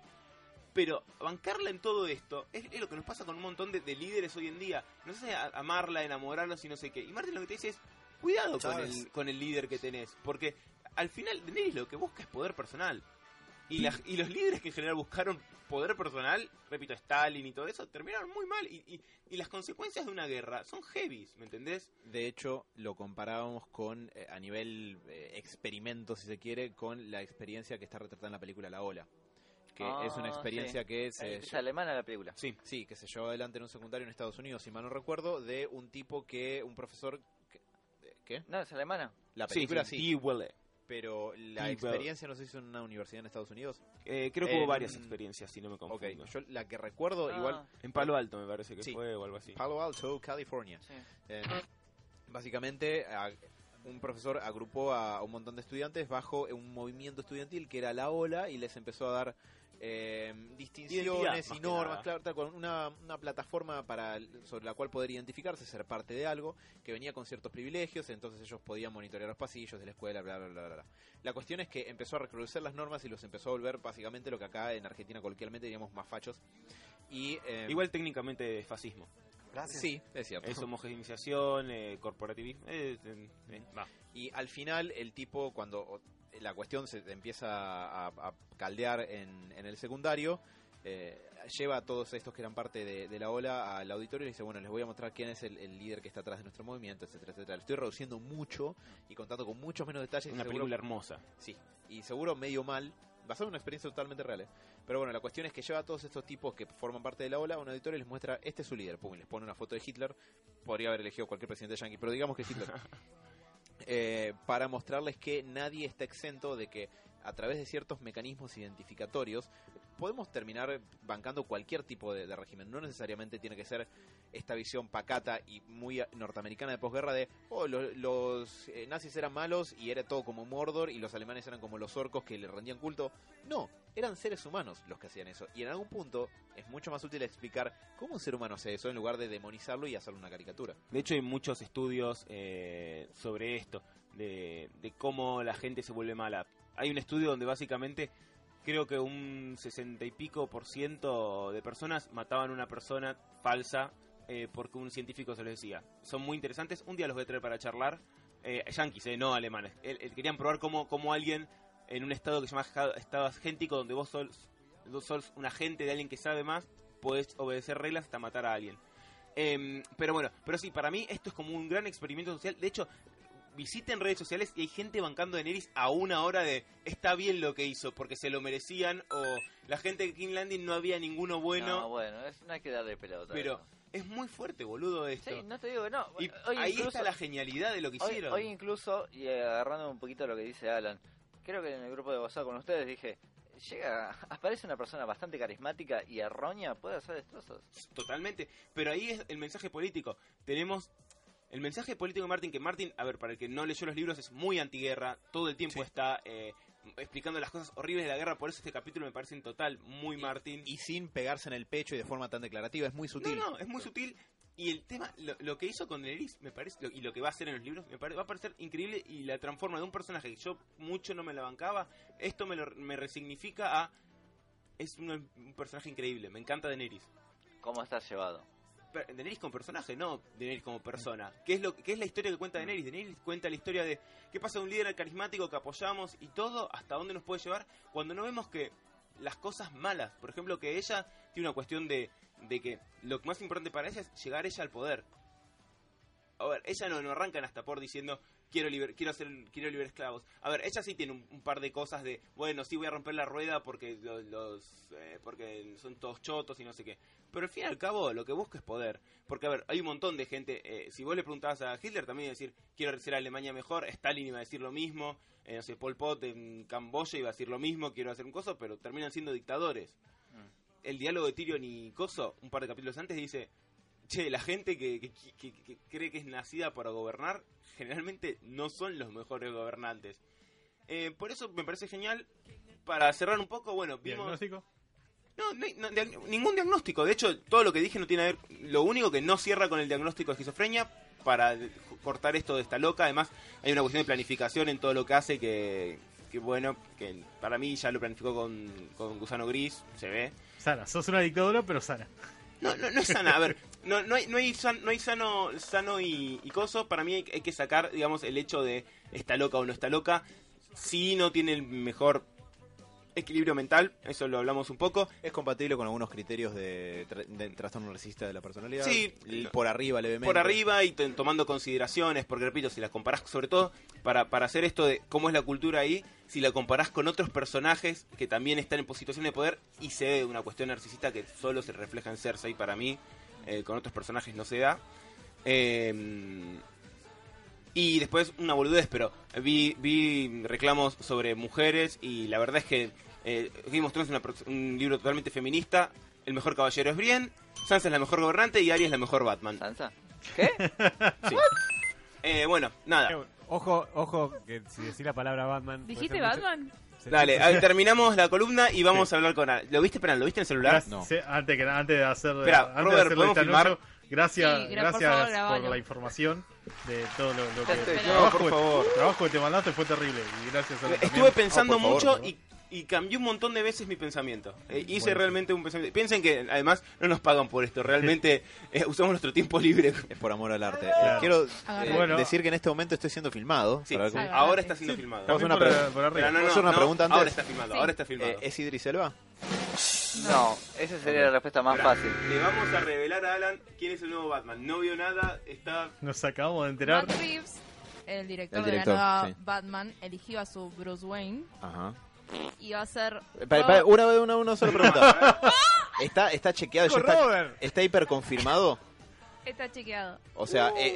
Pero bancarla en todo esto es, es lo que nos pasa con un montón de, de líderes hoy en día. No sé, a- amarla, enamorarlos y no sé qué. Y Martin lo que te dice es, cuidado con ¿Sabes? el, con el líder que tenés. Porque al final Daenerys lo que busca es poder personal. Y, la- y los líderes que en general buscaron poder personal, repito, Stalin y todo eso, terminaron muy mal. Y, y, y las consecuencias de una guerra son heavies, ¿me entendés? De hecho, lo comparábamos con, eh, a nivel eh, experimento, si se quiere, con la experiencia que está retratada en la película La Ola. Que Ah, es una experiencia sí. que se... Es alemana la película. Sí. Sí, que se llevó adelante en un secundario en Estados Unidos, si mal no recuerdo, de un tipo que, un profesor... que- ¿Qué? No, es alemana. La película sí, Die Welle. pero la Die experiencia no se hizo en una universidad en Estados Unidos. Eh, creo que Eh, hubo varias mm, experiencias, si no me Ok, confundo. yo la que recuerdo Ah, igual... En Palo Alto me parece que Sí. fue o algo así. Palo Alto, California. sí. Eh, básicamente, a- un profesor agrupó a un montón de estudiantes bajo un movimiento estudiantil que era La Ola y les empezó a dar eh, distinciones Identidad, y más que normas, nada. claro, tal cual, una, una plataforma para sobre la cual poder identificarse, ser parte de algo que venía con ciertos privilegios, entonces ellos podían monitorear los pasillos de la escuela, bla, bla, bla, bla, bla. La cuestión es que empezó a recrudecer las normas y los empezó a volver básicamente lo que acá en Argentina coloquialmente diríamos más fachos. Y, eh, Igual técnicamente es fascismo. sí, es cierto. Es homogeneización, eh, corporativismo. eh, eh, eh, va. Y al final el tipo, cuando o- la cuestión se empieza a, a caldear en, en el secundario, eh, lleva a todos estos que eran parte de, de la ola al auditorio y le dice, bueno, les voy a mostrar quién es el, el líder que está atrás de nuestro movimiento, etcétera, etcétera. Le estoy reduciendo mucho y contando con muchos menos detalles. Una y seguro- película hermosa. Sí, y seguro medio mal, basado en una experiencia totalmente real. ¿eh? Pero bueno, la cuestión es que lleva a todos estos tipos que forman parte de la ola a un auditorio y les muestra, este es su líder, pum, y les pone una foto de Hitler. Podría haber elegido cualquier presidente yankee, pero digamos que es Hitler. Eh, para mostrarles que nadie está exento de que a través de ciertos mecanismos identificatorios podemos terminar bancando cualquier tipo de, de régimen. No necesariamente tiene que ser esta visión pacata y muy norteamericana de posguerra de, oh, lo, los eh, nazis eran malos y era todo como Mordor y los alemanes eran como los orcos que le rendían culto. No, eran seres humanos los que hacían eso. Y en algún punto es mucho más útil explicar cómo un ser humano hace eso en lugar de demonizarlo y hacerle una caricatura. De hecho hay muchos estudios eh, sobre esto, de, de cómo la gente se vuelve mala. Hay un estudio donde básicamente creo que un sesenta y pico por ciento de personas mataban a una persona falsa eh, porque un científico se los decía. Son muy interesantes, un día los voy a traer para charlar. Eh, yanquis, eh, no alemanes. El, el, querían probar cómo, cómo alguien en un estado que se llama estado agéntico, donde vos sos, vos sos un agente de alguien que sabe más, podés obedecer reglas hasta matar a alguien. Eh, pero bueno, pero sí, para mí esto es como un gran experimento social. De hecho, visiten redes sociales y hay gente bancando a Daenerys a una hora de está bien lo que hizo porque se lo merecían, o la gente de King's Landing no había ninguno bueno. No, bueno, es, no hay que darle pelota. Pero eso. Es muy fuerte, boludo, esto. Sí, no te digo que no. Y hoy ahí incluso, está la genialidad de lo que hoy, hicieron. Hoy incluso, y agarrando un poquito lo que dice Alan, creo que en el grupo de WhatsApp con ustedes dije, llega, aparece una persona bastante carismática y errónea, puede hacer destrozos. Totalmente, pero ahí es el mensaje político. Tenemos el mensaje político de Martin, que Martin, a ver, para el que no leyó los libros, es muy antiguerra, todo el tiempo sí. está eh, explicando las cosas horribles de la guerra, por eso este capítulo me parece en total muy Martin. Y, y sin pegarse en el pecho y de forma tan declarativa, es muy sutil. No, no, es muy sutil. Y el tema, lo, lo que hizo con Daenerys, me parece, lo, y lo que va a hacer en los libros, me parece, va a parecer increíble y la transforma de un personaje que yo mucho no me la bancaba, esto me, lo, me resignifica a... Es un, un personaje increíble, me encanta Daenerys. ¿Cómo está llevado? Daenerys como personaje, no Daenerys como persona. ¿Qué es lo qué es la historia que cuenta Daenerys? Daenerys cuenta la historia de qué pasa de un líder carismático que apoyamos y todo, hasta dónde nos puede llevar cuando no vemos que las cosas malas, por ejemplo, que ella tiene una cuestión de, de que lo más importante para ella es llegar ella al poder. A ver, ella no, no arranca en hasta por diciendo quiero liber, quiero hacer quiero liberar esclavos. A ver, ella sí tiene un, un par de cosas de, bueno, sí voy a romper la rueda porque los, los eh, porque son todos chotos y no sé qué. Pero al fin y al cabo lo que busca es poder. Porque a ver, hay un montón de gente, eh, si vos le preguntabas a Hitler también iba a decir, quiero hacer a Alemania mejor, Stalin iba a decir lo mismo, eh, no sé, Pol Pot en Camboya iba a decir lo mismo, quiero hacer un coso, pero terminan siendo dictadores. Mm. El diálogo de Tyrion y Coso, un par de capítulos antes, dice, che, la gente que, que, que, que cree que es nacida para gobernar, generalmente no son los mejores gobernantes. Eh, por eso me parece genial. Para cerrar un poco, bueno, vimos... ¿Diagnóstico? No, no, no diag- ningún diagnóstico. De hecho, todo lo que dije no tiene que ver... Lo único que no cierra con el diagnóstico de esquizofrenia, para cortar esto de esta loca. Además, hay una cuestión de planificación en todo lo que hace que... que bueno, que para mí ya lo planificó con, con Gusano Gris, se ve. Sana, sos una dictadura, pero sana. No, no, no es sana, a ver, no, no hay, no hay, san, no hay sano, sano y, y coso. Para mí hay, hay que sacar, digamos, el hecho de está loca o no está loca. Sí, no tiene el mejor equilibrio mental, eso lo hablamos un poco. Es compatible con algunos criterios de, tra- de trastorno narcisista de la personalidad. Sí, y por arriba levemente. Por arriba y t- tomando consideraciones, porque repito, si las comparás, sobre todo para, para hacer esto de cómo es la cultura ahí, si la comparás con otros personajes que también están en situación de poder y se ve una cuestión narcisista que solo se refleja en Cersei para mí, eh, con otros personajes no se da. Eh, y después una boludez, pero vi, vi reclamos sobre mujeres y la verdad es que eh, Game of Thrones es una, un libro totalmente feminista. El mejor caballero es Brienne, Sansa es la mejor gobernante y Arya es la mejor Batman. ¿Sansa? ¿Qué? Sí. Eh, bueno, nada. Eh, Ojo, ojo, que si decís la palabra Batman... puede ¿Dijiste ser mucho- Batman? se- Dale, a ver, terminamos la columna y vamos Sí. a hablar con... Al- ¿Lo viste, Perán? ¿Lo viste en el celular? Gracias- No. sí, antes, que, antes de hacer, Espera, antes Robert, de hacer ¿podemos este filmar? anuncio, gracias, Sí, gra- por gracias favor, por, grabalo. la información de todo lo, lo Ya que... estoy, el no, trabajo, por favor. el trabajo que te mandaste fue terrible y gracias a Estuve pensando Oh, por favor, mucho por favor. y, y cambié un montón de veces mi pensamiento. Eh, hice Buenísimo. realmente un pensamiento. Piensen que además no nos pagan por esto. Realmente eh, usamos nuestro tiempo libre. Es por amor al arte. Claro. Eh, quiero Agarra. eh, Bueno. decir que en este momento estoy siendo filmado. Sí, para ver sí, cómo- Agarrate. ahora está siendo Sí, filmado. Vamos a una por, pregunta. por arriba. Pero no, ¿Puedo no, hacer una no, pregunta antes? ahora está filmado, Sí. ahora está filmado. Eh, ¿Es Idris Elba? No, esa sería la respuesta más Esperá, fácil. Le vamos a revelar a Alan quién es el nuevo Batman. No vio nada, está... Nos acabamos de enterar. Matt Reeves, el director, El de director, la nueva sí. Batman, eligió a su Bruce Wayne Ajá. y va a ser... Pa- pa- una, una, una sola pregunta. ¿Está, está chequeado? ¿Ya Con está, Robert. ¿Está hiperconfirmado? Está chequeado. O sea, e- es,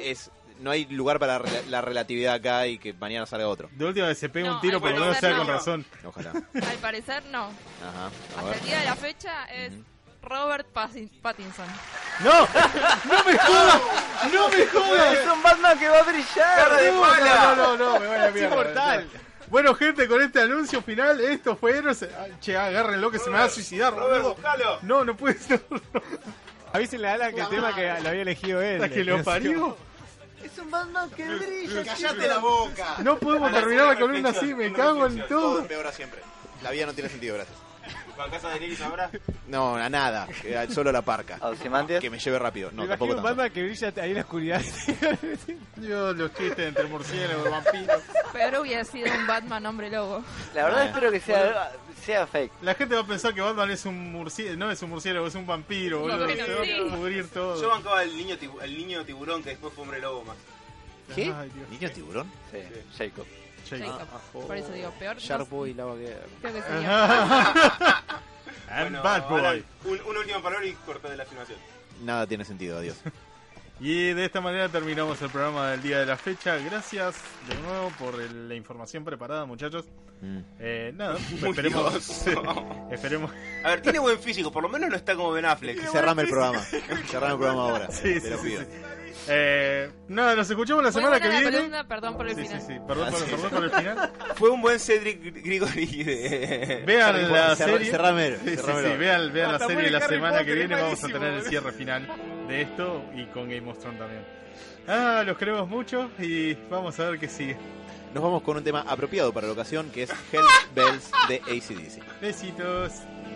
no hay lugar para la, la relatividad acá y que mañana salga otro. De última vez se pega No, un tiro, al por lo menos parecer sea no. con razón. Ojalá. Al parecer no. Ajá. A Hasta ver. el día de la fecha es Ujú. Robert Pasi- Pattinson. ¡No! ¡No me jodas! ¡No me jodas! Es un Batman que va a brillar. ¡Cara de No, pala! no, no, no, me vaya a mierda. inmortal. Bueno, gente, con este anuncio final, esto fue Héroes. Ah, che, agárrenlo que se me va a suicidar, Robert, boludo. buscalo. No, no puede ser. Avísenle a Alan que el tema que lo había elegido él. Hasta que lo parió. Es un Batman que brilla. ¡Cállate la boca! No podemos Ahora terminar la una columna reflexión, así, me una cago en reflexión. Todo todo. empeora siempre. La vida no tiene sentido, gracias. ¿Con casa de Neris ahora? No, a nada. Eh, Solo la parca. Ozymandias. Que me lleve rápido. No, Me tampoco imagino un tanto. Batman que brilla ahí en la oscuridad. Dios, los chistes entre murciélagos, vampiros. Pero hubiera sido un Batman hombre lobo. La verdad Ah. espero que sea, sea fake. La gente va a pensar que Batman es un murciélago, no es un murciélago, es un vampiro, boludo. bueno, Se va sí. a pudrir Yo todo. bancaba al niño, tibu- al niño tiburón que después fue hombre lobo más. ¿Qué? Ay, Dios. ¿Niño tiburón? Sí, Jacob. Jacob. Jacob. Por eso digo, peor. no- Sharkboy y Lava Girl. creo que sería. And Bueno, Bad Boy. Alan, un, una última palabra y corté de la filmación. Nada tiene sentido, adiós. Y de esta manera terminamos el programa del día de la fecha. Gracias de nuevo por el- la información preparada, muchachos. Mm. Eh, nada, Muy esperemos. Dios. esperemos. A ver, tiene buen físico, por lo menos no está como Ben Affleck. Cerrame el programa. Cerrame el programa ahora. Sí, Te sí, lo sí, pido. sí. Eh, nada, nos escuchamos la Muy semana buena que la viene. columna, perdón por el Sí, sí, final. sí. Perdón, Ah, por, sí. perdón por el final. Fue un buen Cedric Grigori de... Vean la Cerra- serie. cerrame, Sí, sí, cerrámelo. sí, vean, vean la Hasta serie muere la Harry semana Potter, que viene. es Vamos a malísimo, tener el boludo. cierre final de esto y con Game of Thrones también. Ah, los queremos mucho y vamos a ver qué sigue. Nos vamos con un tema apropiado para la ocasión que es Hell Bells de A C D C. Besitos.